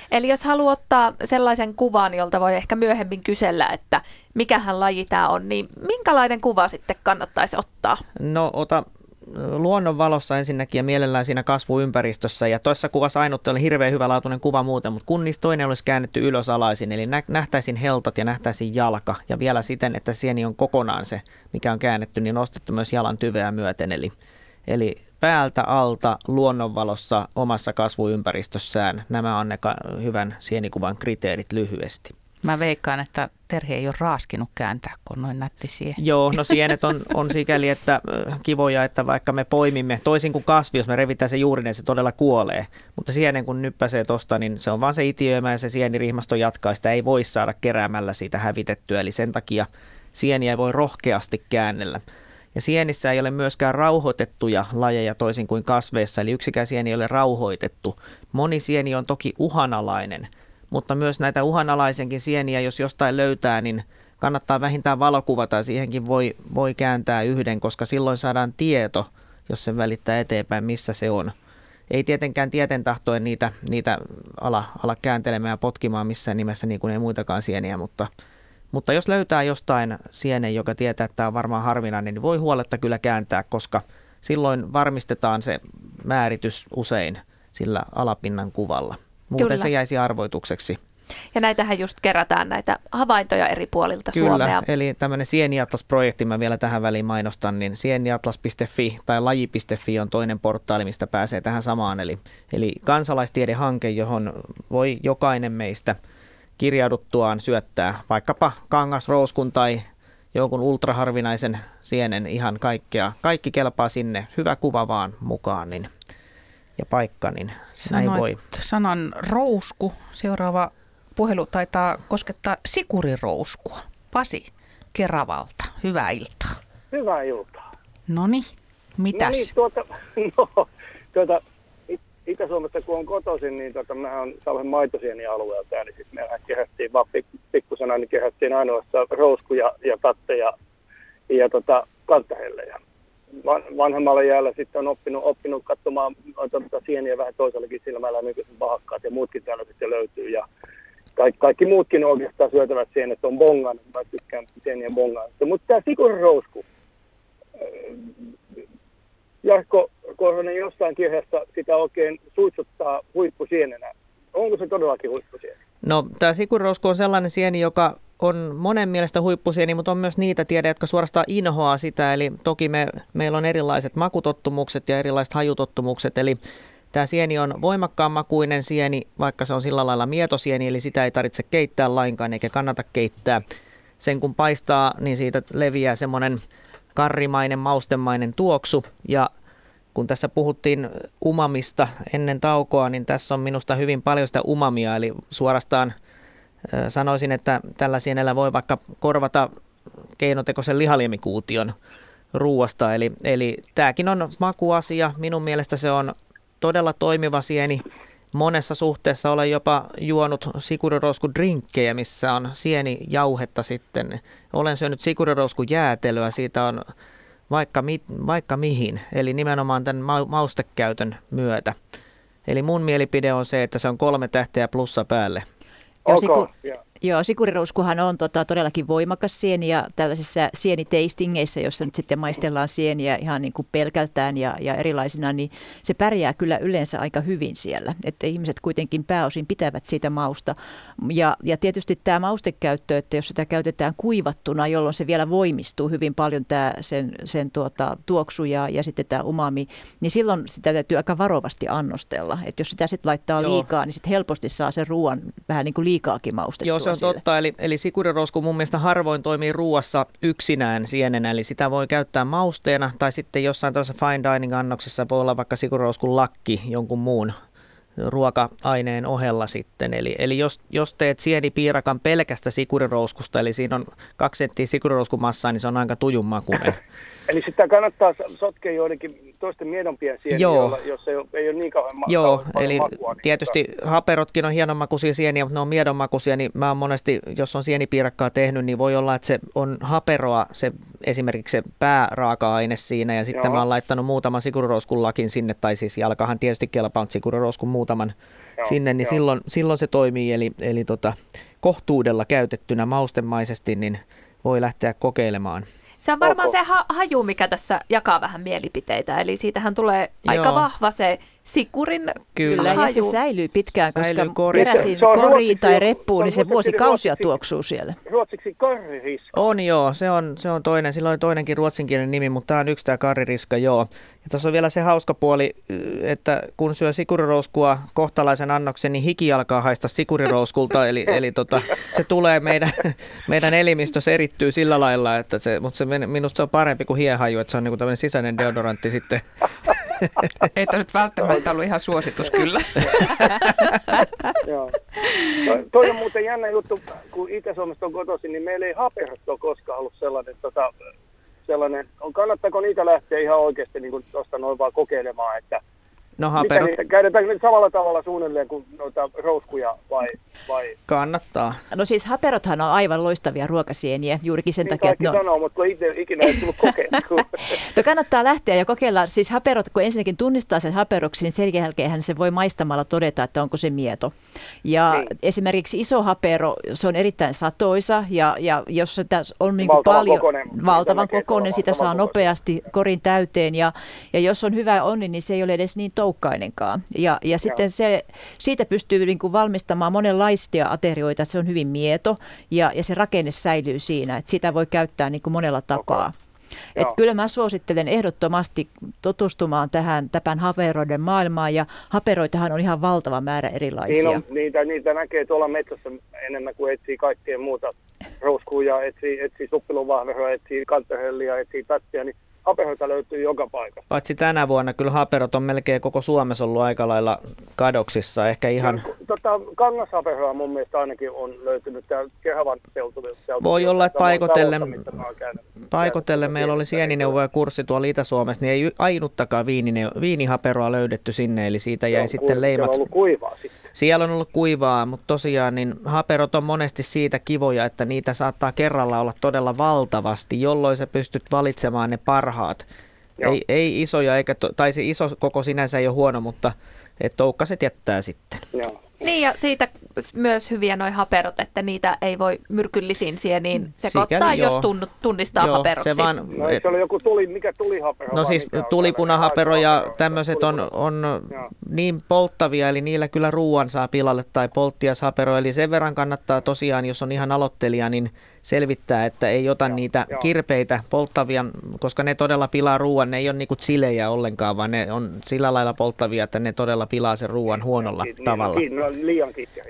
Eli jos haluaa ottaa sellaisen kuvan, jolta voi ehkä myöhemmin kysellä, että mikähän laji tämä on, niin minkälainen kuva sitten kannattaisi ottaa?
No ota luonnonvalossa ensinnäkin ja mielellään siinä kasvuympäristössä. Ja tuossa kuvassa ainut oli hirveän hyvälaatuinen kuva muuten, mutta kun niistä toinen olisi käännetty ylösalaisin, eli nähtäisiin heltat ja nähtäisiin jalka. Ja vielä siten, että sieni on kokonaan se, mikä on käännetty, niin nostettu myös jalan tyveä myöten. Eli päältä alta luonnonvalossa omassa kasvuympäristössään. Nämä on ne hyvän sienikuvan kriteerit lyhyesti.
Mä veikkaan, että Terhi ei ole raaskinut kääntää, kun on noin nätti sieni.
Joo, no sienet on sikäli että kivoja, että vaikka me poimimme, toisin kuin kasvi, jos me revitään se juurinen, se todella kuolee. Mutta sienen kun nyppäsee tosta, niin se on vaan se itiöimä ja se sienirihmasto jatkaa. Sitä ei voi saada keräämällä siitä hävitettyä, eli sen takia sieniä ei voi rohkeasti käännellä. Ja sienissä ei ole myöskään rauhoitettuja lajeja toisin kuin kasveissa, eli yksikään sieni ei ole rauhoitettu. Moni sieni on toki uhanalainen, mutta myös näitä uhanalaisenkin sieniä, jos jostain löytää, niin kannattaa vähintään valokuvata ja siihenkin voi kääntää yhden, koska silloin saadaan tieto, jos se välittää eteenpäin, missä se on. Ei tietenkään tieten tahtoen niitä ala kääntelemään ja potkimaan missään nimessä niin kuin ei muitakaan sieniä, mutta jos löytää jostain sienen, joka tietää, että tämä on varmaan harvinainen, niin voi huoletta kyllä kääntää, koska silloin varmistetaan se määritys usein sillä alapinnan kuvalla. Muuten kyllä. Se jäisi arvoitukseksi.
Ja näitähän just kerätään näitä havaintoja eri puolilta
kyllä,
Suomea.
Kyllä, eli tämmöinen Sieniatlas-projekti, mä vielä tähän väliin mainostan, niin sieniatlas.fi tai laji.fi on toinen portaali, mistä pääsee tähän samaan. Eli kansalaistiedehanke, johon voi jokainen meistä kirjauduttuaan syöttää vaikkapa kangasrouskun tai jonkun ultraharvinaisen sienen ihan kaikkea. Kaikki kelpaa sinne. Hyvä kuva vaan mukaan niin, ja paikka, niin näin voi.
Sanan rousku. Seuraava puhelu taitaa koskettaa sikurirouskua. Pasi Keravalta. Hyvää iltaa.
Hyvää iltaa.
Noniin, mitäs?
Itä-Suomesta kun on kotoisin, niin mehän on Salhen maitosienialueelta, niin sitten mehän kehättiin vaan pikkusena, niin kehättiin ainoastaan rouskuja ja tatteja ja kanttahellejä. Vanhemmalla jäällä sitten on oppinut katsomaan sieniä vähän toisellakin silmällä, nykyisin pahakkaat ja muutkin täällä sitten löytyy. Ja kaikki muutkin oikeastaan syötävät sienet on bongan, mä tykkään sieniä bongaan. Mutta tämä sikurirousku, Jarkko Korhonen jossain kirjassa sitä oikein suitsuttaa huippusienenä. Onko se todellakin huippusieni?
No tämä sikurirousku on sellainen sieni, joka on monen mielestä huippusieni, mutta on myös niitä tiedä, jotka suorastaan inhoaa sitä. Eli toki meillä on erilaiset makutottumukset ja erilaiset hajutottumukset. Eli tämä sieni on voimakkaan makuinen sieni, vaikka se on sillä lailla mietosieni, eli sitä ei tarvitse keittää lainkaan eikä kannata keittää. Sen kun paistaa, niin siitä leviää semmoinen karrimainen, maustemainen tuoksu. Ja kun tässä puhuttiin umamista ennen taukoa, niin tässä on minusta hyvin paljon sitä umamia, eli suorastaan sanoisin, että tällä sienellä voi vaikka korvata keinotekoisen lihaliemikuution ruuasta. Eli tämäkin on makuasia. Minun mielestä se on todella toimiva sieni. Monessa suhteessa olen jopa juonut sikurirouskudrinkkejä, missä on sienijauhetta sitten. Olen syönyt sikurirouskujäätelöä, siitä on vaikka mihin, eli nimenomaan tämän maustekäytön myötä. Eli mun mielipide on se, että se on 3 tähteä plussa päälle.
Joo, sikurirouskuhan on todellakin voimakas sieni ja tällaisissa sieniteistingeissä, jossa nyt sitten maistellaan sieniä ihan niin kuin pelkältään ja erilaisina, niin se pärjää kyllä yleensä aika hyvin siellä. Että ihmiset kuitenkin pääosin pitävät siitä mausta. Ja tietysti tämä maustekäyttö, että jos sitä käytetään kuivattuna, jolloin se vielä voimistuu hyvin paljon sen tuoksu ja sitten tämä umami, niin silloin sitä täytyy aika varovasti annostella. Että jos sitä sitten laittaa liikaa, niin sitten helposti saa sen ruoan vähän niin kuin liikaakin maustettua.
Joo, se on totta. Eli sikurirousku mun mielestä harvoin toimii ruuassa yksinään sienenä, eli sitä voi käyttää mausteena tai sitten jossain tällaisessa fine dining annoksessa voi olla vaikka sikurirouskun lakki jonkun muun ruoka-aineen ohella sitten. Eli jos teet sienipiirakan pelkästä sikurirouskusta, eli siinä on 2 senttiä sikurirouskun massaa, niin se on aika tujun makuinen.
Eli sitä kannattaa sotkea joidenkin toisten miedompia sieniä, jos ei ole niin kauan
Joo, eli makua, niin tietysti haperotkin on hienommakuisia sieniä, mutta ne on miedonmakuisia, niin mä oon monesti, jos on sienipiirakkaa tehnyt, niin voi olla, että se on haperoa esimerkiksi se pääraaka-aine siinä, ja sitten mä oon laittanut muutaman sikurirouskun lakin sinne, tai siis jalkahan tietysti kelpaa, mutta sikurirouskun muutaman sinne, niin silloin se toimii. Eli kohtuudella käytettynä maustemaisesti niin voi lähteä kokeilemaan.
Se on varmaan se haju, mikä tässä jakaa vähän mielipiteitä. Eli siitähän tulee aika vahva se sikurin
Kyllä,
haju.
ja se säilyy pitkään, koska
korissa.
peräisin koriin tai reppuun, niin se vuosikausia tuoksuu siellä.
Ruotsiksi karririska.
On joo, se on toinen. Sillä on toinenkin ruotsinkielinen nimi, mutta tämä on yksi tämä karririska, joo. Ja tässä on vielä se hauska puoli, että kun syö sikurirouskua kohtalaisen annoksen, niin hiki alkaa haista sikurirouskulta, eli se tulee meidän elimistö, se erittyy sillä lailla, että mutta minusta se on parempi kuin hiehaju, että se on niin kuin tämmöinen sisäinen deodorantti sitten.
Ei tämä nyt välttämättä ollut ihan suositus kyllä.
Joo. Toi on muuten jännä juttu, kun Itä-Suomesta on kotoisin, niin meillä ei haperot ole koskaan ollut sellainen, kannattaako niitä lähteä ihan oikeasti niin tuosta noin vaan kokeilemaan, että käytetäänkö nyt samalla tavalla suunnilleen kuin noita rouskuja vai?
Kannattaa.
No siis haperothan on aivan loistavia ruokasieniä juurikin sen takia, että
sanoo, mutta kun ikinä ei tullut kokeiltua.
No kannattaa lähteä ja kokeilla. Siis haperot, kun ensinnäkin tunnistaa sen haperoksi, niin sen jälkeen se voi maistamalla todeta, että onko se mieto. Ja esimerkiksi iso hapero, se on erittäin satoisa ja jos se on niin kuin paljon valtavan kokoinen, sitä saa nopeasti korin täyteen ja jos on hyvä onni, niin se ei ole edes niin toukkainenkaan. Ja sitten siitä pystyy niin kuin valmistamaan monenlaisia aterioita, se on hyvin mieto ja se rakenne säilyy siinä, että sitä voi käyttää niin kuin monella tapaa. Että kyllä mä suosittelen ehdottomasti tutustumaan tähän haperoiden maailmaan ja haperoitahan on ihan valtava määrä erilaisia.
Niitä näkee tuolla metsässä enemmän kuin etsii kaikkea muuta rouskuja, etsii suppiluvahveroa, etsii kanterhellia, etsii tattia, niin haperoita löytyy joka paikassa.
Paitsi tänä vuonna kyllä haperot on melkein koko Suomessa ollut aika lailla kadoksissa. Ehkä ihan...
Kangashaperoa mun mielestä ainakin on löytynyt täällä Kehavan seutuvilla.
Voi olla, että paikotellen meillä oli sienineuvoja kurssi tuolla Itä-Suomessa, niin ei ainuttakaan viinihaperoa löydetty sinne, eli siitä jäi sitten leimat.
Siellä on ollut kuivaa sitten.
Siellä on ollut kuivaa, mutta tosiaan niin haperot on monesti siitä kivoja, että niitä saattaa kerralla olla todella valtavasti, jolloin sä pystyt valitsemaan ne parhaat. Ei isoja, tai se iso koko sinänsä ei ole huono, mutta toukkaset jättää sitten.
Joo.
Niin ja siitä myös hyviä noi haperot, että niitä ei voi myrkyllisiin sieniin sekoittaa, jos tunnistaa haperoksi.
Se oli joku mikä tulihapero?
No siis tulipunahapero ja tämmöiset on niin polttavia, eli niillä kyllä ruuan saa pilalle tai polttiashapero, eli sen verran kannattaa tosiaan, jos on ihan aloittelija, niin selvittää, että ei ota niitä kirpeitä polttavia, koska ne todella pilaa ruuan, ne ei ole niinku chilejä ollenkaan, vaan ne on sillä lailla polttavia, että ne todella pilaa sen ruuan huonolla tavalla.
Liian kitkeä.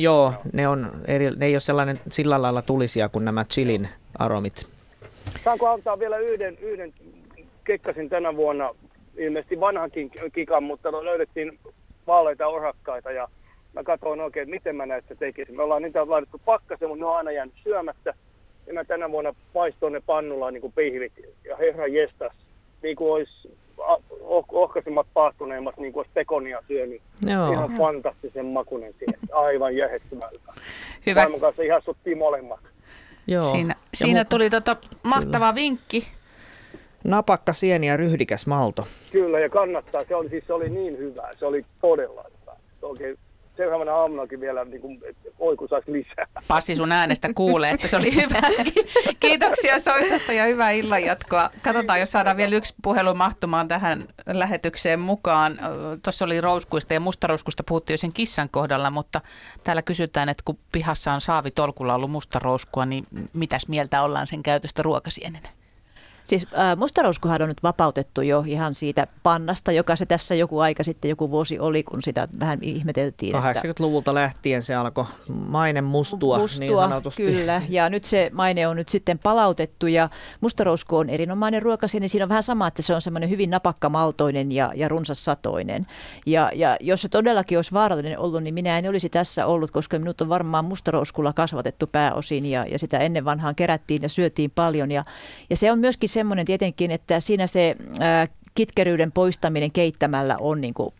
Ne ei ole sellainen sillä lailla tulisia kuin nämä chilin aromit.
Saanko antaa vielä yhden kekkasin tänä vuonna, ilmeisesti vanhankin kikan, mutta löydettiin vaaleita orakkaita ja mä katsoin oikein, miten mä näistä tekisin. Me ollaan niitä laitettu pakkaseen, mutta ne on aina jäänyt syömättä. Ja mä tänä vuonna paistoin ne pannulla niin kuin pihvit. Ja herra jestas, niin kuin olisi ohkaisimmat paastuneimmat, niin kuin olisi pekonia syönyt. Joo. Ihan fantastisen makuinen siihen. Aivan jähettömältä.
Hyvä.
Vaimon kanssa ihastuttiin molemmat.
Joo.
Siinä tuli mahtava vinkki.
Napakka, sieni ja ryhdikäs malto.
Kyllä, ja kannattaa. Se oli niin hyvää. Se oli todella hyvää. Oikein seuraavana aamunakin vielä niin oiku saisi lisää.
Passi, sun äänestä kuulee, että se oli hyvä. Kiitoksia soitosta ja hyvää illanjatkoa. Katsotaan, jos saadaan vielä yksi puhelu mahtumaan tähän lähetykseen mukaan. Tuossa oli rouskuista ja mustarouskusta puhuttiin jo sen kissan kohdalla, mutta täällä kysytään, että kun pihassa on saavitolkulla ollut mustarouskua, niin mitäs mieltä ollaan sen käytöstä ruokasienenä?
Siis mustarouskuhan on nyt vapautettu jo ihan siitä pannasta, joka se tässä joku vuosi oli, kun sitä vähän ihmeteltiin.
80-luvulta lähtien se alkoi maine mustua niin sanotusti.
Kyllä, ja nyt se maine on nyt sitten palautettu ja mustarousku on erinomainen ruokasieni. Siinä on vähän sama, että se on semmoinen hyvin napakkamaltoinen ja runsassatoinen. Ja jos se todellakin olisi vaarallinen ollut, niin minä en olisi tässä ollut, koska minut on varmaan mustarouskulla kasvatettu pääosin ja sitä ennen vanhaan kerättiin ja syötiin paljon. Ja se on myöskin semmoinen tietenkin, että siinä se kitkeryyden poistaminen keittämällä on niin kuin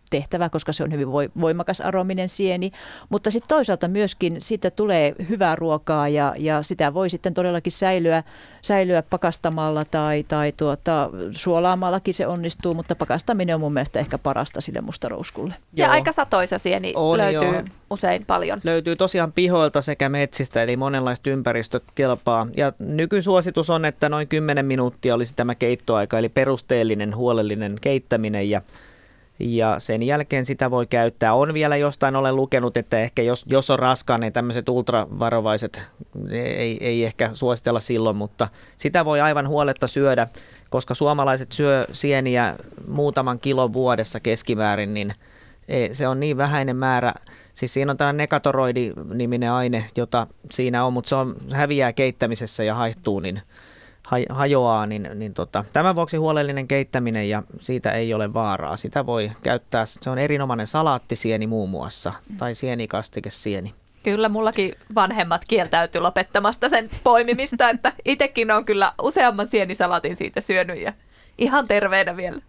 tehtävä, koska se on hyvin voimakas arominen sieni, mutta sitten toisaalta myöskin siitä tulee hyvää ruokaa ja sitä voi sitten todellakin säilyä pakastamalla tai suolaamallakin se onnistuu, mutta pakastaminen on mun mielestä ehkä parasta sille mustarouskulle.
Ja aika satoisa sieni löytyy usein paljon.
Löytyy tosiaan pihoilta sekä metsistä, eli monenlaiset ympäristöt kelpaa. Ja nykysuositus on, että noin 10 minuuttia olisi tämä keittoaika, eli perusteellinen, huolellinen keittäminen ja sen jälkeen sitä voi käyttää. On vielä jostain, olen lukenut, että ehkä jos on raskaan, niin tämmöiset ultravarovaiset ei ehkä suositella silloin, mutta sitä voi aivan huoletta syödä, koska suomalaiset syö sieniä muutaman kilon vuodessa keskimäärin, niin se on niin vähäinen määrä. Siis siinä on tämä nekatoroidi-niminen aine, jota siinä on, mutta se häviää keittämisessä ja haihtuu, niin hajoaa, tämän vuoksi huolellinen keittäminen ja siitä ei ole vaaraa. Sitä voi käyttää, se on erinomainen salaattisieni muun muassa tai sienikastikesieni.
Kyllä, mullakin vanhemmat kieltäytyi lopettamasta sen poimimista, että itsekin on kyllä useamman sienisalatin siitä syönyt ja ihan terveenä vielä.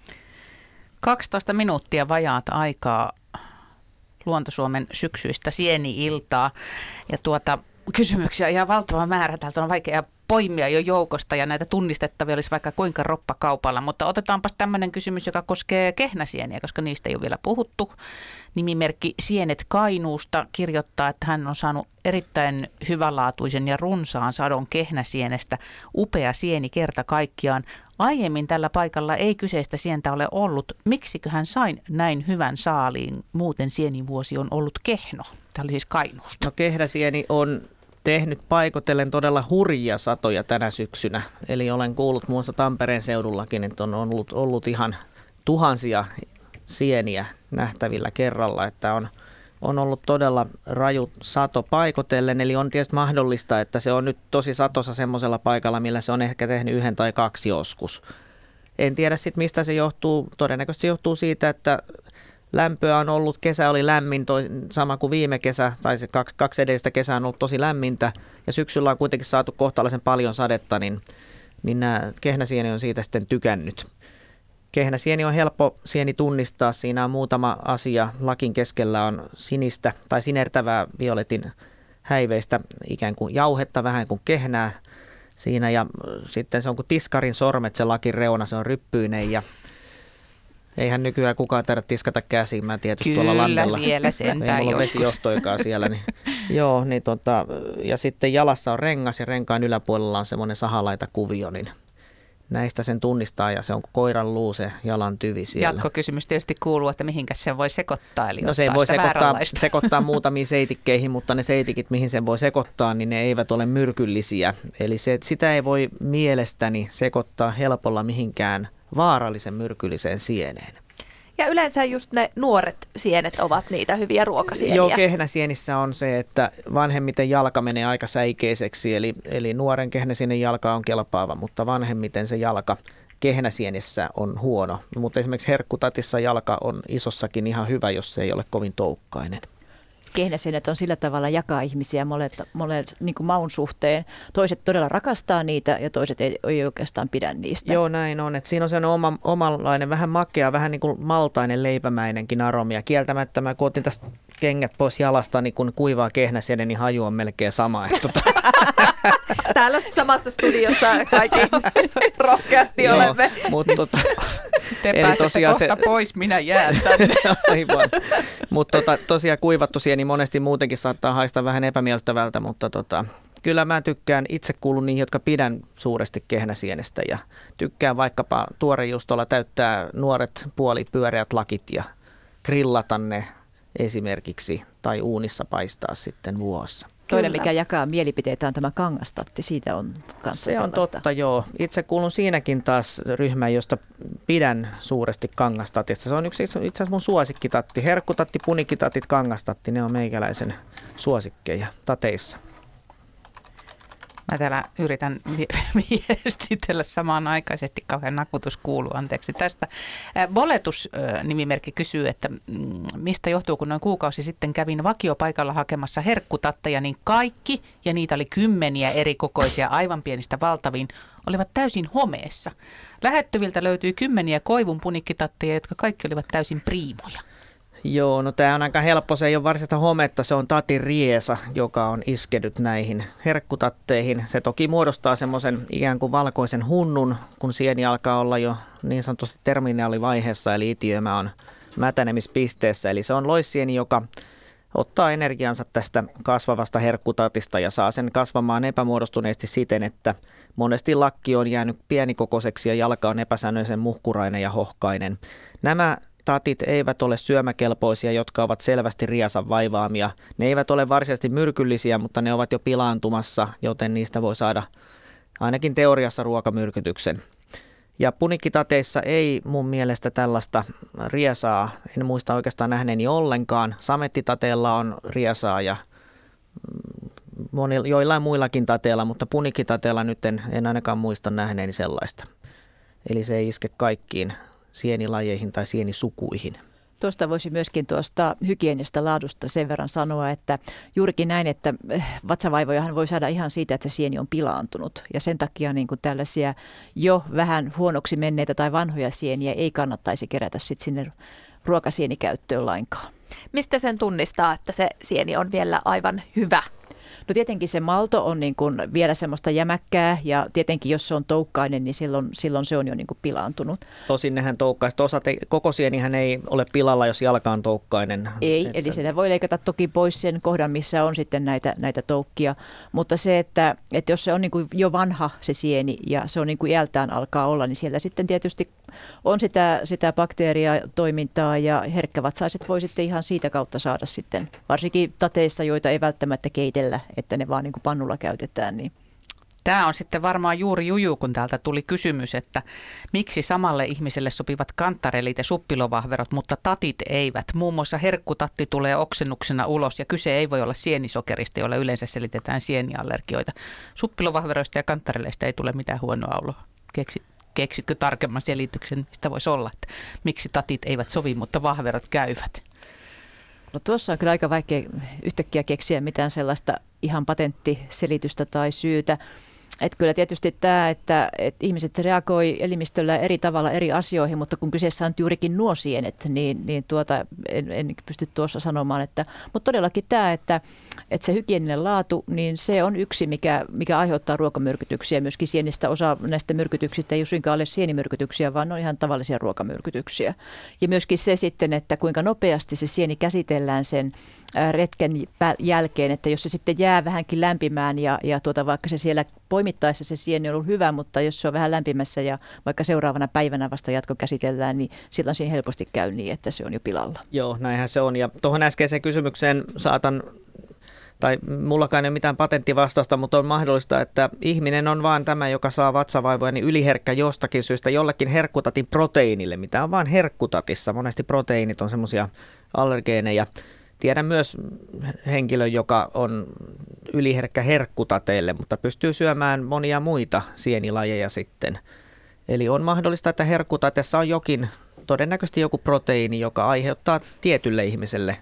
12 minuuttia vajaata aikaa Luonto-Suomen syksyistä sieni-iltaa ja kysymyksiä ihan valtava määrä. Täältä on vaikea poimia jo joukosta ja näitä tunnistettavia olisi vaikka kuinka roppakaupalla, mutta otetaanpas tämmöinen kysymys, joka koskee kehnäsieniä, koska niistä ei ole vielä puhuttu. Nimimerkki Sienet Kainuusta kirjoittaa, että hän on saanut erittäin hyvänlaatuisen ja runsaan sadon kehnäsienestä. Upea sieni kerta kaikkiaan. Aiemmin tällä paikalla ei kyseistä sientä ole ollut. Miksikö hän sain näin hyvän saaliin? Muuten sienivuosi on ollut kehno. Tämä oli siis Kainuusta.
No kehnäsieni on tehnyt paikotellen todella hurjia satoja tänä syksynä. Eli olen kuullut muun muassa Tampereen seudullakin, että on ollut ihan tuhansia sieniä nähtävillä kerralla, että on ollut todella raju sato paikotellen. Eli on tietysti mahdollista, että se on nyt tosi satossa semmoisella paikalla, millä se on ehkä tehnyt 1 tai 2 joskus. En tiedä sitten mistä se johtuu. Todennäköisesti se johtuu siitä, että lämpöä on ollut, kesä oli lämmin, sama kuin viime kesä, tai se kaksi edellistä kesää on ollut tosi lämmintä, ja syksyllä on kuitenkin saatu kohtalaisen paljon sadetta, niin nämä kehnäsieni on siitä sitten tykännyt. Kehnäsieni on helppo sieni tunnistaa, siinä on muutama asia, lakin keskellä on sinistä tai sinertävää violetin häiveistä, ikään kuin jauhetta, vähän kuin kehnää siinä, ja sitten se on kuin tiskarin sormet, se lakin reuna, se on ryppyinen, ja eihän nykyään kukaan taida tiskata käsiin, mä tietysti tuolla landella.
Kyllä vielä sentään
ei mulla ole vesijohtoikaan siellä. Niin, joo, niin ja sitten jalassa on rengas ja renkaan yläpuolella on semmoinen sahalaitakuvio, niin näistä sen tunnistaa ja se on koiran luu se jalan tyvi siellä.
Jatkokysymys tietysti kuuluu, että mihinkäs sen voi sekoittaa, eli
no se voi sekoittaa muutamiin seitikkeihin, mutta ne seitikit, mihin sen voi sekoittaa, niin ne eivät ole myrkyllisiä. Eli sitä ei voi mielestäni sekoittaa helpolla mihinkään vaarallisen myrkylliseen sieneen.
Ja yleensä just ne nuoret sienet ovat niitä hyviä ruokasieniä.
Joo, kehnäsienissä on se, että vanhemmiten jalka menee aika säikeiseksi, eli nuoren kehnäsienen jalka on kelpaava, mutta vanhemmiten se jalka kehnäsienissä on huono. Mutta esimerkiksi herkkutatissa jalka on isossakin ihan hyvä, jos se ei ole kovin toukkainen.
Kehnäsienet on sillä tavalla jakaa ihmisiä monet niin kuin maun suhteen. Toiset todella rakastaa niitä ja toiset ei oikeastaan pidä niistä.
Joo, näin on. Että siinä on sellainen omanlainen, vähän makea, vähän niin kuin maltainen, leipämäinenkin aromia. Kieltämättä mä kun otin tästä kengät pois jalasta, niin kun kuivaa kehnäsienen, niin haju on melkein sama.
Täällä samassa studiossa kaikki rohkeasti olemme.
Te pääsette kohta pois, minä jään tänne.
Aivan. Mutta tosiaan kuivattu sieni monesti muutenkin saattaa haista vähän epämiellyttävältä, mutta kyllä mä tykkään, itse kuulun niihin, jotka pidän suuresti kehnäsienestä ja tykkään vaikkapa tuorejuustolla täyttää nuoret puolipyöreät lakit ja grillata ne esimerkiksi tai uunissa paistaa sitten vuossa.
Toinen, mikä jakaa mielipiteitä, on tämä kangastatti. Siitä on kanssa
se on totta, joo. Itse kuulun siinäkin taas ryhmään, josta pidän suuresti kangastatista. Se on itse asiassa mun suosikkitatti. Herkkutatti, punikitatit, kangastatti, ne on meikäläisen suosikkeja tateissa.
Mä täällä yritän viestitellä samanaikaisesti, kauhean nakutus kuuluu, anteeksi tästä. Boletus-nimimerkki kysyy, että mistä johtuu, kun noin kuukausi sitten kävin vakiopaikalla hakemassa herkkutatteja, niin kaikki, ja niitä oli 10 eri kokoisia, aivan pienistä valtaviin, olivat täysin homeessa. Lähettyviltä löytyi 10 koivun punikkitatteja, jotka kaikki olivat täysin priimoja.
Joo, no tämä on aika helppo. Se ei ole varsinaista hometta, se on tatin riesa, joka on iskenyt näihin herkkutatteihin. Se toki muodostaa semmoisen ikään kuin valkoisen hunnun, kun sieni alkaa olla jo niin sanotusti terminaalivaiheessa, eli itiömä on mätänemispisteessä. Eli se on loissieni, joka ottaa energiansa tästä kasvavasta herkkutatista ja saa sen kasvamaan epämuodostuneesti siten, että monesti lakki on jäänyt pienikokoiseksi ja jalka on epäsäännöllisen muhkurainen ja hohkainen. Nämä tatit eivät ole syömäkelpoisia, jotka ovat selvästi riesan vaivaamia. Ne eivät ole varsinaisesti myrkyllisiä, mutta ne ovat jo pilaantumassa, joten niistä voi saada ainakin teoriassa ruokamyrkytyksen. Ja punikkitateissa ei mun mielestä tällaista riesaa, en muista oikeastaan nähneeni ollenkaan. Samettitateella on riesaa ja joillain muillakin tateilla, mutta punikkitateella nyt en ainakaan muista nähneeni sellaista. Eli se ei iske kaikkiin sienilajeihin tai sienisukuihin.
Tuosta voisi myöskin tuosta hygienistä laadusta sen verran sanoa, että juurikin näin, että vatsavaivojahan voi saada ihan siitä, että sieni on pilaantunut. Ja sen takia niin kuin tällaisia jo vähän huonoksi menneitä tai vanhoja sieniä ei kannattaisi kerätä sit sinne ruokasienikäyttöön lainkaan.
Mistä sen tunnistaa, että se sieni on vielä aivan hyvä?
No tietenkin se malto on niin kuin vielä semmoista jämäkkää ja tietenkin jos se on toukkainen, niin silloin se on jo niin kuin pilaantunut.
Tosin nehän toukkaiset, koko sienihän ei ole pilalla, jos jalka on toukkainen.
Ei, eli sitä voi leikata toki pois sen kohdan, missä on sitten näitä toukkia, mutta se, että jos se on niin kuin jo vanha se sieni ja se on niin kuin iältään alkaa olla, niin siellä sitten tietysti on sitä bakteeriatoimintaa ja herkkävatsaiset voi sitten ihan siitä kautta saada sitten, varsinkin tateissa, joita ei välttämättä keitellä, että ne vaan niin kuin pannulla käytetään. Niin.
Tämä on sitten varmaan juuri juju, kun täältä tuli kysymys, että miksi samalle ihmiselle sopivat kantarelit ja suppilovahverot, mutta tatit eivät. Muun muassa herkkutatti tulee oksennuksena ulos ja kyse ei voi olla sienisokerista, jolla yleensä selitetään sieniallergioita. Suppilovahveroista ja kantareleista ei tule mitään huonoa oloa. Keksitkö tarkemman selityksen, mistä voisi olla, että miksi tatit eivät sovi, mutta vahverot käyvät?
No tuossa on kyllä aika vaikea yhtäkkiä keksiä mitään sellaista ihan patenttiselitystä tai syytä. Että kyllä tietysti tämä, että ihmiset reagoi elimistöllä eri tavalla eri asioihin, mutta kun kyseessä on juurikin nuo sienet, niin en pysty tuossa sanomaan. Mutta todellakin tämä, että se hygieninen laatu, niin se on yksi, mikä aiheuttaa ruokamyrkytyksiä. Myöskin sienistä osa näistä myrkytyksistä ei suinkaan ole sienimyrkytyksiä, vaan ne on ihan tavallisia ruokamyrkytyksiä. Ja myöskin se sitten, että kuinka nopeasti se sieni käsitellään sen retken jälkeen, että jos se sitten jää vähänkin lämpimään ja vaikka se siellä poimittaessa se sieni on ollut hyvä, mutta jos se on vähän lämpimässä ja vaikka seuraavana päivänä vasta jatkokäsitellään, niin silloin siinä helposti käy niin, että se on jo pilalla.
Joo, näinhän se on. Ja tuohon äskeiseen kysymykseen tai mullakaan ei ole mitään patenttivastausta, mutta on mahdollista, että ihminen on vaan tämä, joka saa vatsavaivoja, niin yliherkkä jostakin syystä jollekin herkkutatin proteiinille, mitä on vaan herkkutatissa. Monesti proteiinit on semmoisia allergeeneja. Tiedän myös henkilön, joka on yliherkkä herkkutateille, mutta pystyy syömään monia muita sienilajeja sitten. Eli on mahdollista, että herkkutatessa on todennäköisesti joku proteiini, joka aiheuttaa tietylle ihmiselle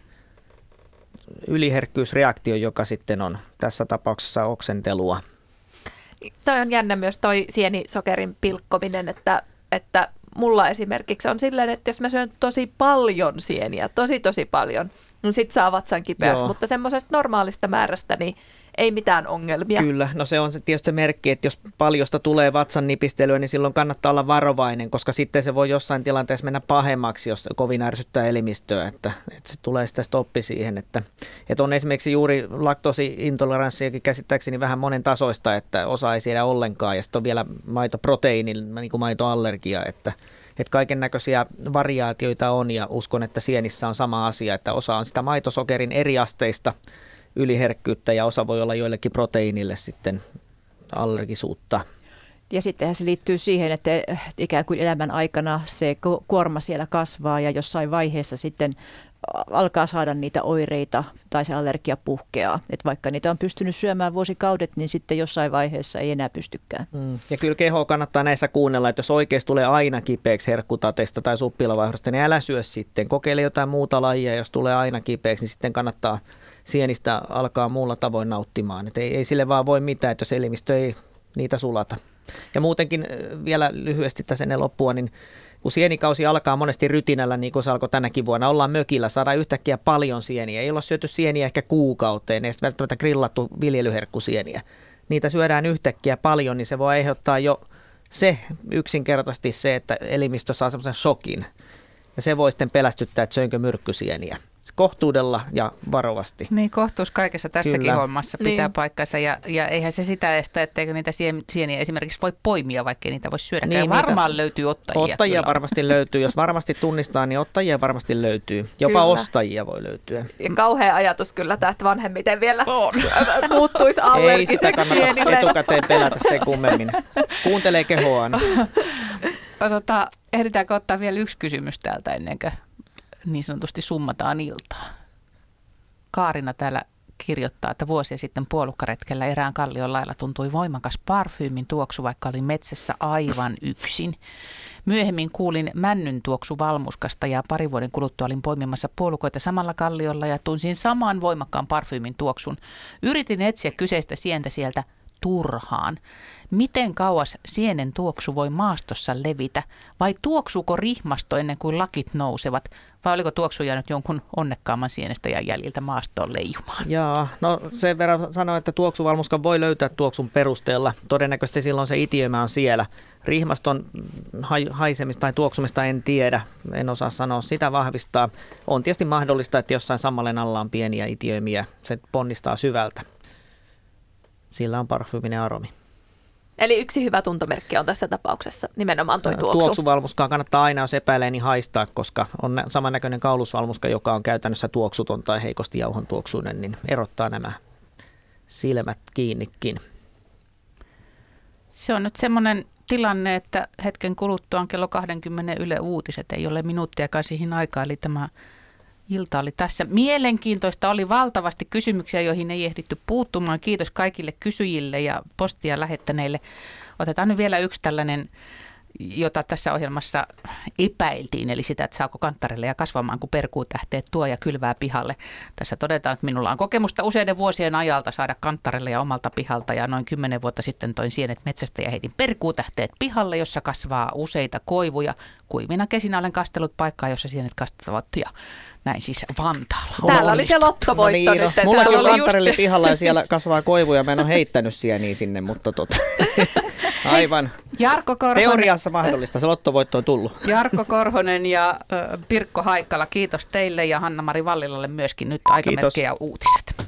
yliherkkyysreaktio, joka sitten on tässä tapauksessa oksentelua.
Toi on jännä myös toi sienisokerin pilkkominen, että mulla esimerkiksi on silleen, että jos mä syön tosi paljon sieniä, tosi paljon, niin sit saa vatsan kipeäksi, mutta semmoisesta normaalista määrästä niin ei mitään ongelmia.
Kyllä, no se on tietysti se merkki, että jos paljosta tulee vatsan nipistelyä, niin silloin kannattaa olla varovainen, koska sitten se voi jossain tilanteessa mennä pahemmaksi, jos kovin ärsyttää elimistöä, että se tulee sitä stoppi siihen, että on esimerkiksi juuri laktoosiintoleranssiakin käsittääkseni vähän monen tasoista, että osa ei siedä ollenkaan ja sitten on vielä maitoproteiinin, niin kuin maitoallergia, että kaiken näköisiä variaatioita on ja uskon, että sienissä on sama asia, että osa on sitä maitosokerin eriasteista yliherkkyyttä ja osa voi olla joillekin proteiinille sitten allergisuutta.
Ja sittenhän se liittyy siihen, että ikään kuin elämän aikana se kuorma siellä kasvaa ja jossain vaiheessa sitten alkaa saada niitä oireita tai se allergia puhkeaa. Et vaikka niitä on pystynyt syömään vuosikaudet, niin sitten jossain vaiheessa ei enää pystykään.
Ja kyllä kehoa kannattaa näissä kuunnella, että jos oikeasti tulee aina kipeäksi herkkutateista tai suppilovahdosta, niin älä syö sitten. Kokeile jotain muuta lajia, jos tulee aina kipeäksi, niin sitten kannattaa sienistä alkaa muulla tavoin nauttimaan. Et ei sille vaan voi mitään, että jos elimistö ei niitä sulata. Ja muutenkin vielä lyhyesti tässä ennen loppua, niin kun sienikausi alkaa monesti rytinällä, niin kuin se alkoi tänäkin vuonna, ollaan mökillä, saadaan yhtäkkiä paljon sieniä. Ei olla syöty sieniä ehkä kuukauteen, ei välttämättä grillattu viljelyherkkusieniä. Niitä syödään yhtäkkiä paljon, niin se voi aiheuttaa jo yksinkertaisesti se, että elimistö saa semmoisen shokin. Ja se voi sitten pelästyttää, että söinkö myrkkysieniä. Kohtuudella ja varovasti.
Niin, kohtuus kaikessa tässäkin
Kyllä.
hommassa pitää
Niin.
paikkansa. Ja eihän se sitä estä, etteikö niitä sieniä esimerkiksi voi poimia, vaikka niitä voi syödä.
Niin,
varmaan löytyy ottajia.
Ottajia
kyllä.
varmasti löytyy. Jos varmasti tunnistaa, niin ottajia varmasti löytyy. Jopa
Kyllä.
ostajia voi löytyä.
Ja kauhea ajatus kyllä tämä, että vanhemmiten vielä muuttuisi
Ei sitä
allergiseksi
kannata
sienille.
etukäteen pelätä se kummemmin. Kuuntelee kehoaan.
Ehditäänkö ottaa vielä yksi kysymys täältä ennen kuin niin sanotusti summataan iltaa? Kaarina täällä kirjoittaa, että vuosia sitten puolukkaretkellä erään kallion lailla tuntui voimakas parfyymin tuoksu, vaikka oli metsässä aivan yksin. Myöhemmin kuulin männyn tuoksu valmuskasta ja 2 vuoden kuluttua olin poimimassa puolukoita samalla kalliolla ja tunsin saman voimakkaan parfyymin tuoksun. Yritin etsiä kyseistä sientä sieltä turhaan. Miten kauas sienen tuoksu voi maastossa levitä? Vai tuoksuuko rihmasto ennen kuin lakit nousevat? Vai oliko tuoksu jäänyt jonkun onnekkaamman sienestä ja jäljiltä maastoon leijumaan?
Jaa, no sen verran sanoin, että tuoksuvalmuskan voi löytää tuoksun perusteella. Todennäköisesti silloin se itiömä on siellä. Rihmaston haisemista tai tuoksumista en tiedä, en osaa sanoa sitä vahvistaa. On tietysti mahdollista, että jossain sammallen alla on pieniä itiömiä, se ponnistaa syvältä. Sillä on parfyyminen aromi.
Eli yksi hyvä tuntomerkki on tässä tapauksessa nimenomaan tuo tuoksu.
Tuoksuvalmuskaa kannattaa aina, jos epäilee, niin haistaa, koska on samannäköinen kaulusvalmuska, joka on käytännössä tuoksuton tai heikosti jauhon tuoksuinen, niin erottaa nämä silmät kiinnikin.
Se on nyt semmoinen tilanne, että hetken kuluttua on kello 20 Yle Uutiset. Ei ole minuuttiakaan siihen aikaan, eli tämä ilta oli tässä. Mielenkiintoista oli valtavasti kysymyksiä, joihin ei ehditty puuttumaan. Kiitos kaikille kysyjille ja postia lähettäneille. Otetaan nyt vielä yksi tällainen, jota tässä ohjelmassa epäiltiin, eli sitä, että saako kanttarelle ja kasvamaan, kun perkuutähteet tuo ja kylvää pihalle. Tässä todetaan, että minulla on kokemusta useiden vuosien ajalta saada kanttarelle ja omalta pihalta, ja noin 10 vuotta sitten toin sienet metsästä ja heitin perkuutähteet pihalle, jossa kasvaa useita koivuja. Kuivina kesinä olen kastellut paikkaa, jossa sienet kastavat, ja näin siis Vantaalla.
Täällä oli se lottovoitto nyt.
Mullakin on
oli
kanttarelle pihalla ja siellä kasvaa koivuja. Mä en ole heittänyt sieniä sinne, mutta aivan
Jarkko Korhonen,
teoriassa mahdollista. Se lottovoitto on tullut.
Jarkko Korhonen ja Pirkko Haikkala, kiitos teille ja Hanna-Mari Vallilalle myöskin nyt Aikamerkki ja Uutiset.